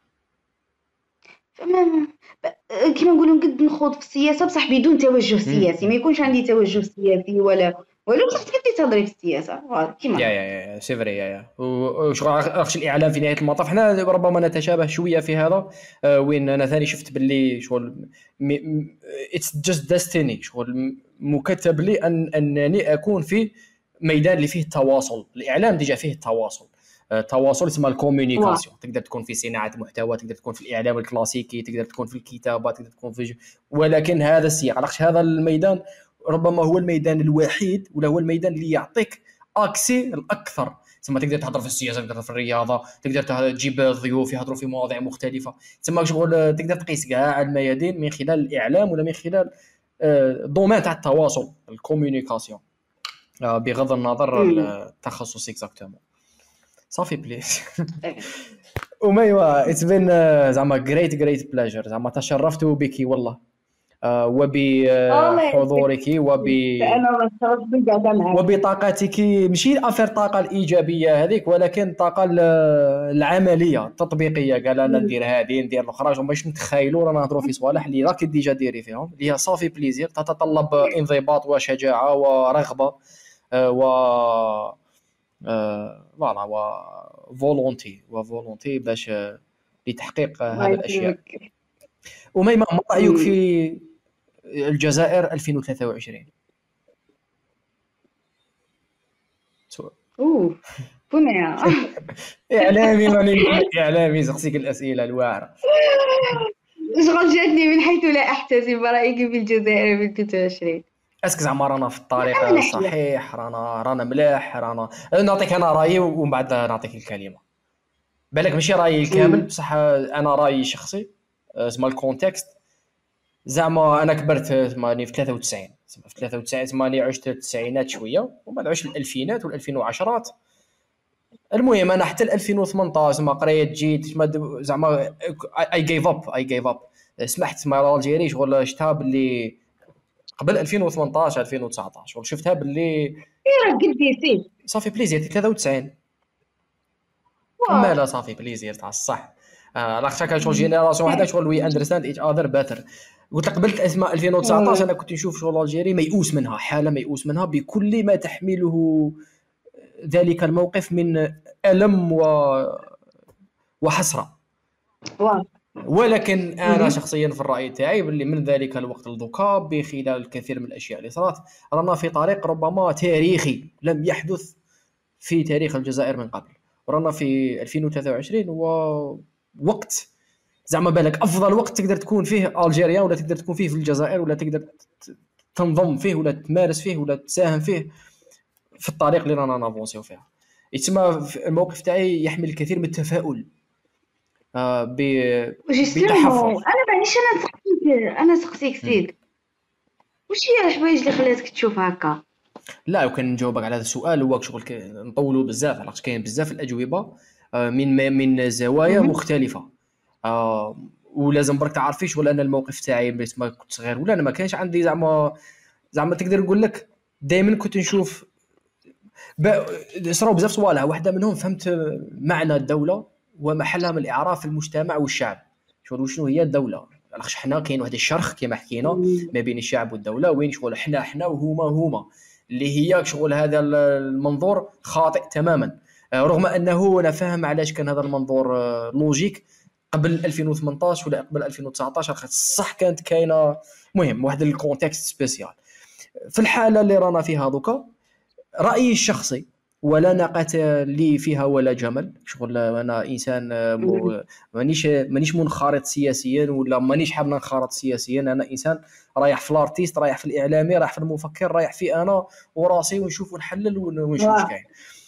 Speaker 2: فما ب- كيما نقولوا نقد نخوض في السياسه بصح بدون توجه سياسي. ما يكونش عندي توجه سياسي ولا ولا بصح تقدري تهضري في السياسه فوالا كيما
Speaker 1: يا
Speaker 2: هكا.
Speaker 1: يا يا سي فري يا يا وشغل اخش الاعلام في نهايه المطاف حنا ربما نتشابه شويه في هذا. آه، وين انا ثاني شفت باللي شغل اتس جاست ديستني، شغل م- مكتب لي ان انني اكون في ميدان اللي فيه التواصل. الاعلام ديجا فيه التواصل، آه، التواصل اسمه
Speaker 2: واه
Speaker 1: الكوميونيكاسيون. تقدر تكون في صناعه محتوى، تقدر تكون في الاعلام الكلاسيكي، تقدر تكون في الكتابه، تقدر تكون في ج... ولكن هذا السياق علاش هذا الميدان ربما هو الميدان الوحيد ولا هو الميدان اللي يعطيك اكسي الاكثر. تسمى تقدر تهضر في السياسه، تقدر تهضر في الرياضه، تقدر ته- تجيب ضيوف يهضروا في مواضيع مختلفه. تسمى شغل تقدر تقيس كاع الميادين من خلال الاعلام ولا من خلال آه، دومين تاع التواصل الكوميونيكاسيون، آه، بغض النظر
Speaker 2: أمم.
Speaker 1: التخصص اكزاكتومون. صافي بليز. وميوا اتس بين زعما جريت جريت بلاجر، زعما تشرفت بك والله. وبحضورك وب
Speaker 2: انا مستغرب قاعده معاك
Speaker 1: وبطاقتك، ماشي افير الطاقه الايجابيه هذيك، ولكن الطاقه العمليه التطبيقيه. قال انا ندير هذه ندير الاخرى، باش نتخيلوا رانا نهضروا في صوالح اللي راكي ديجا ديري فيهم، اللي هي صافي بليزير، تتطلب انضباط وشجاعه ورغبه و فوالا و فولونتي وفولونتي باش لتحقيق هذه الاشياء. أميمة، ما رايك في الجزائر ألفين وثلاثة وعشرين؟
Speaker 2: اوه بنيا
Speaker 1: اعلامي راني اعلامي سقسيك الاسئله الواعره.
Speaker 2: شغل جاتني من حيث لا احتسب. رايك في الجزائر في ثلاثة وعشرين؟
Speaker 1: اسك زعما رانا في الطريق الصحيح؟ رانا رانا ملاح؟ رانا نعطيك انا رايي ومن بعد نعطيك الكلمه. بالك ماشي رايي الكامل بصح انا رايي شخصي. اسمع الكونتكست. زعما انا كبرت ماني في ثلاثة وتسعين، في ثلاثة وتسعين ماني عشت التسعينات شويه ومن بعد عشت الالفينات والألفين وعشرات. المهم انا حتى ألفين وثمنطاش ما قريت جيت زعما اي جيف اب اي جيف اب سمحت مع الجيري شغل شفتها باللي قبل ألفين وثمنطاش ألفين وتسعطاش وشفتها باللي
Speaker 2: راه قديتي
Speaker 1: صافي بليزير ثلاثة وتسعين مالا صافي بليزير تاع الصح. آه لا خشاك شغل جينيراسيون واحده شغل وي اندرستاند ايتش اذر باتر. قلت لك قبل اسماء ألفين وتسعطاش انا كنت نشوف شغل الجيري ميؤوس منها، حاله ميؤوس منها بكل ما تحمله ذلك الموقف من ألم و... وحسرة. ولكن أنا شخصيا في الرأي تاعي باللي من ذلك الوقت لدوكا بخلال الكثير من الأشياء اللي صارت رانا في طريق ربما تاريخي لم يحدث في تاريخ الجزائر من قبل. ورانا في ألفين وثلاثة وعشرين ووقت زعما بالك أفضل وقت تقدر تكون فيه ألجيريا ولا تقدر تكون فيه في الجزائر ولا تقدر تنضم فيه ولا تمارس فيه ولا تساهم فيه في الطريق اللي رانا نافونسيو فيها. يتسمى الموقف تاعي يحمل الكثير من التفاؤل آه ب بتحفظ.
Speaker 2: انا مانيش انا سقسيك انا سقسيك سيد واش هي الحوايج اللي خلاتك تشوف هكا؟
Speaker 1: لا وكان نجاوبك على هذا السؤال هو شغل نطولوا بزاف علاش كاين بزاف الاجوبه آه من من زوايا مختلفه آه ولازم برك تعرفيش ولا انا الموقف تاعي بس ما كنت صغير ولا انا ما كانش عندي زعما زعما تقدر نقول لك دائما كنت نشوف صراو بزاف صوالح. واحده منهم فهمت معنى الدوله ومحلها من الاعراف في المجتمع والشعب. شنو شنو هي الدوله؟ علاش حنا كاين واحد الشرخ كما حكينا ما بين الشعب والدوله وين شغل حنا حنا وهما هما اللي هي شغل هذا المنظور خاطئ تماما. رغم انه انا فاهم علاش كان هذا المنظور لوجيك قبل ألفين وثمنطاش ولا قبل ألفين وتسعطاش صح كانت كاينه مهم واحد الكونتكست سبيسيال. في الحاله اللي رانا فيها دوكا رأيي الشخصي ولا ناقة لي فيها ولا جمل. شغل انا انسان مانيش مانيش منخرط سياسيا ولا مانيش حاب ننخرط سياسيا. انا انسان رايح في الارتيست رايح في الاعلامي رايح في المفكر رايح في انا وراسي ونشوف ونحلل ونشوف واش كاين.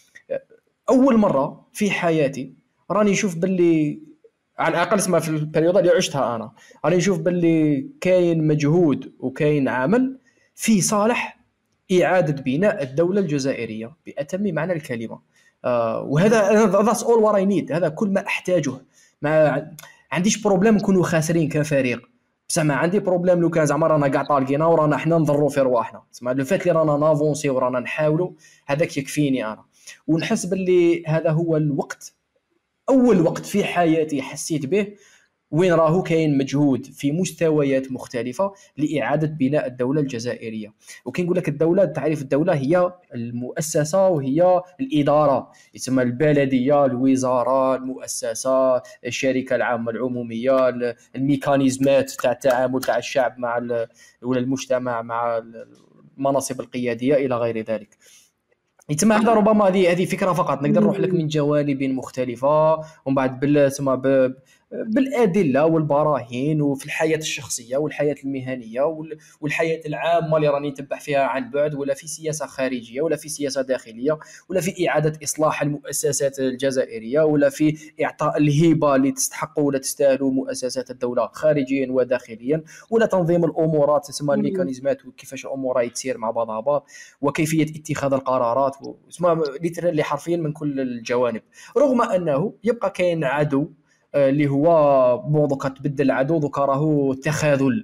Speaker 1: اول مره في حياتي راني نشوف باللي على الاقل اسمها في البريود اللي عشتها انا راني نشوف باللي كاين مجهود وكاين عمل في صالح إعادة بناء الدولة الجزائرية بأتم معنى الكلمة. آه وهذا that's all what I need. هذا كل ما أحتاجه. ما عنديش بروبليم نكونوا خاسرين كفريق بس ما عندي بروبليم لو كان زعما رانا قاع طالقينا ورانا حنا نضروا في رواحنا. تسمع لو فات اللي رانا نافونسي ورانا نحاولوا هذاك يكفيني أنا. ونحس باللي هذا هو الوقت أول وقت في حياتي حسيت به وين راهو كاين مجهود في مستويات مختلفة لإعادة بناء الدولة الجزائرية. وكي نقول لك الدولة تعريف الدولة هي المؤسسة وهي الإدارة يسمى البلدية الوزارة المؤسسة الشركة العامة العمومية الميكانيزمات تاع التعامل تاع الشعب مع ولا المجتمع مع المناصب القيادية إلى غير ذلك. يتم هذا ربما هذه هذه فكرة فقط نقدر نروح لك من جوانب مختلفة ومن بعد بالسما بالأدلة والبراهين وفي الحياة الشخصية والحياة المهنية والحياة العامة اللي راني نتبع فيها عن بعد ولا في سياسة خارجية ولا في سياسة داخلية ولا في إعادة إصلاح المؤسسات الجزائرية ولا في إعطاء الهبة اللي تستحق ولا تستاهل مؤسسات الدولة خارجيا وداخليا ولا تنظيم الأمورات تسمى الميكانيزمات وكيفاش الأمور راهي تسير مع بعضها بعض وكيفية اتخاذ القرارات واسمها ليترالي حرفيا من كل الجوانب. رغم أنه يبقى كاين عدو اللي هو بون دوكا تبدل العدو دوكا راهو تخاذل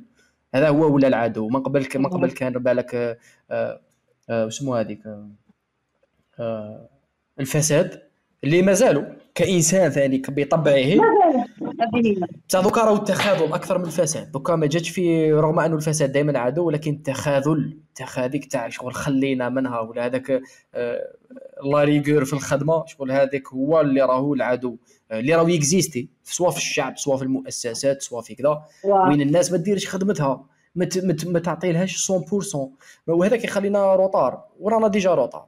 Speaker 1: هذا هو ولا العدو. من قبل من قبل كان بالك آه آه آه اسمه هذيك آه آه الفساد اللي مازالوا كإنسان ثاني بطبعه. تاع دوكا راهو التخاذل اكثر من الفساد. دوكا ما جاتش في، رغم انه الفساد دائما عدو، ولكن التخاذل تخاذيك تاع شغل خلينا منها، ولا هذاك آه لا ريغور في الخدمه، شغل هذاك هو اللي راهو العدو اللي راهو يكزيستي سواء في الشعب سواء في المؤسسات سواء في كذا، وين الناس ما ديرش خدمتها، ما مت... ما تعطيلهاش مية بالمية، وهذا كيخلينا روطار ورانا ديجا روطار.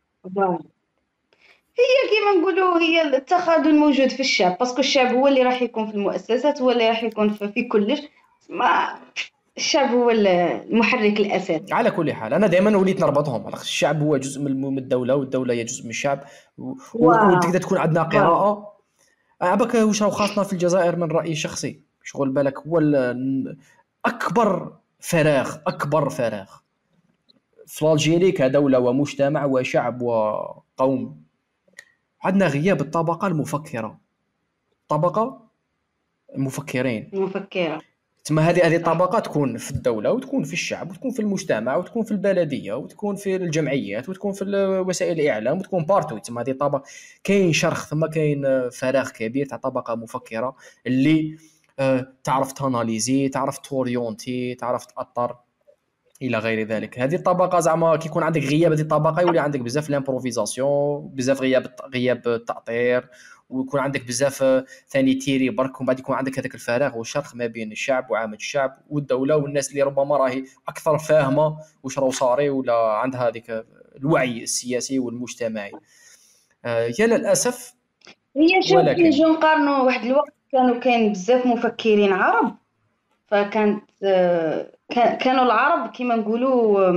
Speaker 2: هي كيما نقولوا هي التخاذل موجود في الشعب، باسكو الشعب هو اللي راح يكون في المؤسسات، هو اللي راح يكون في, في كلش. ما الشعب هو المحرك الاساسي.
Speaker 1: على كل حال انا دائما وليت نربطهم، الشعب هو جزء من الدوله والدوله هي جزء من الشعب، وتقدر تكون عندنا قراءه. عباك واش راهو خاصنا في الجزائر من رايي الشخصي، شغل بالك هو اكبر فراغ اكبر فراغ في الجيري كدوله ومجتمع وشعب وقوم. عندنا غياب الطبقه المفكره، طبقه المفكرين
Speaker 2: مفكره.
Speaker 1: تما هذه هذه الطبقه تكون في الدوله وتكون في الشعب وتكون في المجتمع وتكون في البلديه وتكون في الجمعيات وتكون في وسائل الاعلام وتكون بارتو. تما هذه الطبقه كاين شرخ، ثم كاين فراغ كبير تاع طبقه مفكره اللي آه تعرف تاناليزي، تعرف توريونتي، تعرف تاثر الى غير ذلك. هذه الطبقه زعما كيكون عندك غياب هذه الطبقه يولي عندك بزاف لامبروفيزاسيون، بزاف غياب غياب التاطير، ويكون عندك بزاف ثاني تيري برك، ومن بعد يكون عندك هذاك الفراغ والشرخ ما بين الشعب وعامه الشعب والدوله والناس اللي ربما راهي اكثر فاهمه واش راه صاري ولا عندها هذيك الوعي السياسي والمجتمعي. آه يا للاسف.
Speaker 2: هي شوف نجيو نقارنوا واحد الوقت كانوا كاين بزاف مفكرين عرب، فكانت كانوا العرب كيما نقولوا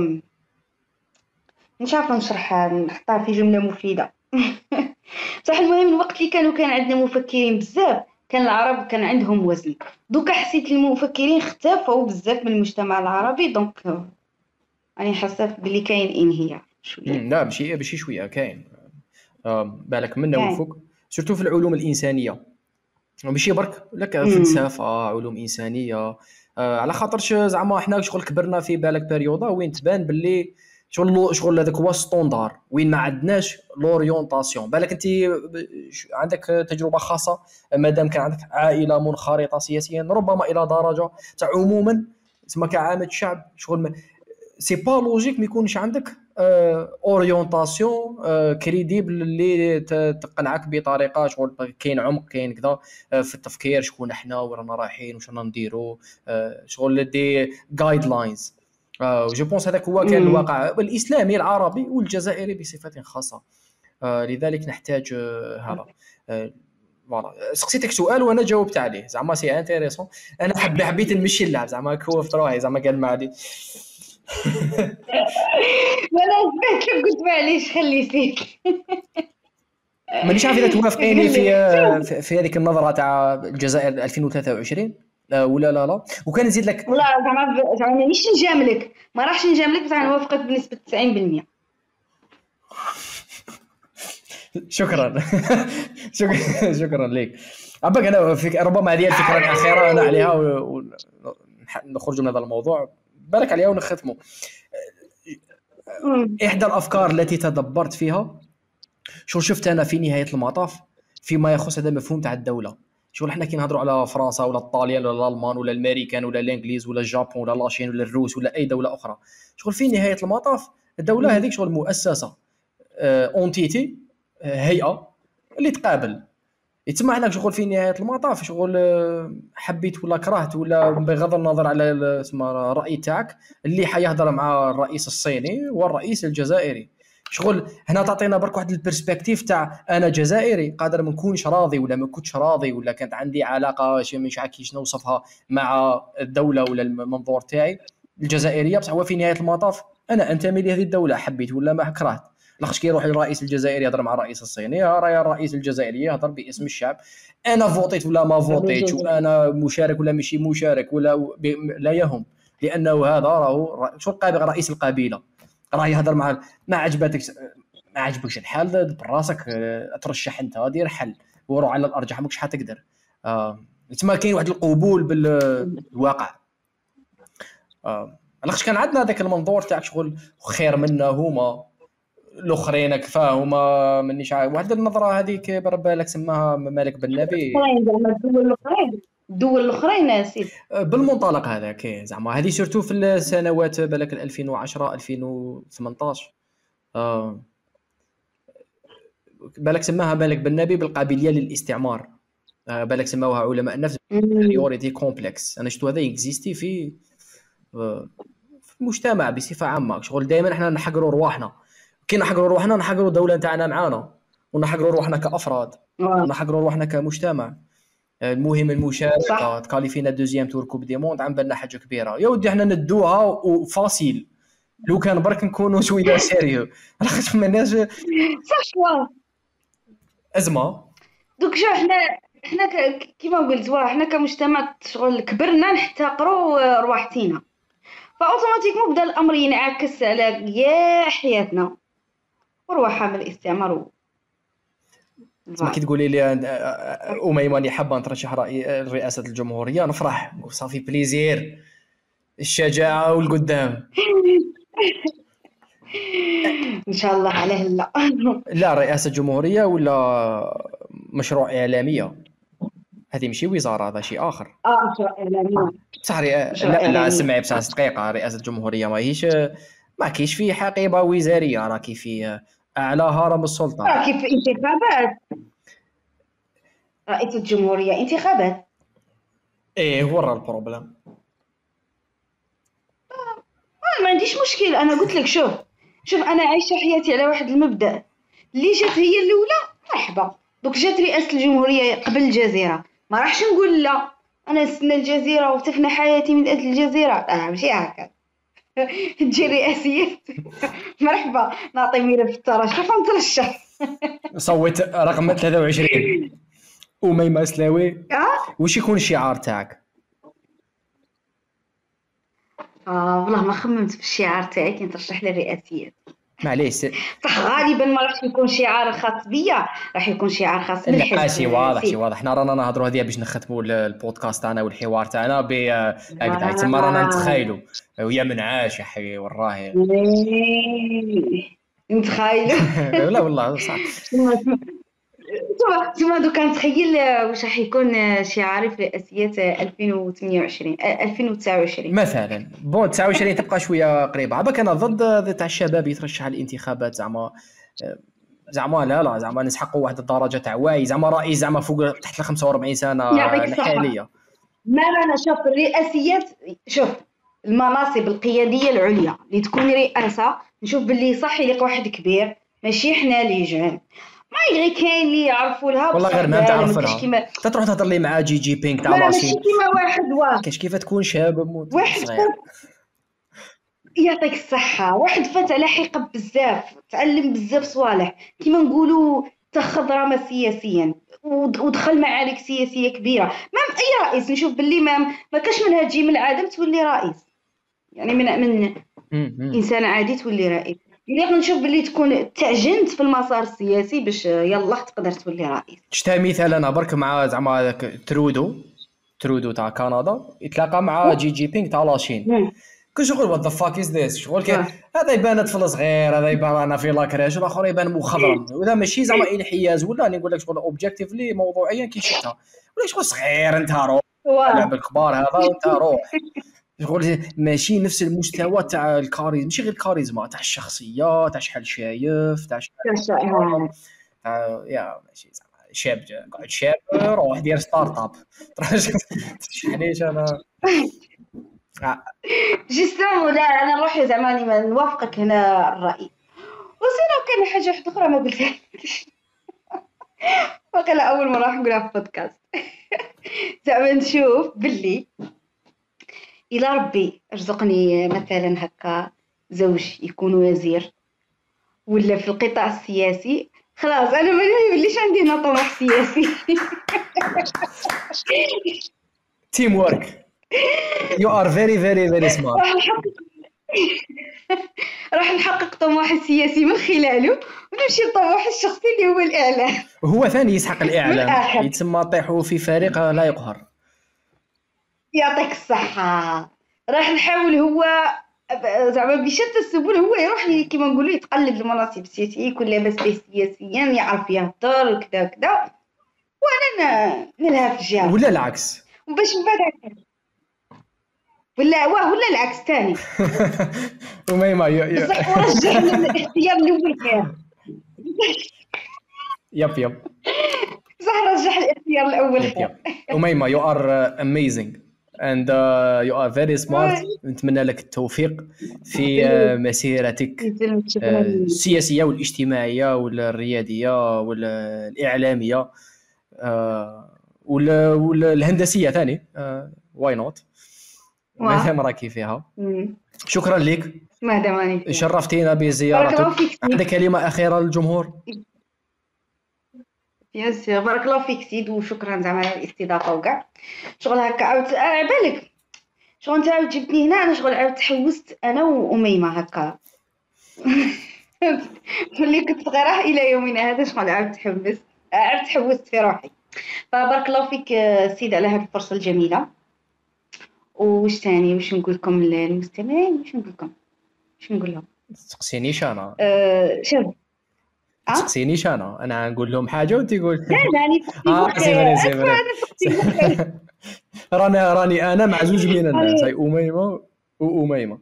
Speaker 2: مش عارفه نشرحها نحطها في جمله مفيده. صح. المهم الوقت اللي كانوا كان عندنا مفكرين بزاف كان العرب كان عندهم وزن. دوكا حسيت المفكرين اختفوا بزاف من المجتمع العربي، دونك راني حاسه بلي كاين انهيار شويه.
Speaker 1: لا ماشي ماشي شويه، كاين بالك منا وفوق، سورتو في العلوم الانسانيه ماشي برك لك فلسفه علوم انسانيه. آه على خاطرش زعما حنا شغل كبرنا في بالك بريودا وين تبان باللي شغل شغل هذاك هو ستوندار، وين ما عندناش لوريونطاسيون. بالك انت عندك تجربه خاصه مادام كان عندك عائله منخرطه سياسيا ربما الى درجه تاع عموما تسمى كعامه الشعب، شغل سي با لوجيك ما يكونش عندك اورينتاسيون كريديبل اللي تقنعك بطريقه شغل كاين عمق كاين كذا في التفكير، شكون احنا ورانا رايحين واش رانا نديروا، شغل دي جايد لاينز. جو بونس هذاك هو كان الواقع الاسلامي العربي والجزائري بصفه خاصه. لذلك نحتاج هذا. فوالا سقسيتك سؤال وانا جاوبت عليه، زعما سي انتريسون. انا حبيت حبيت نمشي اللعب زعما كوفت روحي زعما قال معلي.
Speaker 2: وانا سمعت لك قلت معليش خليتيك.
Speaker 1: مانيش عارف اذا توافقيني في في هذيك النظره تاع الجزائر ألفين وثلاثة وعشرين ولا لا لا. وكان نزيد لك
Speaker 2: لا زعما زعما مانيش نجاملك، ما راحش نجاملك بصح نوافقك بنسبه تسعين بالمية.
Speaker 1: شكرا. شكرا شكرا لك. عباك انا فيك ربما هذه الفكره الاخيره انا عليها ونخرج من هذا الموضوع بالك عليها ونختمه. احدى الافكار التي تدبرت فيها شو شفت انا في نهايه المطاف فيما يخص هذا المفهوم تاع الدوله. شغل احنا كي نهضروا على فرنسا ولا الطاليان ولا الالمان ولا الامريكان ولا الانجليز ولا الجابون ولا لاشين ولا الروس ولا اي دوله اخرى، شغل في نهايه المطاف الدوله هذيك شغل مؤسسه اونتيتي هيئه اللي تقابل يتسمى هناك شغل في نهايه المطاف. شغل حبيت ولا كرهت ولا بغض النظر على اسمه الراي تاعك اللي حيهضر مع الرئيس الصيني والرئيس الجزائري، شغل هنا تعطينا برك واحد البرسبكتيف تاع انا جزائري قادر ما نكونش راضي ولا ما كنتش راضي ولا كانت عندي علاقه مش عارف كيفاش نوصفها مع الدوله ولا المنظور تاعي الجزائريه، بصح هو في نهايه المطاف انا انتمي لهذه الدوله حبيت ولا ما كرهت. لاخاطش كيروح الرئيس الجزائري يهضر مع الرئيس الصيني، راه الرئيس الجزائري يهضر باسم الشعب، انا فوتيت ولا ما فوتيتش وانا مشارك ولا ماشي مشارك ولا لا يهم، لانه هذا راهو شو القابل رئيس القبيله راه يهضر مع ما عجبتك ما عجبكش الحال براسك ترشح انت دير حل وروح على الارجح ماكش حتقدر. آه تما كاين واحد القبول بالواقع. آه. علاش كان عندنا هذاك المنظور تاع شغل خير منا هما الاخرين كفاه هما مانيش عارف واحد النظره هذيك بالك سماها مالك بن نبي
Speaker 2: زعما الدول الاخرين الدول الاخرين سيدي
Speaker 1: بالمنطلق هذاك زعما هذه سورتو في السنوات بالك ألفين وعشرة ألفين وثمنطاش آه. بالك سماها مالك بن نبي بالقابليه للاستعمار آه. بالك سماوها علماء النفس superiority complex. انا شفتو هذا اكزيستي في آه. في المجتمع بصفه عامه شغل دائما احنا نحقروا رواحنا كي نحقروا روحنا نحقروا الدوله نتاعنا معانا ونحقروا روحنا كافراد ونحقروا روحنا كمجتمع. المهم المشاركه تكالي فينا دوزيام تور كوب دي موند عم بالنا حاجه كبيره يا ودي احنا ندوها وفاصيل لو كان برك نكونوا شويه سيريو لاخاطش ما الناس
Speaker 2: صح شوا
Speaker 1: ازمه
Speaker 2: دوك شو احنا احنا كيما قلت واه احنا كمجتمع شغل كبرنا نحتقروا رواحتنا فاوتوماتيكمون بدا الامر ينعكس على يا حياتنا وروحها من الاستعمار و...
Speaker 1: ما كي تقولي لي أميمة راني حابه نترشح رئاسه الجمهوريه نفرح وصافي بليزير الشجاعه والقدام
Speaker 2: ان شاء الله على هلا
Speaker 1: لا رئاسه جمهوريه ولا مشروع اعلاميه هذه ماشي وزاره هذا شيء اخر
Speaker 2: اه مشروع اعلامي
Speaker 1: صح رئ... لا لا سمعي بصح دقيقه رئاسه الجمهوريه ماهيش ما كاينش فيه حقيبه وزاريه راه كاين فيه اعلى هرم السلطه
Speaker 2: راه كيف انتخابات رئيس الجمهوريه انتخابات
Speaker 1: ايه هو راه البروبليم
Speaker 2: آه ما عنديش مشكل انا قلت لك شوف شوف انا عايشه حياتي على واحد المبدا اللي جات هي الاولى مرحبا دوك جات رئاسه الجمهوريه قبل الجزيره ما راحش نقول لا انا نستنى الجزيره وتفنى حياتي من اجل الجزيره اه ماشي هكا تجي رئاسيات مرحبا نعطي ميره في الترشح ونترشح
Speaker 1: صوت رقم ثلاثة وعشرين أميمة سلاوي
Speaker 2: اه
Speaker 1: واش يكون الشعار تاعك؟
Speaker 2: اه والله ما خممت في الشعار تاعي كي نترشح للرئاسيات
Speaker 1: معليش
Speaker 2: صح غالبا ما راح يكون شعار خاص بيا راح يكون شعار خاص بالحزب
Speaker 1: لا شي واضح شي واضح حنا رانا نهضروا هذه باش نختموا البودكاست تاعنا والحوار تاعنا ب هكذا تما رانا نتخيلوا ويا منعاش يا حي والله
Speaker 2: نتخيلوا
Speaker 1: لا والله صح
Speaker 2: ثم دوكا نتخيل واش راح يكون شعاري في رئاسيات ألفين وثمانية وعشرين ألفين وتسعة وعشرين
Speaker 1: مثلا بون تسعة وعشرين تبقى شويه قريبه عباك انا ضد تاع الشباب يترشح الانتخابات زعما زعما لا لا زعما نسحقوا واحد الدرجه تاع وعي زعما رئيس زعما فوق تحت ال خمسة وأربعين سنه الحاليه
Speaker 2: ما انا شوف الرئاسيات شوف المناصب القياديه العليا اللي تكون رئاسه نشوف باللي صح يليق واحد كبير ماشي حنا اللي جان ما غير كاين اللي يعرفوا لها
Speaker 1: والله غير ما تعرف لها كيما تروح تهضر لي مع جي جي بينغ تاع
Speaker 2: ماشي كيما واحد واه
Speaker 1: كاش كيف تكون شاب
Speaker 2: واحد يعطيك الصحه واحد فات على حقب بزاف تعلم بزاف صوالح كيما نقولوا تخضرم سياسيا ودخل معارك سياسيه كبيره ما اي رئيس نشوف باللي ما ما كاش منها تجي من العدم تولي رئيس يعني من من انسان عادي تولي رئيس اللي نشوف باللي تكون تعجنت في المسار السياسي باش يلا تقدر تولي رئيس.
Speaker 1: شتا مثال انا برك مع زعما هذاك ترودو ترودو تاع كندا يتلاقى مع جي جي بينغ تاع لاشين كنشغل وات ذا فاك از ذيس شغل كي هذا يبان طفل صغير هذا يبان انا في لاكراج والاخر يبان مخضرم وهذا ماشي زعما انحياز ولا راني نقول لك شغل اوبجيكتيفلي موضوعيا كي شفتها ولا شغل صغير انت روح لعب الكبار هذا وانت روح شغل ماشي نفس المستوى تاع الكاريزما ماشي غير الكاريزما تاع الشخصيه تاع شحال شايف تاع شحال يا ماشي زعما شاب قاعد شاب روح دير ستارت اب شحاليش انا
Speaker 2: جسم لا انا روحي زعما ما نوافقك هنا الراي وزينو كان حاجه واحده اخرى ما قلتهاش وقيلا اول مره نقولها في بودكاست زعما نشوف باللي الى ربي رزقني مثلا هكا زوج يكون وزير ولا في القطاع السياسي خلاص انا ما نوليش عندي هنا طموح سياسي
Speaker 1: تيم وورك you are very very very smart
Speaker 2: راح نحقق طموحي السياسي من خلاله ونمشي لطموحي الشخصي اللي هو الاعلام
Speaker 1: هو ثاني يسحق الاعلام يتسمى طيحوا في فريق لا يقهر
Speaker 2: يعطيك الصحه راح نحاول هو زعما بشتى السبل هو يروح كيما نقولوا يتقلد المناصب السياسيه، يكون لاباس به سياسيا، يعرف يهضر وكذا وكذا، وانا نلهى في الجهه
Speaker 1: ولا العكس.
Speaker 2: وباش من بعد ولا واه ولا العكس ثاني.
Speaker 1: أميمة ي...
Speaker 2: بصح ورجح الاختيار الاول خير.
Speaker 1: يب يب
Speaker 2: بصح رجح الاختيار الاول
Speaker 1: يب
Speaker 2: خير.
Speaker 1: يب أميمة you are uh, amazing and uh, you are very smart. نتمنى لك التوفيق في uh, مسيرتك uh, السياسية والاجتماعية والريادية والإعلامية uh, والهندسية ثاني. واي نوت ما راكي فيها. شكرا لك،
Speaker 2: ما داماني
Speaker 1: شرفتينا بزيارتك. عندك كلمة أخيرة للجمهور؟
Speaker 2: بيان سور. بارك الله فيك سيد، وشكرا زعما على الاستضافه وكاع. شغل هكا عاود على بالك شغل انت عاود جبتني هنا، انا شغل عاود تحوست انا واميمه هكا. ملي كنت صغيره الى يومنا هذا شغل عاود تحوست عاود تحوست في روحي. فبارك الله فيك سيد على هذه الفرصه الجميله. وش ثاني واش نقول لكم للمستمعين؟ واش نقول لكم واش نقول لهم؟
Speaker 1: تسقسينيش انا.
Speaker 2: أه شوف
Speaker 1: تسقسينيش انا انا نقول لهم حاجه وانت تقول
Speaker 2: لا لا راني
Speaker 1: اه سي فري سي فري. راني راني انا مع زوج من الناس، هاي اميمه واميمه.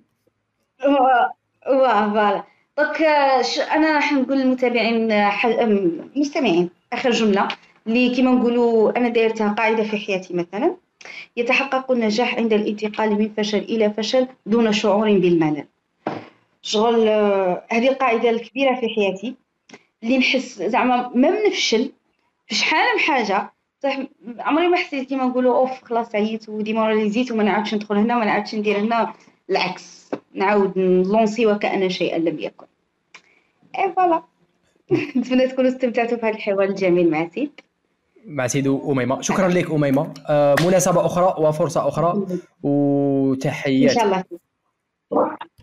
Speaker 2: واه فوالا. دونك انا راح نقول للمتابعين المستمعين اخر جمله اللي كيما نقولوا انا دايرتها قاعده في حياتي. مثلا يتحقق النجاح عند الانتقال من فشل الى فشل دون شعور بالملل. شغل هذه القاعده الكبيره في حياتي اللي نحس زعما ما بنفشل في شحال من حاجه. صح عمري ما حسيت كيما نقولوا اوف خلاص عييت وديموراليزيت وما نعاودش ندخل هنا وما نعاودش ندير هنا. العكس، نعاود نلونسي وكأن شيئا لم يكن. اي فوالا. نتمنى تكونوا استمتعتوا بهذا الحوار الجميل مع سيد
Speaker 1: مع سيد أميمة. شكرا لك أميمة. آه مناسبة أخرى وفرصة أخرى وتحيات.
Speaker 2: إن شاء الله.